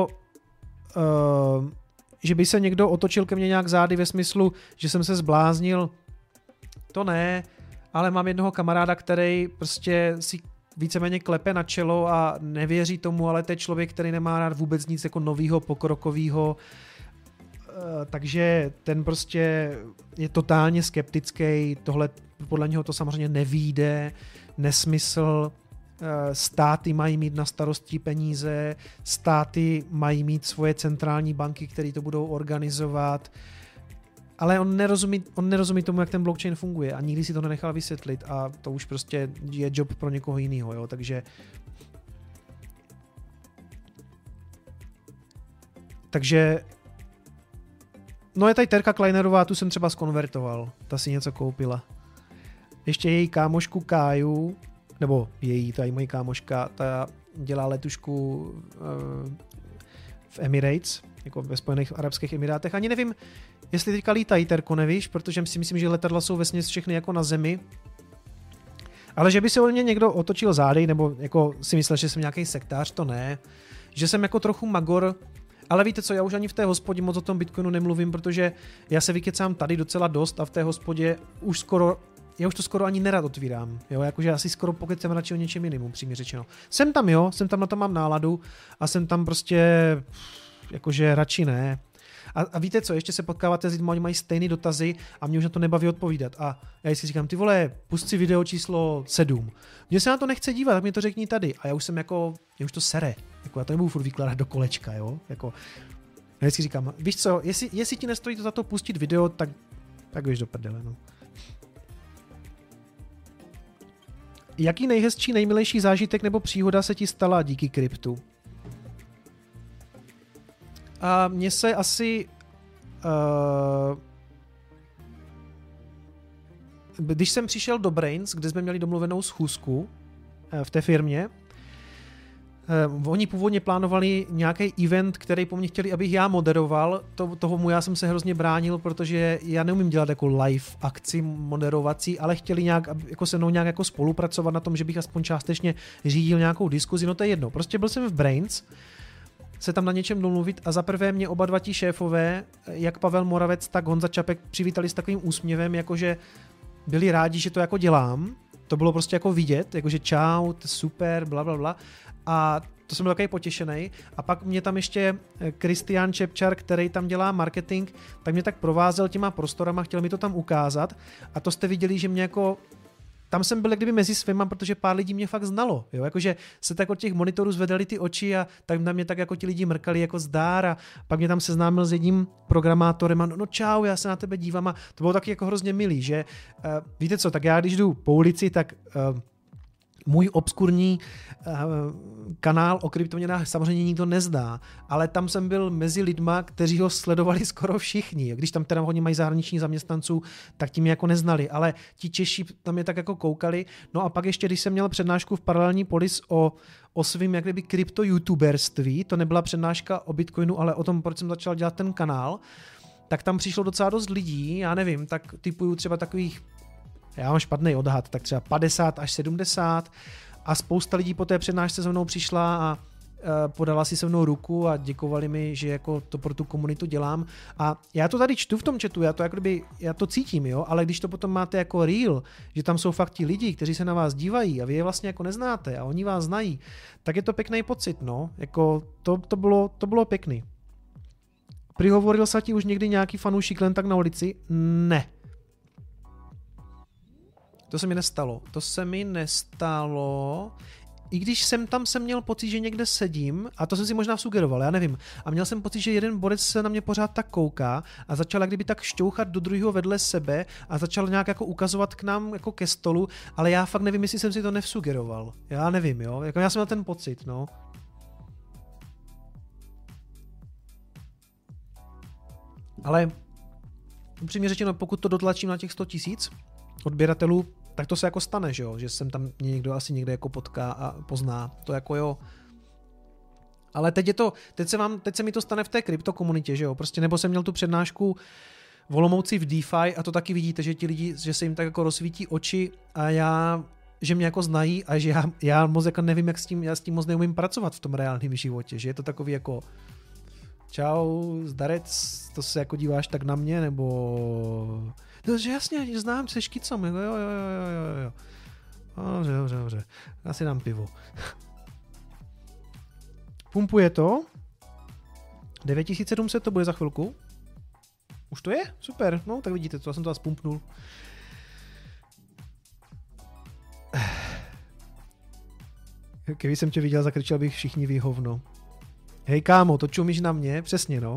Speaker 1: se někdo otočil ke mně nějak zády ve smyslu, že jsem se zbláznil, to ne, ale mám jednoho kamaráda, který prostě si víceméně klepe na čelo a nevěří tomu, ale to je člověk, který nemá rád vůbec nic jako novýho, pokrokovýho, takže ten prostě je totálně skeptický, tohle podle něho to samozřejmě nevyjde, nesmysl, státy mají mít na starosti peníze, státy mají mít svoje centrální banky, které to budou organizovat, ale on nerozumí tomu, jak ten blockchain funguje a nikdy si to nenechal vysvětlit a to už prostě je job pro někoho jiného, jo, takže no je tady Terka Kleinerová, tu jsem třeba zkonvertoval, ta si něco koupila. Ještě její kámošku Káju, nebo ta mojí kámoška, ta dělá letušku v Emirates, jako ve Spojených arabských emirátech. Ani nevím, jestli teďka lítají, Terko, nevíš, protože si myslím, že letadla jsou vesměs všechny jako na zemi. Ale že by se o mě někdo otočil zády, nebo jako si myslel, že jsem nějaký sektář, to ne. Že jsem jako trochu magor, ale víte co, já už ani v té hospodě moc o tom Bitcoinu nemluvím, protože já se vykecám tady docela dost a v té hospodě já už to skoro ani nerad otvírám, jo, jakože asi skoro pokecám radši o něčem jiným, přímě řečeno. Jsem tam na to mám náladu a jsem tam prostě, jakože radši ne. A víte co, ještě se potkáváte s lidmi, oni mají stejné dotazy a mě už na to nebaví odpovídat. A já si říkám, ty vole, pust si video číslo 7. Mně se na to nechce dívat, tak mě to řekni tady. A já už to sere. Jako já to nebudu furt vykládat do kolečka, jo. Jako, já si říkám, víš co, jestli ti nestojí to za to pustit video, tak běž do prdele, no. Jaký nejhezčí, nejmilejší zážitek nebo příhoda se ti stala díky kryptu? A mně se asi... když jsem přišel do Brains, kde jsme měli domluvenou schůzku v té firmě, Oni původně plánovali nějaký event, který po mně chtěli, abych já moderoval. Tomu já jsem se hrozně bránil, protože já neumím dělat jako live akci moderovací, ale chtěli nějak, jako se mnou nějak jako spolupracovat na tom, že bych aspoň částečně řídil nějakou diskuzi. No to je jedno. Prostě byl jsem v Brains, se tam na něčem domluvit a zaprvé mě oba dva ti šéfové, jak Pavel Moravec, tak Honza Čapek, přivítali s takovým úsměvem, jakože byli rádi, že to jako dělám. To bylo prostě jako vidět, jakože čau, to super, blablabla. A to jsem byl takový potěšený. A pak mě tam ještě Kristián Čepčar, který tam dělá marketing, tak mě tak provázel těma prostorama, chtěl mi to tam ukázat. A to jste viděli, že mě jako... Tam jsem byl jak kdyby mezi svýma, protože pár lidí mě fakt znalo. Jo? Jakože se tak od těch monitorů zvedali ty oči a tak na mě tak jako ti lidi mrkali jako zdár a pak mě tam seznámil s jedním programátorem a no čau, já se na tebe dívám a to bylo taky jako hrozně milý, že víte co, tak já když jdu po ulici, tak můj obskurní kanál o kryptoměnách samozřejmě nikdo nezná, ale tam jsem byl mezi lidma, kteří ho sledovali skoro všichni. Když tam teda hodně mají zahraniční zaměstnanců, tak ti mě jako neznali, ale ti Češi tam je tak jako koukali. No a pak ještě, když jsem měl přednášku v Paralelní polis o svým jak kdyby krypto-youtuberství, to nebyla přednáška o Bitcoinu, ale o tom, proč jsem začal dělat ten kanál, tak tam přišlo docela dost lidí, já nevím, tak typuju třeba takových, já mám špatný odhad, tak třeba 50 až 70 a spousta lidí po té přednášce se mnou přišla a podala si se mnou ruku a děkovali mi, že jako to pro tu komunitu dělám a já to tady čtu v tom chatu, já to cítím, jo, ale když to potom máte jako real, že tam jsou fakt ti lidi, kteří se na vás dívají a vy je vlastně jako neznáte a oni vás znají, tak je to pěkný pocit, no, jako to bylo pěkný. Prihovoril se ti už někdy nějaký fanoušik len tak na ulici? Ne. To se mi nestalo, i když jsem měl pocit, že někde sedím, a to jsem si možná sugeroval, já nevím, a měl jsem pocit, že jeden borec se na mě pořád tak kouká a začal jak kdyby tak šťouchat do druhého vedle sebe a začal nějak jako ukazovat k nám jako ke stolu, ale já fakt nevím, jestli jsem si to nevsugeroval. Já nevím, jo, jako já jsem měl ten pocit, no. Ale upřímně řečeno, pokud to dotlačím na těch 100 000 odběratelů, tak to se jako stane, že jo, že jsem tam někdo asi někde jako potká a pozná, to jako jo. Ale teď se mi to stane v té kryptokomunitě, že jo, prostě nebo jsem měl tu přednášku v Olomouci v DeFi a to taky vidíte, že ti lidi, že se jim tak jako rozsvítí oči a že mě jako znají a že já moc jako nevím, já s tím moc neumím pracovat v tom reálném životě, že je to takový jako čau, zdarec, to se jako díváš tak na mě, nebo... No, že jasně, znám, jsi kicom, jo. Dobře. Já si dám pivo. Pumpuje to. 9700 to bude za chvilku. Už to je? Super, no tak vidíte, to já jsem to zase pumpnul. Kdyby jsem tě viděl, zakričel bych všichni ví hovno. Hej kámo, to čumíš na mě? Přesně, no.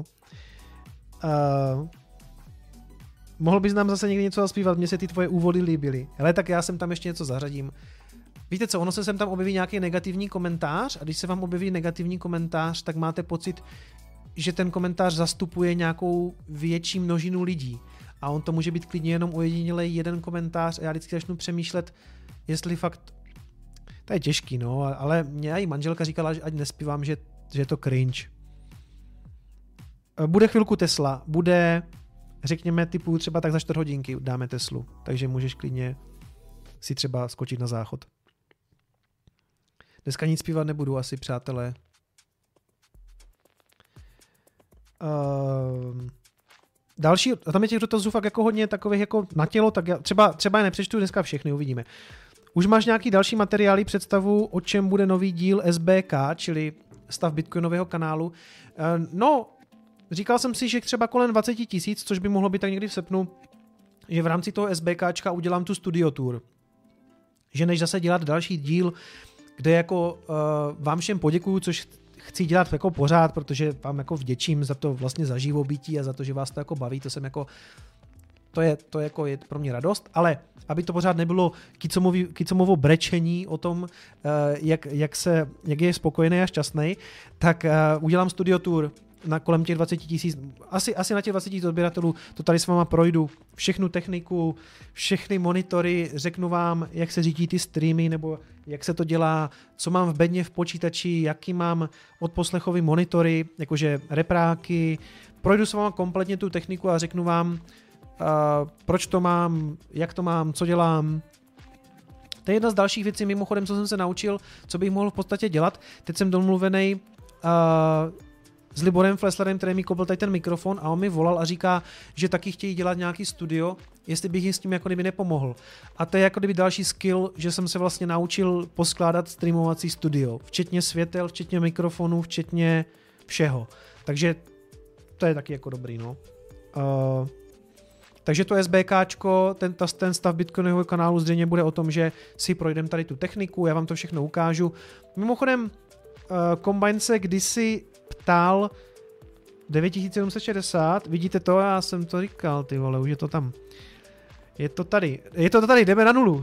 Speaker 1: Mohl bys nám zase někdy něco zaspívat? Mně se ty tvoje úvody líbily. Hele, tak já sem tam ještě něco zařadím. Víte co, ono se sem tam objeví nějaký negativní komentář a když se vám objeví negativní komentář, tak máte pocit, že ten komentář zastupuje nějakou větší množinu lidí. A on to může být klidně jenom ojedinělej jeden komentář a já vždycky začnu přemýšlet, jestli fakt... To je těžký, no, ale mě i manželka říkala, že ať nespívám, že je to cringe. Bude chvilku Tesla, bude, řekněme, typu třeba tak za 4 hodinky dáme Teslu, takže můžeš klidně si třeba skočit na záchod. Dneska nic zpívat nebudu asi, přátelé. Další, a tam je těch dotazů fakt jako hodně takových jako na tělo, tak já třeba je nepřečtu dneska všechny, uvidíme. Už máš nějaký další materiály, představu, o čem bude nový díl SBK, čili stav bitcoinového kanálu? No, říkal jsem si, že třeba kolem 20 000, což by mohlo být tak někdy v srpnu, že v rámci toho SBKčka udělám tu studio tour. Že než zase dělat další díl, kde jako vám všem poděkuju, což chci dělat jako pořád, protože vám jako vděčím za to vlastně za živobytí a za to, že vás to jako baví, to jsem jako to je pro mě radost, ale aby to pořád nebylo kicomovo brečení o tom, jak je spokojený a šťastný, tak udělám studio tour na kolem těch 20 000, asi na těch 20 000 odběratelů, to tady s váma projdu, všechnu techniku, všechny monitory, řeknu vám, jak se řídí ty streamy, nebo jak se to dělá, co mám v bedně v počítači, jaký mám odposlechový monitory, jakože repráky, projdu s váma kompletně tu techniku a řeknu vám, proč to mám, jak to mám, co dělám. To je jedna z dalších věcí, mimochodem, co jsem se naučil, co bych mohl v podstatě dělat. Teď jsem domluvený s Liborem Fleslerem, který mi koupil tady ten mikrofon a on mi volal a říká, že taky chtějí dělat nějaký studio, jestli bych jim s tím jako kdyby nepomohl. A to je jako kdyby další skill, že jsem se vlastně naučil poskládat streamovací studio, včetně světel, včetně mikrofonů, včetně všeho. Takže to je taky jako dobrý, no. Takže to SBKčko, ten stav Bitcoinového kanálu zřejmě bude o tom, že si projdeme tady tu techniku, já vám to všechno ukážu. Mimochodem, Combine se kdysi ptal 9760, vidíte to, já jsem to říkal, ty vole, už je to tam. Je to tady, jdeme na nulu.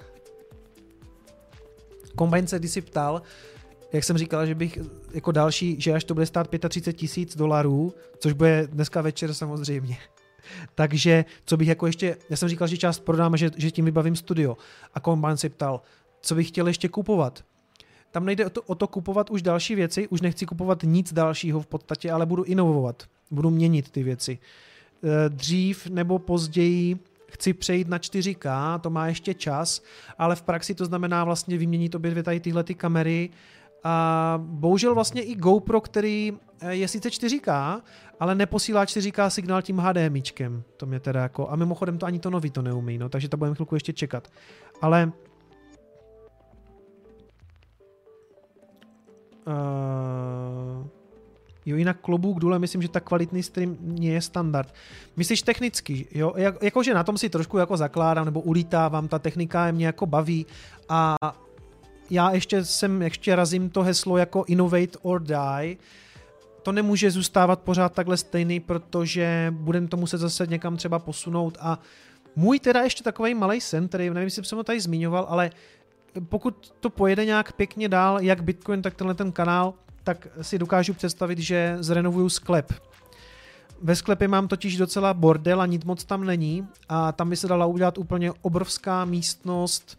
Speaker 1: Combine se kdysi ptal, jak jsem říkal, že bych jako další, že až to bude stát $35,000, což bude dneska večer samozřejmě. Takže, co bych jako ještě, já jsem říkal, že část prodám, že tím vybavím studio. A Combine se ptal, co bych chtěl ještě kupovat. Tam nejde o to kupovat už další věci, už nechci kupovat nic dalšího v podstatě, ale budu inovovat, budu měnit ty věci. Dřív nebo později chci přejít na 4K, to má ještě čas, ale v praxi to znamená vlastně vyměnit obě dvě tady tyhle ty kamery. A bohužel vlastně i GoPro, který je sice 4K, ale neposílá 4K signál tím HDMIčkem. To mě teda jako, a mimochodem to ani to nový to neumí, no, takže to budeme chvilku ještě čekat. Ale jo, jinak klobouk důle, myslím, že tak kvalitný stream je standard. Myslíš technicky, jo? Jakože na tom si trošku jako zakládám, nebo ulítávám, ta technika mě jako baví a já ještě razím to heslo jako innovate or die. To nemůže zůstávat pořád takhle stejný, protože budeme to muset zase někam třeba posunout a můj teda ještě takovej malej sen, který nevím, jestli jsem ho tady zmiňoval, ale pokud to pojede nějak pěkně dál, jak Bitcoin, tak tenhle ten kanál, tak si dokážu představit, že zrenovuju sklep. Ve sklepě mám totiž docela bordel a nic moc tam není a tam by se dala udělat úplně obrovská místnost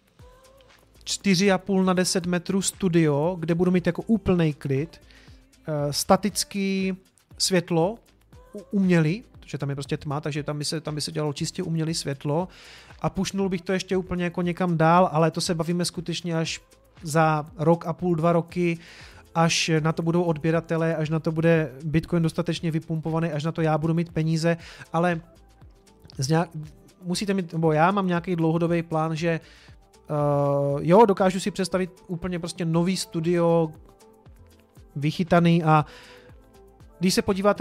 Speaker 1: 4,5 na 10 metrů studio, kde budu mít jako úplnej klid, statický světlo, umělý, protože tam je prostě tma, takže tam by se dělalo čistě umělé světlo a pušnul bych to ještě úplně jako někam dál, ale to se bavíme skutečně až za rok a půl, 2 roky, až na to budou odběratele, až na to bude Bitcoin dostatečně vypumpovaný, až na to já budu mít peníze, ale musíte mít, nebo já mám nějaký dlouhodobý plán, že jo, dokážu si představit úplně prostě nový studio, vychytaný a když se podíváte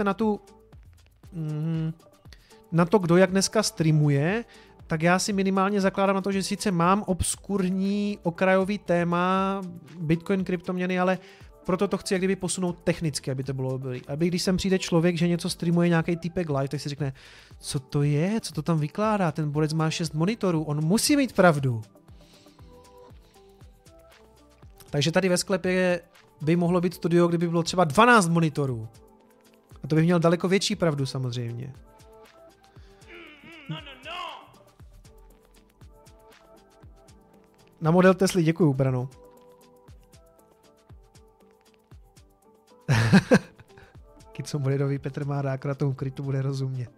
Speaker 1: na to, kdo jak dneska streamuje, tak já si minimálně zakládám na to, že sice mám obskurní okrajový téma Bitcoin, kryptoměny, ale proto to chci jak kdyby posunout technicky, aby to bylo dobrý. Aby když sem přijde člověk, že něco streamuje nějaký typek live, tak si řekne, co to je, co to tam vykládá, ten borec má 6 monitorů, on musí mít pravdu. Takže tady ve sklepě by mohlo být studio, kdyby bylo třeba 12 monitorů. A to by měl daleko větší pravdu samozřejmě. No. Na model Tesly děkuju, Brano. Kico Moridový Petr má rád, akorát tomu krytu bude rozumět.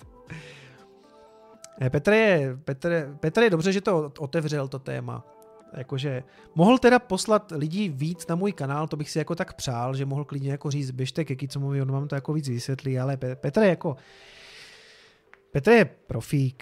Speaker 1: Petr je dobře, že to otevřel, to téma. Jakože mohl teda poslat lidí víc na můj kanál, to bych si jako tak přál, že mohl klidně jako říct, běžte ke Kicomovi, on vám to jako víc vysvětlí, ale Petr je profík.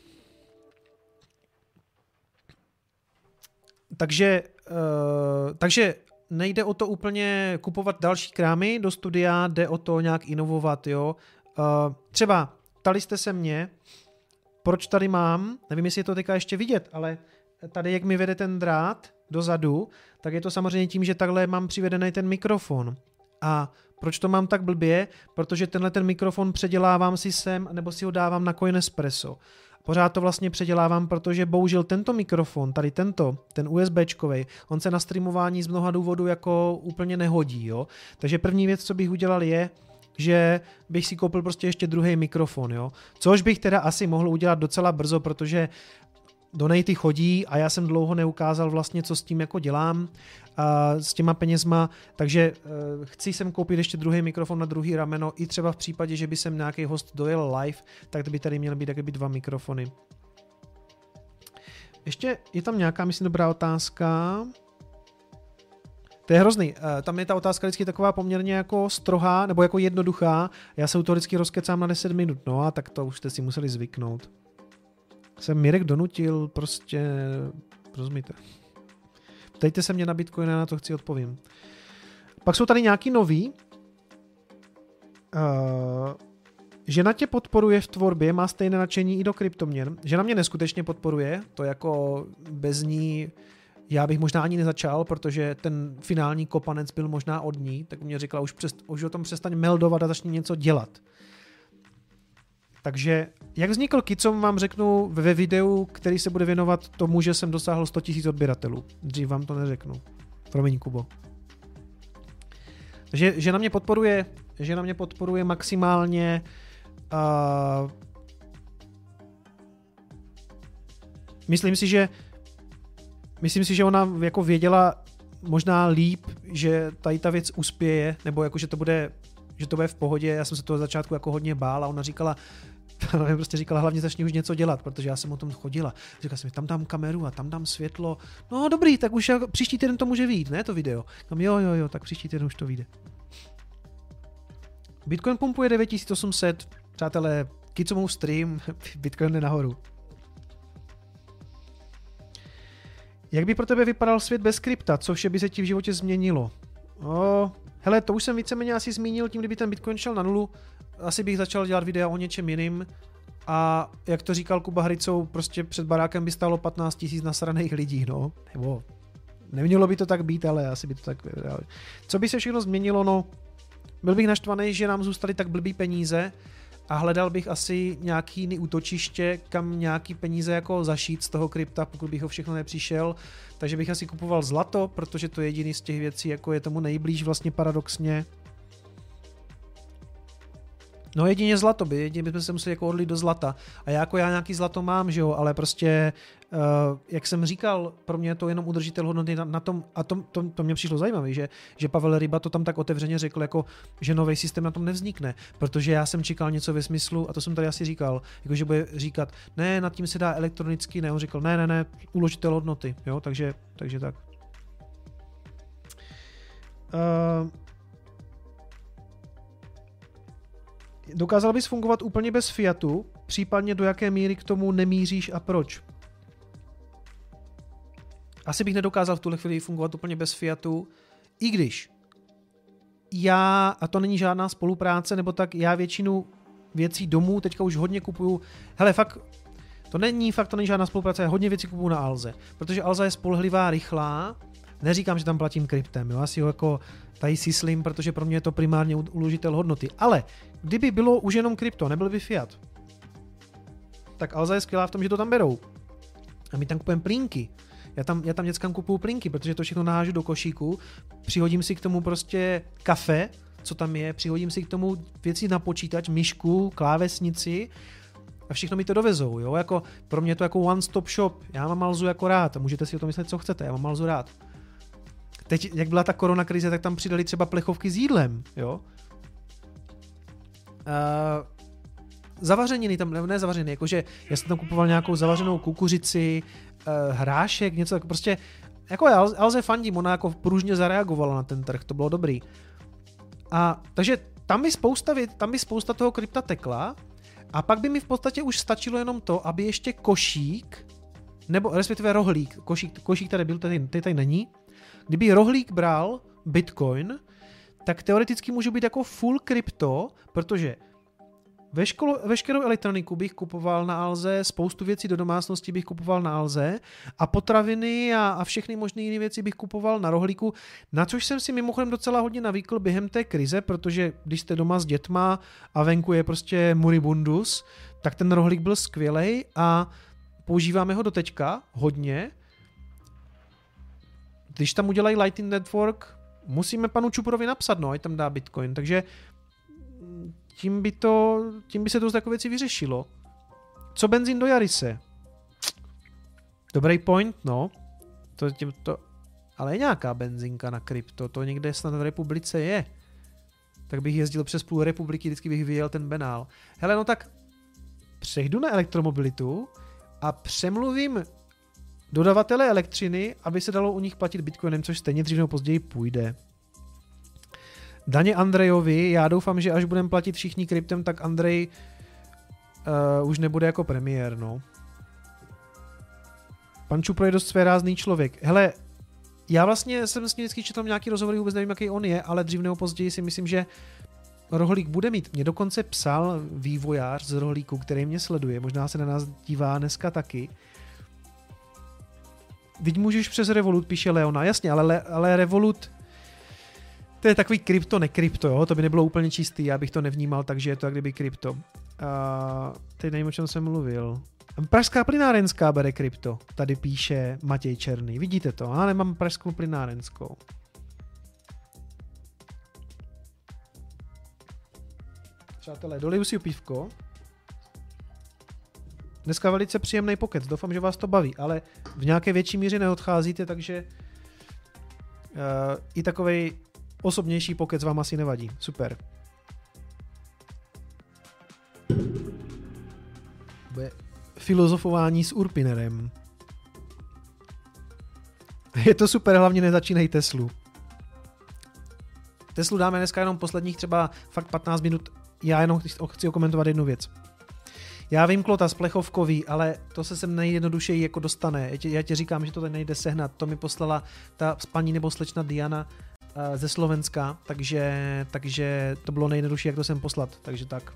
Speaker 1: Takže nejde o to úplně kupovat další krámy do studia, jde o to nějak inovovat, jo. Třeba ptali jste se mě, proč tady mám, nevím, jestli je to teďka ještě vidět, ale tady, jak mi vede ten drát dozadu, tak je to samozřejmě tím, že takhle mám přivedený ten mikrofon. A proč to mám tak blbě? Protože tenhle ten mikrofon předělávám si sem, nebo si ho dávám na Coinespresso. Pořád to vlastně předělávám, protože bohužel tento mikrofon, tady ten USBčkovej, on se na streamování z mnoha důvodů jako úplně nehodí, jo. Takže první věc, co bych udělal je, že bych si koupil prostě ještě druhý mikrofon, jo. Což bych teda asi mohl udělat docela brzo, protože donaty chodí a já jsem dlouho neukázal vlastně, co s tím jako dělám s těma penězma, takže chci sem koupit ještě druhý mikrofon na druhý rameno, i třeba v případě, že by sem nějaký host dojel live, tak by tady měly být taky 2 mikrofony. Ještě je tam nějaká, myslím, dobrá otázka. To je hrozný. Tam je ta otázka vždycky taková poměrně jako strohá, nebo jako jednoduchá. Já se u toho vždycky rozkecám na 10 minut, no a tak to už jste si museli zvyknout. Jsem Mirek donutil, prostě, rozumíte. Ptejte se mě na Bitcoin, na to chci odpovím. Pak jsou tady nějaký nový. Žena tě podporuje v tvorbě, má stejné nadšení i do kryptoměn. Žena mě neskutečně podporuje, to jako bez ní já bych možná ani nezačal, protože ten finální kopanec byl možná od ní, tak mě říkala, už o tom přestaň meldovat a začni něco dělat. Takže jak vznikl Kicom, vám řeknu ve videu, který se bude věnovat tomu, že jsem dosáhl 100 000 odběratelů. Dřív vám to neřeknu. Promiň, Kubo. Takže žena mě podporuje maximálně. Myslím si, že ona jako věděla možná líp, že tady ta věc uspěje, nebo jako, že to bude v pohodě. Já jsem se toho začátku jako hodně bál a ona prostě říkala, hlavně začni už něco dělat, protože já jsem o tom chodila. Říkala jsem mi, tam dám kameru a tam dám světlo. No dobrý, tak už příští týden to může vyjít, ne, to video. Tam jo, tak příští týden už to vyjde. Bitcoin pumpuje 9800, přátelé, Kicomův stream, Bitcoin jde nahoru. Jak by pro tebe vypadal svět bez krypta? Co vše by se ti v životě změnilo? Hele, to už jsem víceméně asi zmínil, tím, kdyby ten Bitcoin šel na nulu, asi bych začal dělat videa o něčem jiným a jak to říkal Kuba Hricou, prostě před barákem by stálo 15 000 nasraných lidí, no. Nebo nemělo by to tak být, ale asi by to tak... Co by se všechno změnilo, no? Byl bych naštvaný, že nám zůstaly tak blbý peníze a hledal bych asi nějaký jiný útočiště, kam nějaký peníze jako zašít z toho krypta, pokud bych ho všechno nepřišel. Takže bych asi kupoval zlato, protože to je jediný z těch věcí, jako je tomu nejblíž vlastně paradoxně. No jedině zlato bychom se museli jako odlit do zlata. A já nějaký zlato mám, že jo, ale prostě, jak jsem říkal, pro mě je to jenom udržitel hodnoty na tom, a to mě přišlo zajímavé, že Pavel Ryba to tam tak otevřeně řekl, jako, že nový systém na tom nevznikne, protože já jsem čekal něco ve smyslu, a to jsem tady asi říkal, jako, že bude říkat, ne, nad tím se dá elektronicky, ne, on říkal, ne, uložitel hodnoty, jo, takže tak. Dokázal bys fungovat úplně bez fiatu, případně do jaké míry k tomu nemíříš a proč? Asi bych nedokázal v tuhle chvíli fungovat úplně bez fiatu, i když a to není žádná spolupráce, nebo tak já většinu věcí domů teďka už hodně kupuju. Hele, to není žádná spolupráce, já hodně věcí kupuju na Alze, protože Alza je spolehlivá, rychlá, neříkám, že tam platím kryptem, jo, asi ho jako tady syslím, protože pro mě je to primárně uložitel hodnoty. Ale kdyby bylo už jenom krypto, nebyl by fiat, tak Alza je skvělá v tom, že to tam berou. A my tam kupujeme plínky. Já tam dětskám kupuju plínky, protože to všechno nahážu do košíku, přihodím si k tomu prostě kafe, co tam je, přihodím si k tomu věci na počítač, myšku, klávesnici a všechno mi to dovezou. Jo? Jako, pro mě je to jako one-stop shop. Já mám Alzu jako rád a můžete si o tom myslet, co chcete, já mám Alzu rád. Teď, jak byla ta koronakrize, tak tam přidali třeba plechovky s jídlem, jo. Zavařeniny tam, ne zavařeniny, jakože já jsem tam kupoval nějakou zavařenou kukuřici, hrášek, něco tak prostě, jako já Alze fandím, ona jako pružně zareagovala na ten trh, to bylo dobrý. Takže tam by spousta toho krypta tekla a pak by mi v podstatě už stačilo jenom to, aby ještě košík, nebo respektive rohlík, košík tady byl, tady není. Kdyby rohlík bral Bitcoin, tak teoreticky může být jako full krypto, protože veškerou elektroniku bych kupoval na Alze, spoustu věcí do domácnosti bych kupoval na Alze a potraviny a všechny možné jiné věci bych kupoval na rohlíku, na což jsem si mimochodem docela hodně navykl během té krize, protože když jste doma s dětma a venku je prostě muribundus, tak ten rohlík byl skvělej a používáme ho doteďka hodně. Když tam udělají Lightning Network, musíme panu Čupurovi napsat, no, ať tam dá Bitcoin, takže tím by se to z takové věci vyřešilo. Co benzín do Yarise? Dobrý point, no. Ale je nějaká benzínka na krypto, to někde snad v republice je. Tak bych jezdil přes půl republiky, vždycky bych vyjel ten benál. Hele, no tak přejdu na elektromobilitu a přemluvím dodavatele elektřiny, aby se dalo u nich platit bitcoinem, což stejně dřív nebo později půjde. Daně Andrejovi, já doufám, že až budeme platit všichni kryptem, tak Andrej už nebude jako premiér, no. Pan Čupro je dost svérázný člověk. Hele, já vlastně jsem s ním vždycky četl nějaký rozhovor, vůbec nevím, jaký on je, ale dřív nebo později si myslím, že Rohlík bude mít. Mě dokonce psal vývojář z Rohlíku, který mě sleduje, možná se na nás dívá dneska taky. Teď můžeš přes Revolut, píše Leona. Jasně, ale Revolut, to je takový krypto, nekrypto, jo? To by nebylo úplně čistý, já bych to nevnímal, takže je to jak kdyby krypto. Teď nevím, o čem jsem mluvil. Pražská plynárenská bere krypto, tady píše Matěj Černý. Vidíte to? Já nemám pražskou plynárenskou. Přátelé, doliju si pívko. Dneska velice příjemný pokec, doufám, že vás to baví, ale v nějaké větší míře neodcházíte, takže i takovej osobnější pokec vám asi nevadí. Super. Bude filozofování s Urpinerem. Je to super, hlavně nezačínej Teslu. Teslu dáme dneska jenom posledních třeba fakt 15 minut. Já jenom chci okomentovat jednu věc. Já vím, Klota, splechovkový, ale to se sem nejjednodušeji jako dostane. Já ti říkám, že to tady nejde sehnat. To mi poslala ta paní nebo slečna Diana ze Slovenska, takže to bylo nejjednodušší, jak to sem poslat. Takže tak.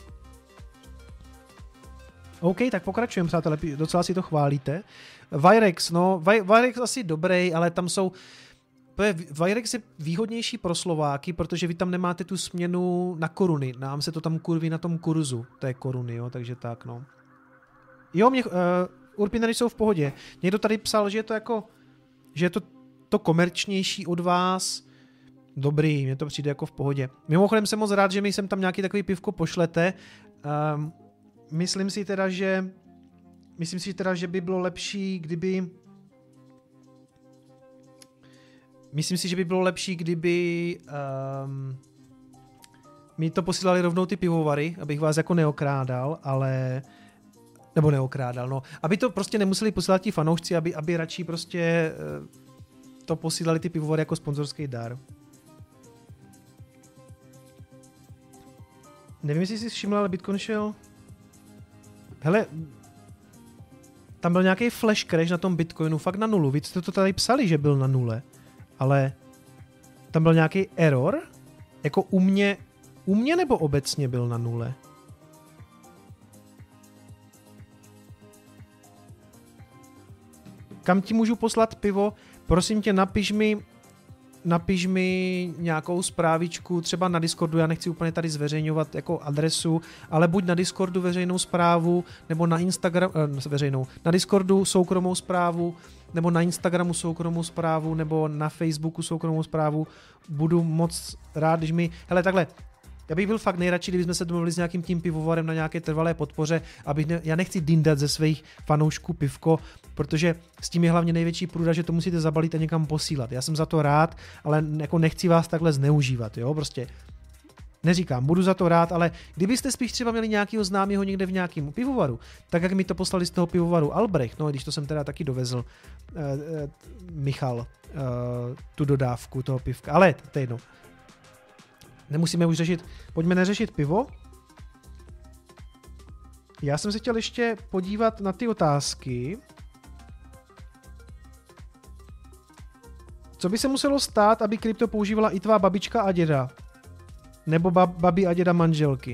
Speaker 1: OK, tak pokračujeme, přátelé, docela si to chválíte. Virex, no, Virex asi dobrý, ale tam jsou... Virex je výhodnější pro Slováky, protože vy tam nemáte tu směnu na koruny. Nám se to tam kurví na tom kurzu té koruny, jo, takže tak, no. Jo, Urpinery jsou v pohodě. Někdo tady psal, že je to jako, že je to komerčnější od vás. Dobrý, mně to přijde jako v pohodě. Mimochodem jsem moc rád, že mi sem tam nějaký takový pivko pošlete. Myslím si teda, že by bylo lepší, kdyby... Myslím si, že by bylo lepší, kdyby mi to posílali rovnou ty pivovary, abych vás jako neokrádal, ale... Nebo neokrádal, no. Aby to prostě nemuseli posílat ti fanoušci, aby radši prostě to posílali ty pivovary jako sponzorský dar. Nevím, jestli jsi všiml, ale Bitcoin šel... Hele, tam byl nějaký flash crash na tom Bitcoinu, fakt na nulu. Vy jste to tady psali, že byl na nule. Ale tam byl nějaký error? Jako u mě nebo obecně byl na nule? Kam ti můžu poslat pivo? Prosím tě, napiš mi nějakou zprávičku, třeba na Discordu, já nechci úplně tady zveřejňovat jako adresu, ale buď na Discordu veřejnou zprávu, nebo na Instagram, na Discordu soukromou zprávu, nebo na Instagramu soukromou zprávu, nebo na Facebooku soukromou zprávu. Budu moc rád, když mi... Hele, takhle, já bych byl fakt nejradši, kdybychom se domluvili s nějakým tím pivovarem na nějaké trvalé podpoře, já nechci dindat ze svých fanoušků pivko, protože s tím je hlavně největší průda, že to musíte zabalit a někam posílat. Já jsem za to rád, ale jako nechci vás takhle zneužívat, jo, prostě. Neříkám, budu za to rád, ale kdybyste spíš třeba měli nějakého známého někde v nějakém pivovaru, tak jak mi to poslali z toho pivovaru Albrecht, no když to jsem teda taky dovezl, Michal, tu dodávku toho pivka, ale to je jedno. Nemusíme už řešit, pojďme neřešit pivo. Já jsem se chtěl ještě podívat na ty otázky. Co by se muselo stát, aby krypto používala i tvá babička a děda? Nebo babi a děda manželky?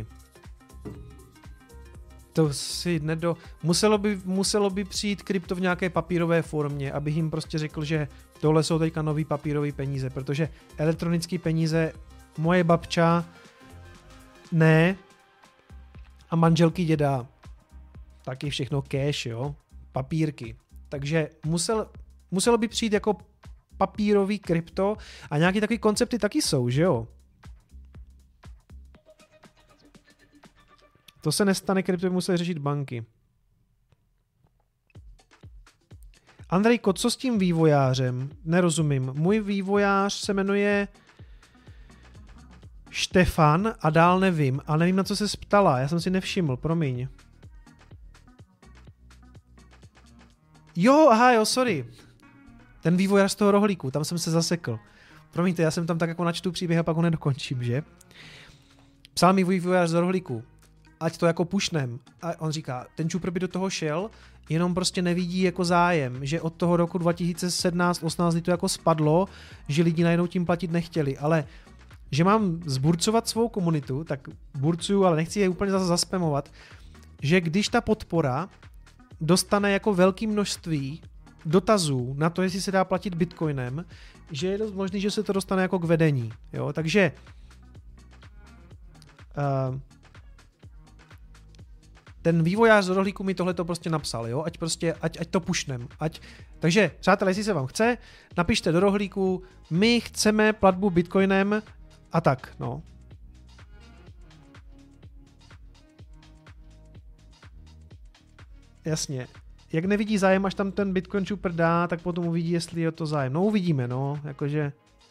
Speaker 1: To si muselo by přijít krypto v nějaké papírové formě, abych jim prostě řekl, že tohle jsou teďka nový papírové peníze, protože elektronické peníze moje babča ne a manželky děda taky všechno cash, jo, papírky. Takže muselo by přijít jako papírový krypto a nějaký takový koncepty taky jsou, že jo? To se nestane, krypto by museli řešit banky. Andrejko, co s tím vývojářem? Nerozumím. Můj vývojář se jmenuje Štefan a dál nevím. A nevím, na co se ptala. Já jsem si nevšiml, promiň. Jo, sorry. Ten vývojář z toho rohlíku, tam jsem se zasekl. Promiňte, já jsem tam tak jako načtu příběh a pak ho nedokončím, že? Psal mi vývojář z rohlíku, ať to jako pušnem. A on říká, ten čupr by do toho šel, jenom prostě nevidí jako zájem, že od toho roku 2017-18 to jako spadlo, že lidi najednou tím platit nechtěli, ale že mám zburcovat svou komunitu, tak burcuju, ale nechci je úplně zase zaspamovat, že když ta podpora dostane jako velké množství dotazů na to, jestli se dá platit bitcoinem, že je dost možný, že se to dostane jako k vedení. Jo? Takže ten vývojář z rohlíku mi tohle to prostě napsal, jo? Ať to pušnem. Takže, přátelé, jestli se vám chce, napište do rohlíku, my chceme platbu bitcoinem a tak, no. Jasně. Jak nevidí zájem, až tam ten Bitcoin Chuper dá, tak potom uvidí, jestli je to zájem. No uvidíme, no, jakože...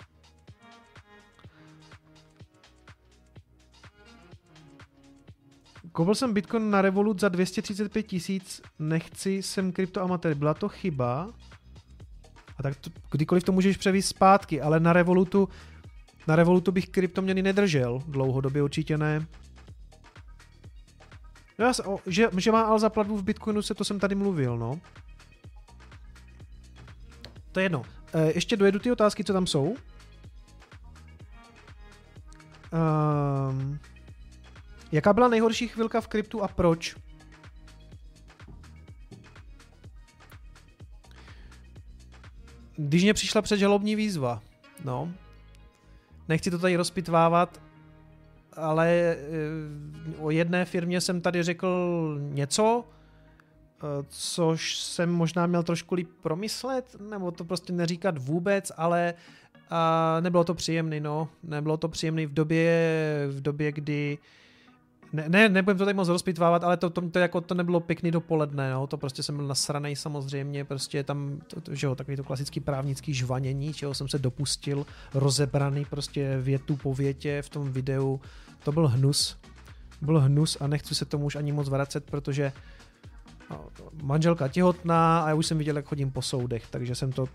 Speaker 1: Koupil jsem Bitcoin na Revolut za 235 000, nechci, jsem kryptoamatér. Byla to chyba? A tak to, kdykoliv to můžeš převízt zpátky, ale na Revolutu bych kryptoměny nedržel. Dlouhodobě určitě ne. Že má Alza platbu v Bitcoinu, to jsem tady mluvil, no. To je jedno. Ještě dojedu ty otázky, co tam jsou. Jaká byla nejhorší chvilka v kryptu a proč? Když mě přišla předžalobní výzva, no. Nechci to tady rozpitvávat, ale o jedné firmě jsem tady řekl něco, což jsem možná měl trošku líp promyslet, nebo to prostě neříkat vůbec, ale nebylo to příjemný, no. Nebylo to příjemný v době, kdy nebudem to tady moc rozpitvávat, ale to nebylo pěkný dopoledne, no, to prostě jsem byl nasranej samozřejmě, prostě tam, že jo, takový to klasický právnický žvanění, čeho jsem se dopustil, rozebraný prostě větu po větě v tom videu, to byl hnus a nechci se tomu už ani moc vracet, protože manželka těhotná a já už jsem viděl, jak chodím po soudech, takže jsem to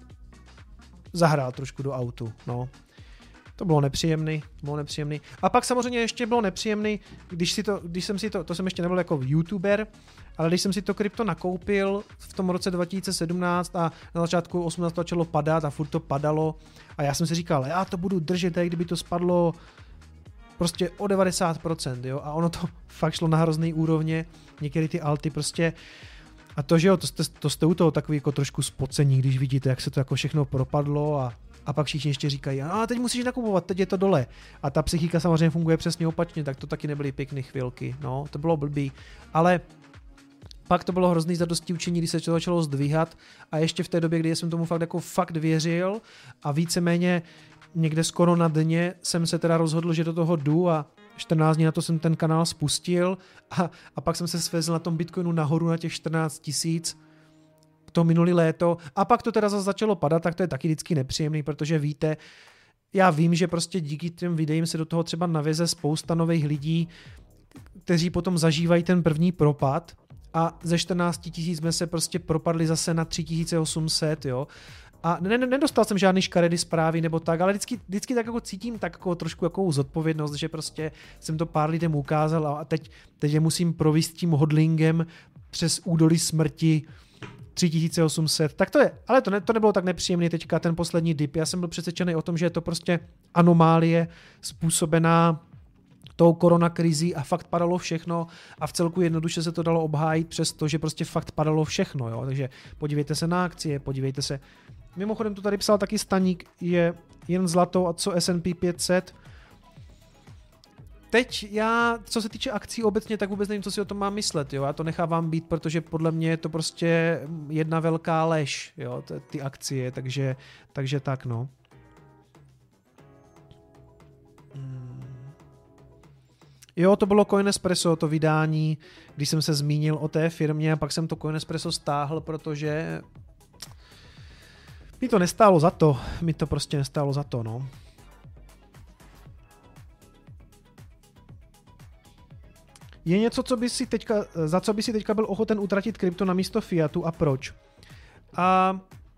Speaker 1: zahrál trošku do autu, no. To bylo nepříjemný. A pak samozřejmě ještě bylo nepříjemný, když jsem si to jsem ještě nebyl jako YouTuber, ale když jsem si to krypto nakoupil v tom roce 2017 a na začátku 18 to začalo padat a furt to padalo a já jsem si říkal, já to budu držet, kdyby to spadlo prostě o 90%, jo, a ono to fakt šlo na hrozný úrovně, některé ty alty prostě. A to, že jo, to jste u toho takový jako trošku spocení, když vidíte, jak se to jako všechno propadlo a pak všichni ještě říkají, a teď musíš nakupovat, teď je to dole. A ta psychika samozřejmě funguje přesně opačně, tak to taky nebyly pěkné chvilky, no, to bylo blbý. Ale pak to bylo hrozný zadostiučinění, když se to začalo zdvíhat a ještě v té době, kdy jsem tomu fakt věřil a víceméně někde skoro na dně jsem se teda rozhodl, že do toho jdu a 14 dní na to jsem ten kanál spustil a pak jsem se svezl na tom Bitcoinu nahoru na těch 14 000 to minulý léto a pak to teda zase začalo padat, tak to je taky vždycky nepříjemný, protože víte, já vím, že prostě díky těm videím se do toho třeba naveze spousta nových lidí, kteří potom zažívají ten první propad a ze 14 000 jsme se prostě propadli zase na 3800, jo. A nedostal jsem žádný škaredý zprávy nebo tak, ale vždycky tak jako cítím tak jako trošku jako zodpovědnost, že prostě jsem to pár lidem ukázal a teď je musím províst tím hodlingem přes údolí smrti 3800, tak to je, ale to nebylo tak nepříjemné teďka ten poslední dip, já jsem byl přesvědčený o tom, že je to prostě anomálie způsobená tou koronakrizí a fakt padalo všechno a v celku jednoduše se to dalo obhájit přes to, že prostě fakt padalo všechno, jo, takže podívejte se na akcie, podívejte se, mimochodem to tady psal taky Staník, je jen zlato a co S&P 500. Teď já, co se týče akcí obecně, tak vůbec nevím, co si o tom mám myslet, jo, já to nechávám být, protože podle mě je to prostě jedna velká lež, jo, ty akcie, takže tak, no. Jo, to bylo Coinespresso, to vydání, když jsem se zmínil o té firmě a pak jsem to Coinespresso stáhl, protože mi to nestálo za to. Mi to prostě nestálo za to, no. Je něco, za co by si teďka byl ochoten utratit krypto na místo fiatu a proč? A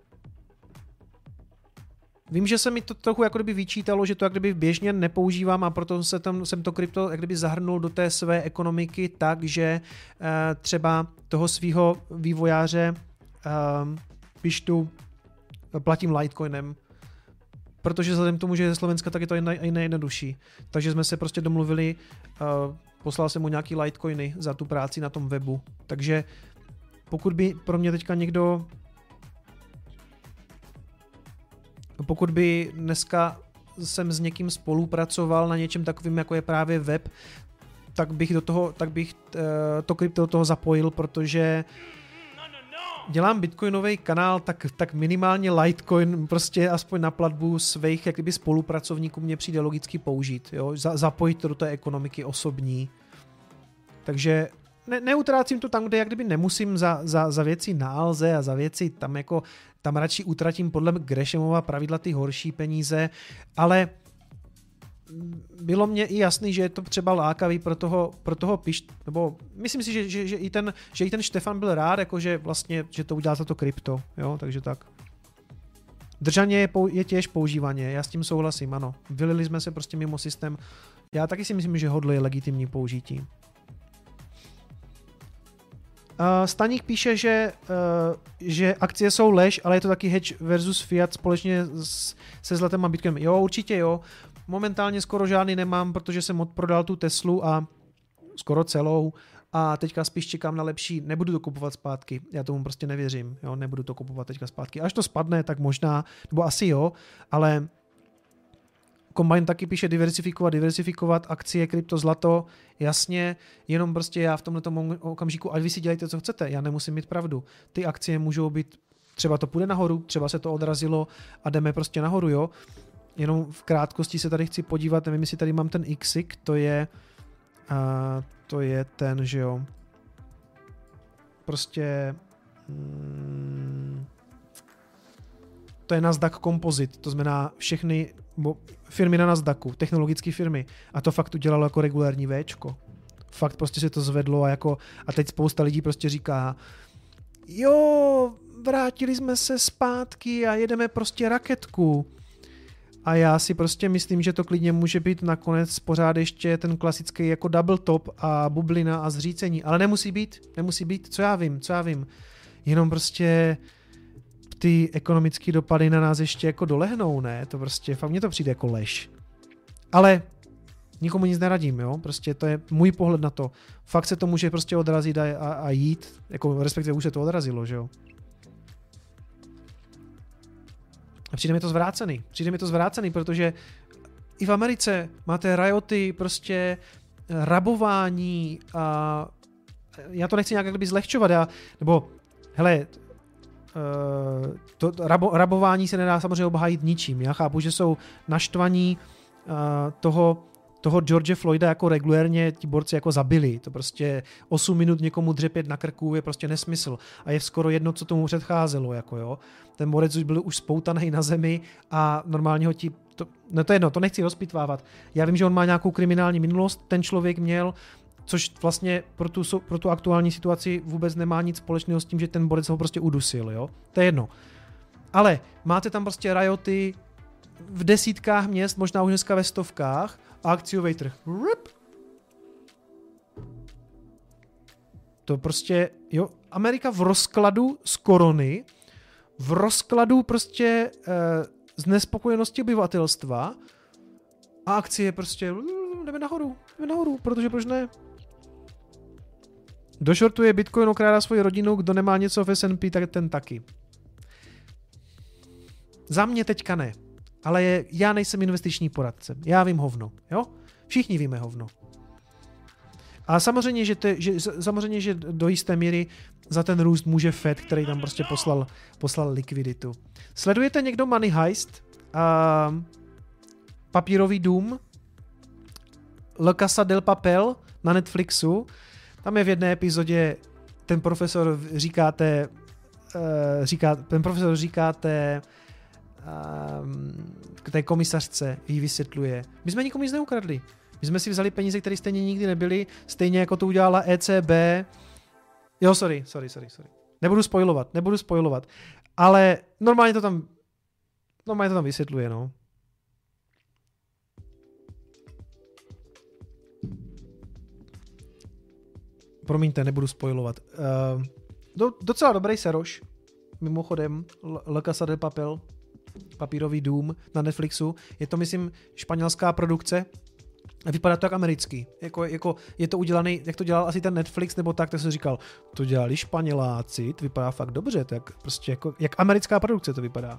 Speaker 1: vím, že se mi to trochu jako kdyby vyčítalo, že to jak kdyby běžně nepoužívám a proto jsem to krypto jak kdyby zahrnul do té své ekonomiky tak, že třeba toho svého vývojáře Pištu platím Litecoinem, protože vzhledem k tomu, že je ze Slovenska, tak je to i nejjednodušší. Takže jsme se prostě domluvili, poslal jsem mu nějaký Litecoiny za tu práci na tom webu. Takže pokud by pro mě teďka někdo Pokud by dneska jsem s někým spolupracoval na něčem takovým, jako je právě web, tak bych to krypto do toho zapojil, protože dělám bitcoinový kanál, tak minimálně Litecoin prostě aspoň na platbu svých jak kdyby spolupracovníků mě přijde logicky použít. Jo? Zapojit to do té ekonomiky osobní. Takže neutrácím to tam, kde jak kdyby nemusím za věci na Alze a za věci tam radši utratím podle Greshamova pravidla ty horší peníze, ale bylo mně i jasný, že je to třeba lákavý pro toho nebo myslím si, že i ten Štefan byl rád, jakože vlastně, že to udělá za to krypto, jo, takže tak. Držaně je těž používaně, já s tím souhlasím, ano. Vylili jsme se prostě mimo systém. Já taky si myslím, že hodl je legitimní použití. Staník píše, že akcie jsou lež, ale je to taky hedge versus fiat společně se zlatem a bitcoinem. Jo, určitě jo. Momentálně skoro žádný nemám, protože jsem odprodal tu Teslu a skoro celou a teďka spíš čekám na lepší. Nebudu to kupovat zpátky, já tomu prostě nevěřím. Jo, nebudu to kupovat teďka zpátky. Až to spadne, tak možná, nebo asi jo, ale Combine taky píše diversifikovat akcie, krypto, zlato, jasně, jenom prostě já v tomto okamžiku, ať vy si dělejte, co chcete, já nemusím mít pravdu. Ty akcie můžou být, třeba to půjde nahoru, třeba se to odrazilo a jdeme prostě nahoru, jo. Jenom v krátkosti se tady chci podívat, nevím, jestli tady mám ten XIC, to je ten, že jo, prostě to je Nasdaq Composite, to znamená všechny firmy na Nasdaqu, technologické firmy. A to fakt udělalo jako regulární Včko. Fakt prostě se to zvedlo a teď spousta lidí prostě říká, jo, vrátili jsme se zpátky a jedeme prostě raketku. A já si prostě myslím, že to klidně může být nakonec pořád ještě ten klasický jako double top a bublina a zřícení. Ale nemusí být, co já vím. Jenom prostě ty ekonomické dopady na nás ještě jako dolehnou, ne? To prostě, fakt mně to přijde jako lež. Ale nikomu nic neradím, jo? Prostě to je můj pohled na to. Fakt se to může prostě odrazit a jít, jako respektive už se to odrazilo, že jo? A přijde mi to zvrácený, protože i v Americe máte rioty, prostě rabování a já to nechci nějak kdyby zlehčovat, hele, to rabování se nedá samozřejmě obhájit ničím. Já chápu, že jsou naštvaní toho George Floyda jako regulérně ti borci jako zabili. To prostě 8 minut někomu dřepět na krku je prostě nesmysl. A je skoro jedno, co tomu předcházelo. Jako jo. Ten borec už byl spoutaný na zemi a normálně ho to je jedno, to nechci rozpitvávat. Já vím, že on má nějakou kriminální minulost, ten člověk měl, což vlastně pro tu aktuální situaci vůbec nemá nic společného s tím, že ten borec ho prostě udusil, jo? To je jedno. Ale máte tam prostě rioty v desítkách měst, možná už dneska ve stovkách a akciový trh. Rip. To prostě, jo, Amerika v rozkladu z korony, v rozkladu prostě z nespokojenosti obyvatelstva a akcie prostě jdeme nahoru, protože proč ne? Došortuje Bitcoin, okrádá svoji rodinu, kdo nemá něco v S&P, tak ten taky. Za mě teďka ne, ale já nejsem investiční poradce, já vím hovno, jo? Všichni víme hovno. A samozřejmě, že do jisté míry za ten růst může Fed, který tam prostě poslal likviditu. Sledujete někdo Money Heist? Papírový dům? La Casa del Papel na Netflixu. Tam je v jedné epizodě ten profesor říkáte k té komisařce, jí vysvětluje. My jsme nikomu nic neukradli. My jsme si vzali peníze, které stejně nikdy nebyly, stejně jako to udělala ECB. Jo, sorry. Nebudu spoilovat. Ale normálně to tam vysvětluje, no. Promiňte, nebudu spoilovat. Docela dobrý seroš. Mimochodem, La Casa de Papel, Papírový dům na Netflixu. Je to, myslím, španělská produkce. Vypadá to jak americký. Jako je to udělaný, jak to dělal asi ten Netflix, nebo tak jsem říkal, to dělali Španěláci, to vypadá fakt dobře, tak prostě jak americká produkce to vypadá.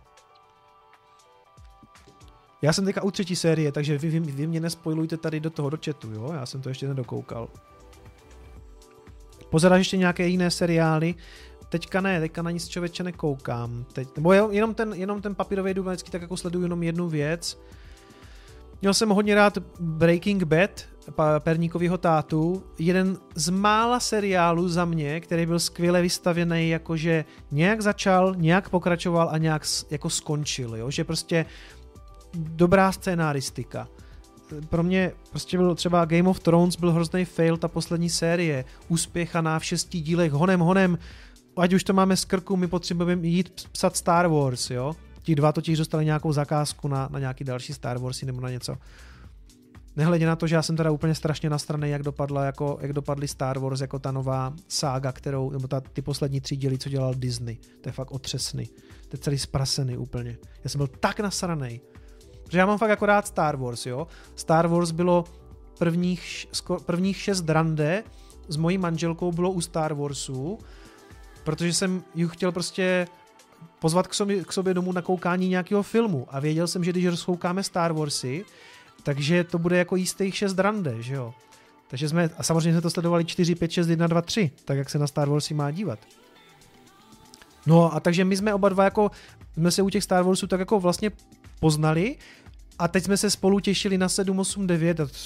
Speaker 1: Já jsem teďka u 3. série, takže vy mě nespoilujte tady do chatu, jo? Já jsem to ještě nedokoukal. Pozeráš ještě nějaké jiné seriály? Teďka na nic člověče nekoukám. Nebo jenom ten Papírový dům, vždycky tak jako sleduju jenom jednu věc. Měl jsem hodně rád Breaking Bad, Perníkovýho tátu, jeden z mála seriálů za mě, který byl skvěle vystavěný, jakože nějak začal, nějak pokračoval a nějak jako skončil, jo? Že prostě dobrá scénáristika. Pro mě prostě byl třeba Game of Thrones byl hrozný fail, ta poslední série, uspěchaná v 6 dílech, honem, ať už to máme z krku, my potřebujeme jít psat Star Wars, jo? Ti dva totiž dostali nějakou zakázku na nějaký další Star Warsy nebo na něco. Nehledě na to, že já jsem teda úplně strašně nasranej, jak dopadly Star Wars jako ta nová sága, nebo ty poslední 3 díly, co dělal Disney. To je fakt otřesný. To je celý zprasený úplně. Já jsem byl tak nasranej. Protože já mám fakt jako rád Star Wars, jo. Star Wars bylo prvních 6 rande s mojí manželkou bylo u Star Warsu, protože jsem ji chtěl prostě pozvat k sobě domů na koukání nějakého filmu a věděl jsem, že když rozkoukáme Star Warsy, takže to bude jako jistých 6 rande, že jo. Takže a samozřejmě jsme to sledovali 4, 5, 6, 1, 2, 3, tak jak se na Star Warsy má dívat. No a takže my jsme oba dva jsme se u těch Star Warsů tak jako vlastně poznali a teď jsme se spolu těšili na 7, 8, 9 a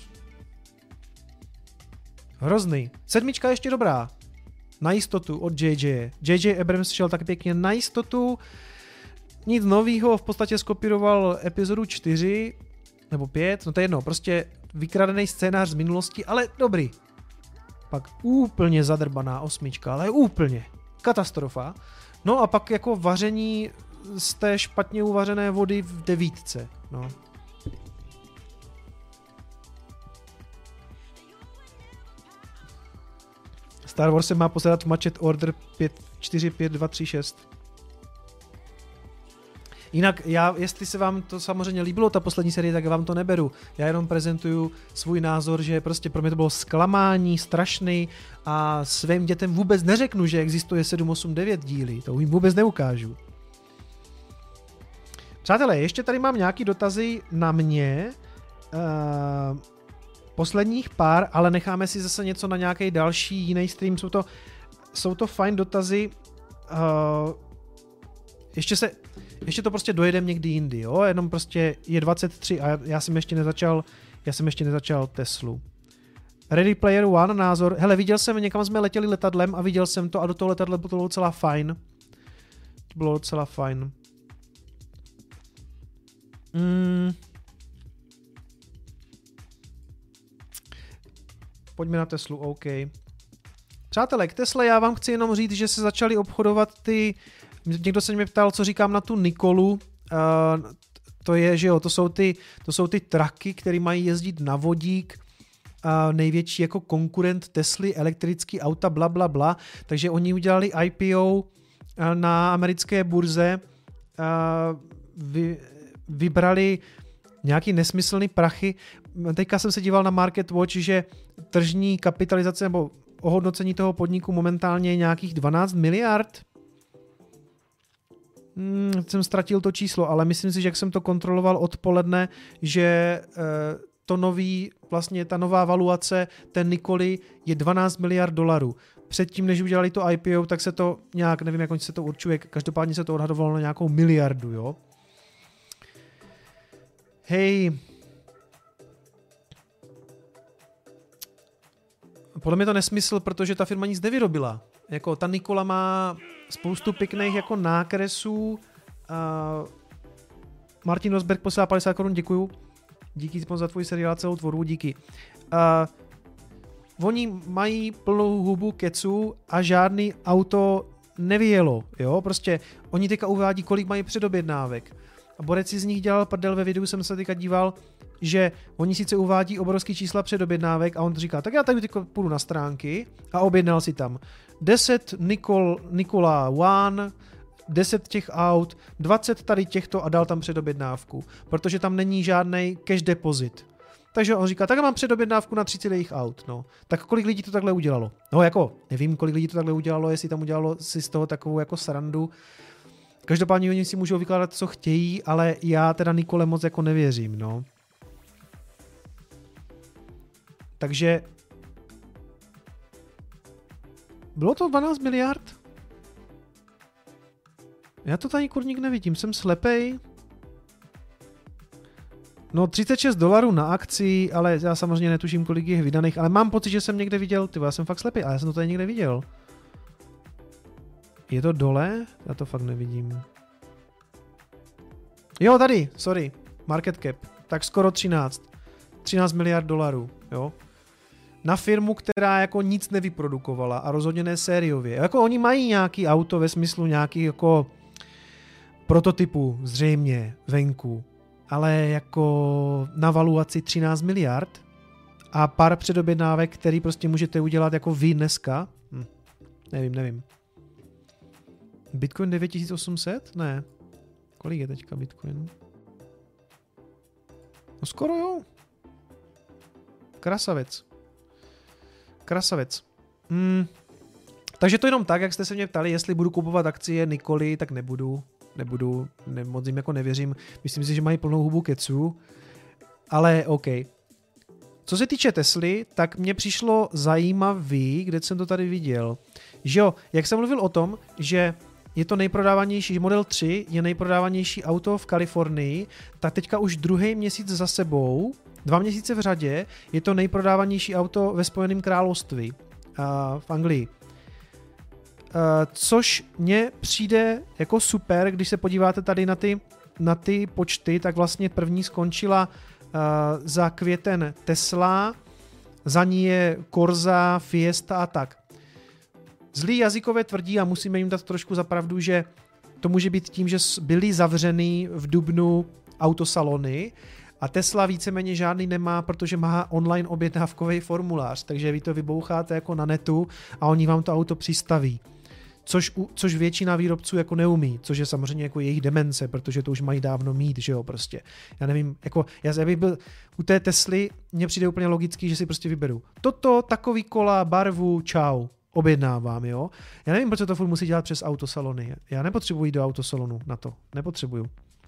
Speaker 1: hrozný. 7 je ještě dobrá. Na jistotu od JJ. JJ Abrams šel tak pěkně na jistotu. Nic novýho, v podstatě skopíroval epizodu 4 nebo 5, no to je jedno, prostě vykradený scénář z minulosti, ale dobrý. Pak úplně zadrbaná 8, ale úplně. Katastrofa. No a pak jako vaření z té špatně uvařené vody v 9. No. Star Wars se má posadat v Matchet Order 45236. Jinak jestli se vám to samozřejmě líbilo, ta poslední série, tak vám to neberu. Já jenom prezentuju svůj názor, že prostě pro mě to bylo zklamání, strašný a svým dětem vůbec neřeknu, že existuje 7, 8, 9 díly. To jim vůbec neukážu. Přátelé, ještě tady mám nějaký dotazy na mě. Posledních pár, ale necháme si zase něco na nějaký další jiný stream. Jsou to fajn dotazy. Ještě to prostě dojedem někdy jindy, jo? Jenom prostě je 23 a já jsem ještě nezačal Teslu. Ready Player One názor. Hele, viděl jsem, někam jsme letěli letadlem a viděl jsem to a do toho letadla to bylo docela fajn. To bylo docela fajn. Pojďme na Teslu, OK. Přátelé, k Tesle já vám chci jenom říct, že se začaly obchodovat někdo se mě ptal, co říkám na tu Nikolu. To je, že jo, to jsou ty trucky, které mají jezdit na vodík. Největší jako konkurent Tesly, elektrický auta, bla, bla, bla. Takže oni udělali IPO na americké burze. Vybrali nějaký nesmyslný prachy. Teďka jsem se díval na Market Watch, že tržní kapitalizace nebo ohodnocení toho podniku momentálně je nějakých 12 miliard. Jsem ztratil to číslo, ale myslím si, že jak jsem to kontroloval odpoledne, že ta nová valuace té Nikoli je 12 miliard dolarů. Předtím, než udělali to IPO, tak se to nějak, nevím, jak se to určuje, každopádně se to odhadovalo na nějakou miliardu, jo. Hej. podle mě to nesmysl, protože ta firma nic nevyrobila. Jako ta Nikola má spoustu pěkných jako nákresů. Martin Rosberg posílá 50 korun, děkuju. Díky za tvůj seriál a celou tvorbu, díky. Oni mají plnou hubu keců a žádný auto nevyjelo, jo, prostě oni teďka uvádí, kolik mají předobjednávek. A Borec si z nich dělal prdel, ve videu jsem se teďka díval, že oni sice uvádí obrovský čísla předobjednávek a on říká, tak já tady teď půjdu na stránky a objednal si tam 10 Nikola One, 10 těch aut, 20 tady těchto a dal tam předobjednávku, protože tam není žádnej cash deposit. Takže on říká, tak já mám předobjednávku na 30 jejich aut, no. Tak kolik lidí to takhle udělalo? No jako, nevím, kolik lidí to takhle udělalo, jestli tam udělalo si z toho takovou jako srandu. Každopádně oni si můžou vykládat, co chtějí, ale já teda Nikole moc jako nevěřím, no. Takže bylo to 12 miliard? Já to tady kurník nevidím, jsem slepej. No $36 na akci, ale já samozřejmě netuším, kolik je vydaných, ale mám pocit, že jsem někde viděl, já jsem fakt slepej, ale já jsem to tady někde viděl. Je to dole? Já to fakt nevidím. Jo, tady, sorry, market cap, tak skoro 13 miliard dolarů, jo. Na firmu, která jako nic nevyprodukovala a rozhodně ne sériově. Jako oni mají nějaký auto ve smyslu nějaký jako prototypu zřejmě venku, ale jako na valuaci 13 miliard a pár předobjednávek, který prostě můžete udělat jako vy dneska. Nevím. Bitcoin 9800? Ne. Kolik je teďka Bitcoin? No skoro jo. Krasavec. Takže to jenom tak, jak jste se mě ptali, jestli budu kupovat akcie Nikoli, tak nebudu, moc jim jako nevěřím. Myslím si, že mají plnou hubu keců, ale OK. Co se týče Tesly, tak mně přišlo zajímavý, kde jsem to tady viděl, že jo, jak jsem mluvil o tom, že je to nejprodávanější, Model 3 je nejprodávanější auto v Kalifornii, tak teďka už druhý měsíc za sebou, 2 měsíce v řadě, je to nejprodávanější auto ve Spojeném království, v Anglii. Což mně přijde jako super, když se podíváte tady na ty počty, tak vlastně první skončila za květen Tesla, za ní je Corsa, Fiesta a tak. Zlí jazykové tvrdí, a musíme jim dát trošku za pravdu, že to může být tím, že byly zavřený v dubnu autosalony a Tesla víceméně žádný nemá, protože má online objednávkový formulář, takže vy to vyboucháte jako na netu a oni vám to auto přistaví. Což většina výrobců jako neumí, což je samozřejmě jako jejich demence, protože to už mají dávno mít, že jo, prostě. Já nevím, jako já bych byl u té Tesly, mně přijde úplně logický, že si prostě vyberu toto, takový kola, barvu, čau, objednávám, jo. Já nevím, proč to furt musí dělat přes autosalony. Já nepotřebuji jít do autosalonu na to, nepotřebuju.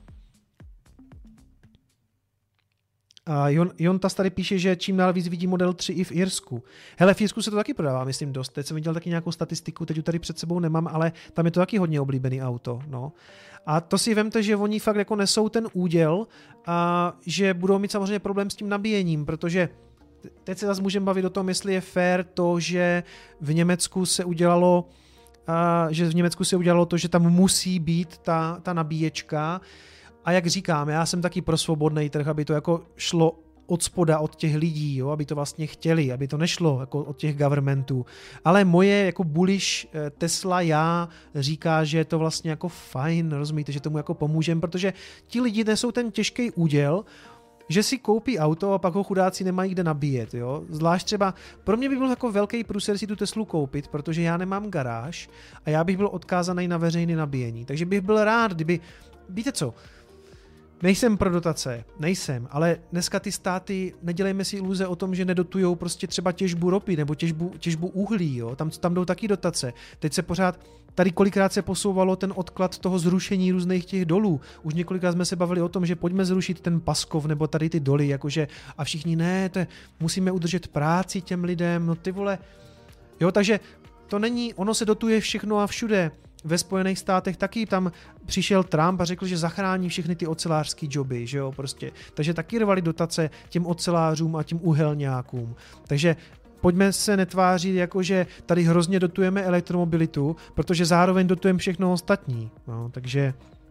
Speaker 1: A Jontas tady píše, že čím dál víc vidí Model 3 i v Irsku. Hele, v Irsku se to taky prodává, myslím, dost. Teď jsem viděl taky nějakou statistiku, teď ji tady před sebou nemám, ale tam je to taky hodně oblíbený auto. No. A to si vemte, že oni fakt jako nesou ten úděl a že budou mít samozřejmě problém s tím nabíjením, protože teď se zase můžeme bavit o tom, jestli je fair to, že v Německu se udělalo to, že tam musí být ta nabíječka. A jak říkám, já jsem taky pro svobodný trh, aby to jako šlo od spoda, od těch lidí, jo, aby to vlastně chtěli, aby to nešlo jako od těch governmentů. Ale moje jako bullish Tesla já říká, že je to vlastně jako fajn, rozumíte, že tomu jako pomůžeme, protože ti lidi nesou ten těžký úděl, že si koupí auto a pak ho chudáci nemají kde nabíjet, jo. Zvlášť třeba, pro mě by byl jako velký průser si tu Teslu koupit, protože já nemám garáž a já bych byl odkázaný na veřejné nabíjení. Takže bych byl rád, kdyby, víte co, nejsem pro dotace, ale dneska ty státy, nedělejme si iluze o tom, že nedotujou prostě třeba těžbu ropy nebo těžbu uhlí, jo? Tam jdou taky dotace. Teď se pořád, tady kolikrát se posouvalo ten odklad toho zrušení různých těch dolů. Už několikrát jsme se bavili o tom, že pojďme zrušit ten Paskov nebo tady ty doly, jakože a všichni ne, musíme udržet práci těm lidem, no ty vole. Jo, takže to není, ono se dotuje všechno a všude. Ve Spojených státech taky tam přišel Trump a řekl, že zachrání všechny ty ocelářský joby, že jo, prostě. Takže taky rvali dotace těm ocelářům a těm uhelňákům. Takže pojďme se netvářit jako, že tady hrozně dotujeme elektromobilitu, protože zároveň dotujeme všechno ostatní. No, takže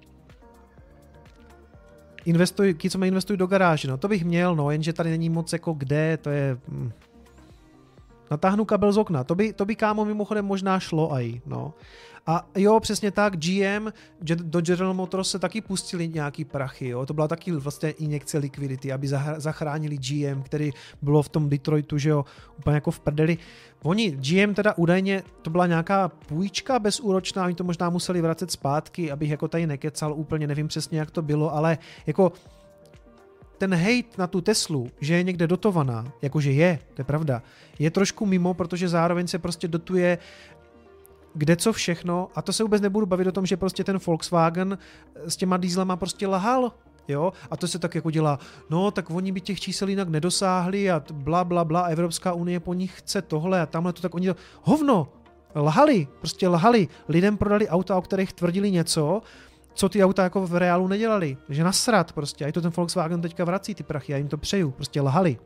Speaker 1: investuj do garáže, no to bych měl, no, jenže tady není moc jako kde, to je... Natáhnu kabel z okna, to by kámo mimochodem možná šlo aj, no. A jo, přesně tak, GM, do General Motors se taky pustili nějaký prachy, jo, to byla taky vlastně injekce likvidity, aby zachránili GM, který bylo v tom Detroitu, že jo, úplně jako v prdeli. Oni, GM teda údajně, to byla nějaká půjčka bezúročná, oni to možná museli vracet zpátky, abych jako tady nekecal úplně, nevím přesně, jak to bylo, ale jako ten hejt na tu Teslu, že je někde dotovaná, jakože je, to je pravda, je trošku mimo, protože zároveň se prostě dotuje kde co všechno a to se vůbec nebudu bavit o tom, že prostě ten Volkswagen s těma dieselama prostě lahal, jo, a to se tak jako dělá, no tak oni by těch čísel jinak nedosáhli a bla bla bla, Evropská unie po nich chce tohle a tamhle to, tak oni to, hovno, lahali, lidem prodali auta, o kterých tvrdili něco, co ty auta jako v reálu nedělali, že nasrat prostě, a i to ten Volkswagen teďka vrací ty prachy, já jim to přeju, prostě lahali.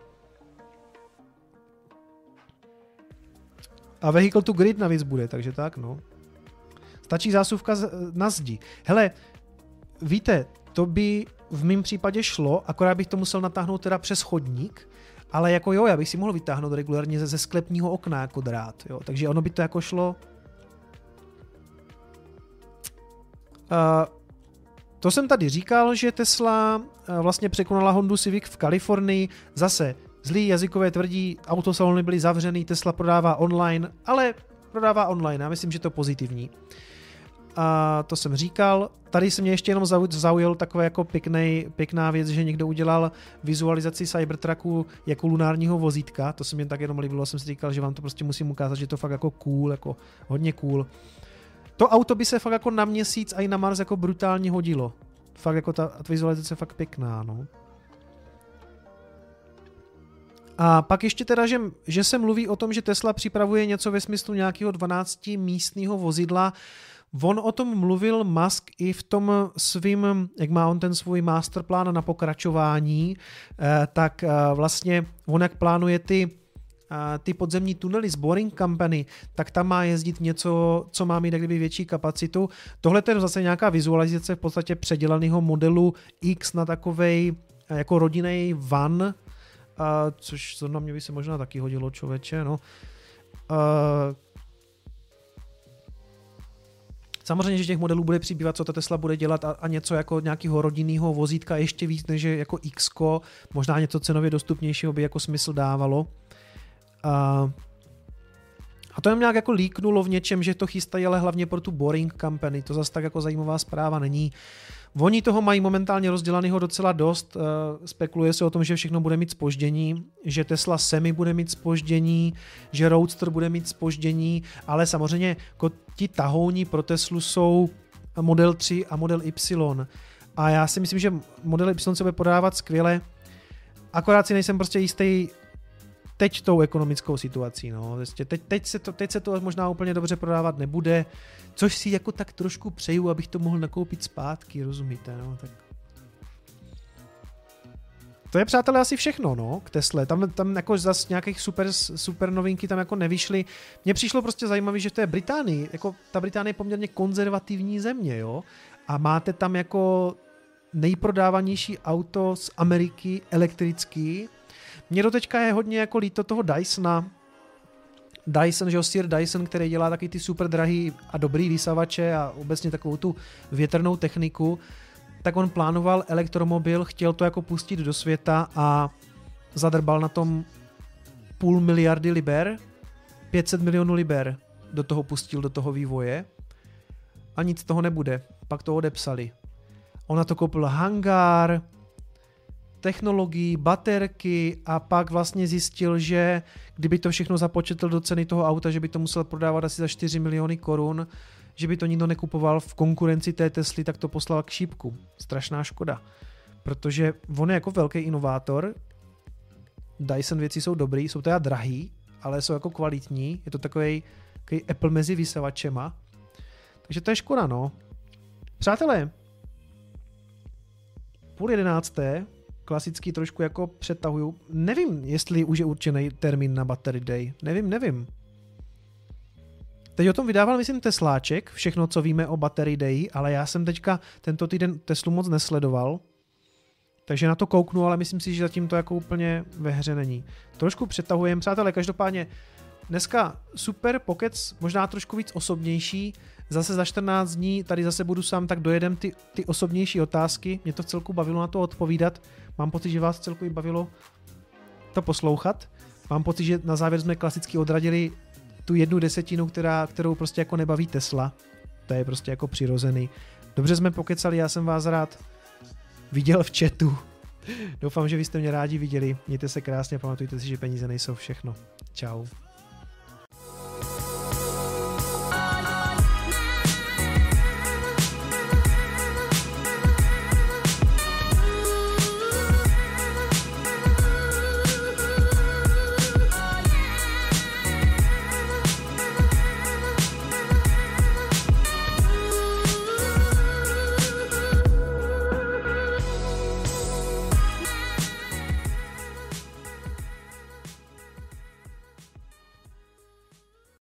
Speaker 1: A vehicle to grid navíc bude, takže tak, no. Stačí zásuvka na zdi. Hele, víte, to by v mém případě šlo, akorát bych to musel natáhnout teda přes chodník, ale jako jo, já bych si mohl vytáhnout regulárně ze sklepního okna jako drát, jo, takže ono by to jako šlo. To jsem tady říkal, že Tesla vlastně překonala Hondu Civic v Kalifornii, zase zlý jazykové tvrdí, autosalony byly zavřený, Tesla prodává online, ale prodává online, já myslím, že to je pozitivní. A to jsem říkal. Tady se mě ještě jenom zaujal takové jako pěkná věc, že někdo udělal vizualizaci Cybertrucku jako lunárního vozítka, to se mě tak jenom líbilo, jsem si říkal, že vám to prostě musím ukázat, že to fakt jako cool, jako hodně cool. To auto by se fakt jako na Měsíc a i na Mars jako brutálně hodilo. Fakt jako ta vizualizace je fakt pěkná, no. A pak ještě teda, že se mluví o tom, že Tesla připravuje něco ve smyslu nějakého 12místného vozidla. On o tom mluvil Musk i v tom svým, jak má on ten svůj masterplán na pokračování, tak vlastně on jak plánuje ty podzemní tunely z Boring Company, tak tam má jezdit něco, co má mít kdyby větší kapacitu. Tohle je zase nějaká vizualizace v podstatě předělaného modelu X na takovej jako rodinný van, což zrovna mě by se možná taky hodilo, člověče, no. Samozřejmě, že těch modelů bude přibývat, co ta Tesla bude dělat a něco jako nějakého rodinného vozítka ještě víc než jako X-ko, možná něco cenově dostupnějšího by jako smysl dávalo. A to jen nějak jako líknulo v něčem, že to chystají, ale hlavně pro tu Boring Company, to zase tak jako zajímavá zpráva není. Oni toho mají momentálně rozdělanýho docela dost, spekuluje se o tom, že všechno bude mít zpoždění, že Tesla Semi bude mít zpoždění, že Roadster bude mít zpoždění, ale samozřejmě jako ti tahouni pro Teslu jsou Model 3 a Model Y. A já si myslím, že Model Y se bude podávat skvěle, akorát si nejsem prostě jistý teď tou ekonomickou situací. No. Teď se to možná úplně dobře prodávat nebude, což si jako tak trošku přeju, abych to mohl nakoupit zpátky, rozumíte? No, tak. To je, přátelé, asi všechno, no, k Tesle. Tam jako zase nějakých super novinky tam jako nevyšly. Mně přišlo prostě zajímavé, že to je Británii. Jako ta Británie je poměrně konzervativní země, jo? A máte tam jako nejprodávanější auto z Ameriky elektrický. Mně doteďka je hodně jako líto toho Dysona. Dyson, že jo, Sir Dyson, který dělá taky ty super drahý a dobrý vysavače a obecně takovou tu větrnou techniku, tak on plánoval elektromobil, chtěl to jako pustit do světa a zadrbal na tom 500 miliardy liber, 500 milionů liber do toho pustil, do toho vývoje a nic z toho nebude. Pak to odepsali. On na to koupil hangár, technologii, baterky a pak vlastně zjistil, že kdyby to všechno započetl do ceny toho auta, že by to musel prodávat asi za 4 miliony korun, že by to nikdo nekupoval v konkurenci té Tesly, tak to poslal k šípku. Strašná škoda. Protože on je jako velký inovátor, Dyson věci jsou dobrý, jsou teda drahý, ale jsou jako kvalitní, je to takový Apple mezi vysavačema. Takže to je škoda, no. Přátelé, 10:30, klasicky trošku jako přetahuju. Nevím, jestli už je určený termín na Battery Day. Nevím. Teď o tom vydával, myslím, Tesláček, všechno, co víme o Battery Day, ale já jsem teďka tento týden Teslu moc nesledoval, takže na to kouknu, ale myslím si, že zatím to jako úplně ve hře není. Trošku přetahujem, přátelé, každopádně dneska super pokec, možná trošku víc osobnější, zase za 14 dní tady zase budu sám, tak dojedem ty osobnější otázky, mě to v celku bavilo na to odpovídat, mám pocit, že vás v celku i bavilo to poslouchat, mám pocit, že na závěr jsme klasicky odradili tu 1/10, kterou prostě jako nebaví Tesla, to je prostě jako přirozený. Dobře jsme pokecali, já jsem vás rád viděl v chatu. Doufám, že vy jste mě rádi viděli. Mějte se krásně, pamatujte si, že peníze nejsou všechno. Čau.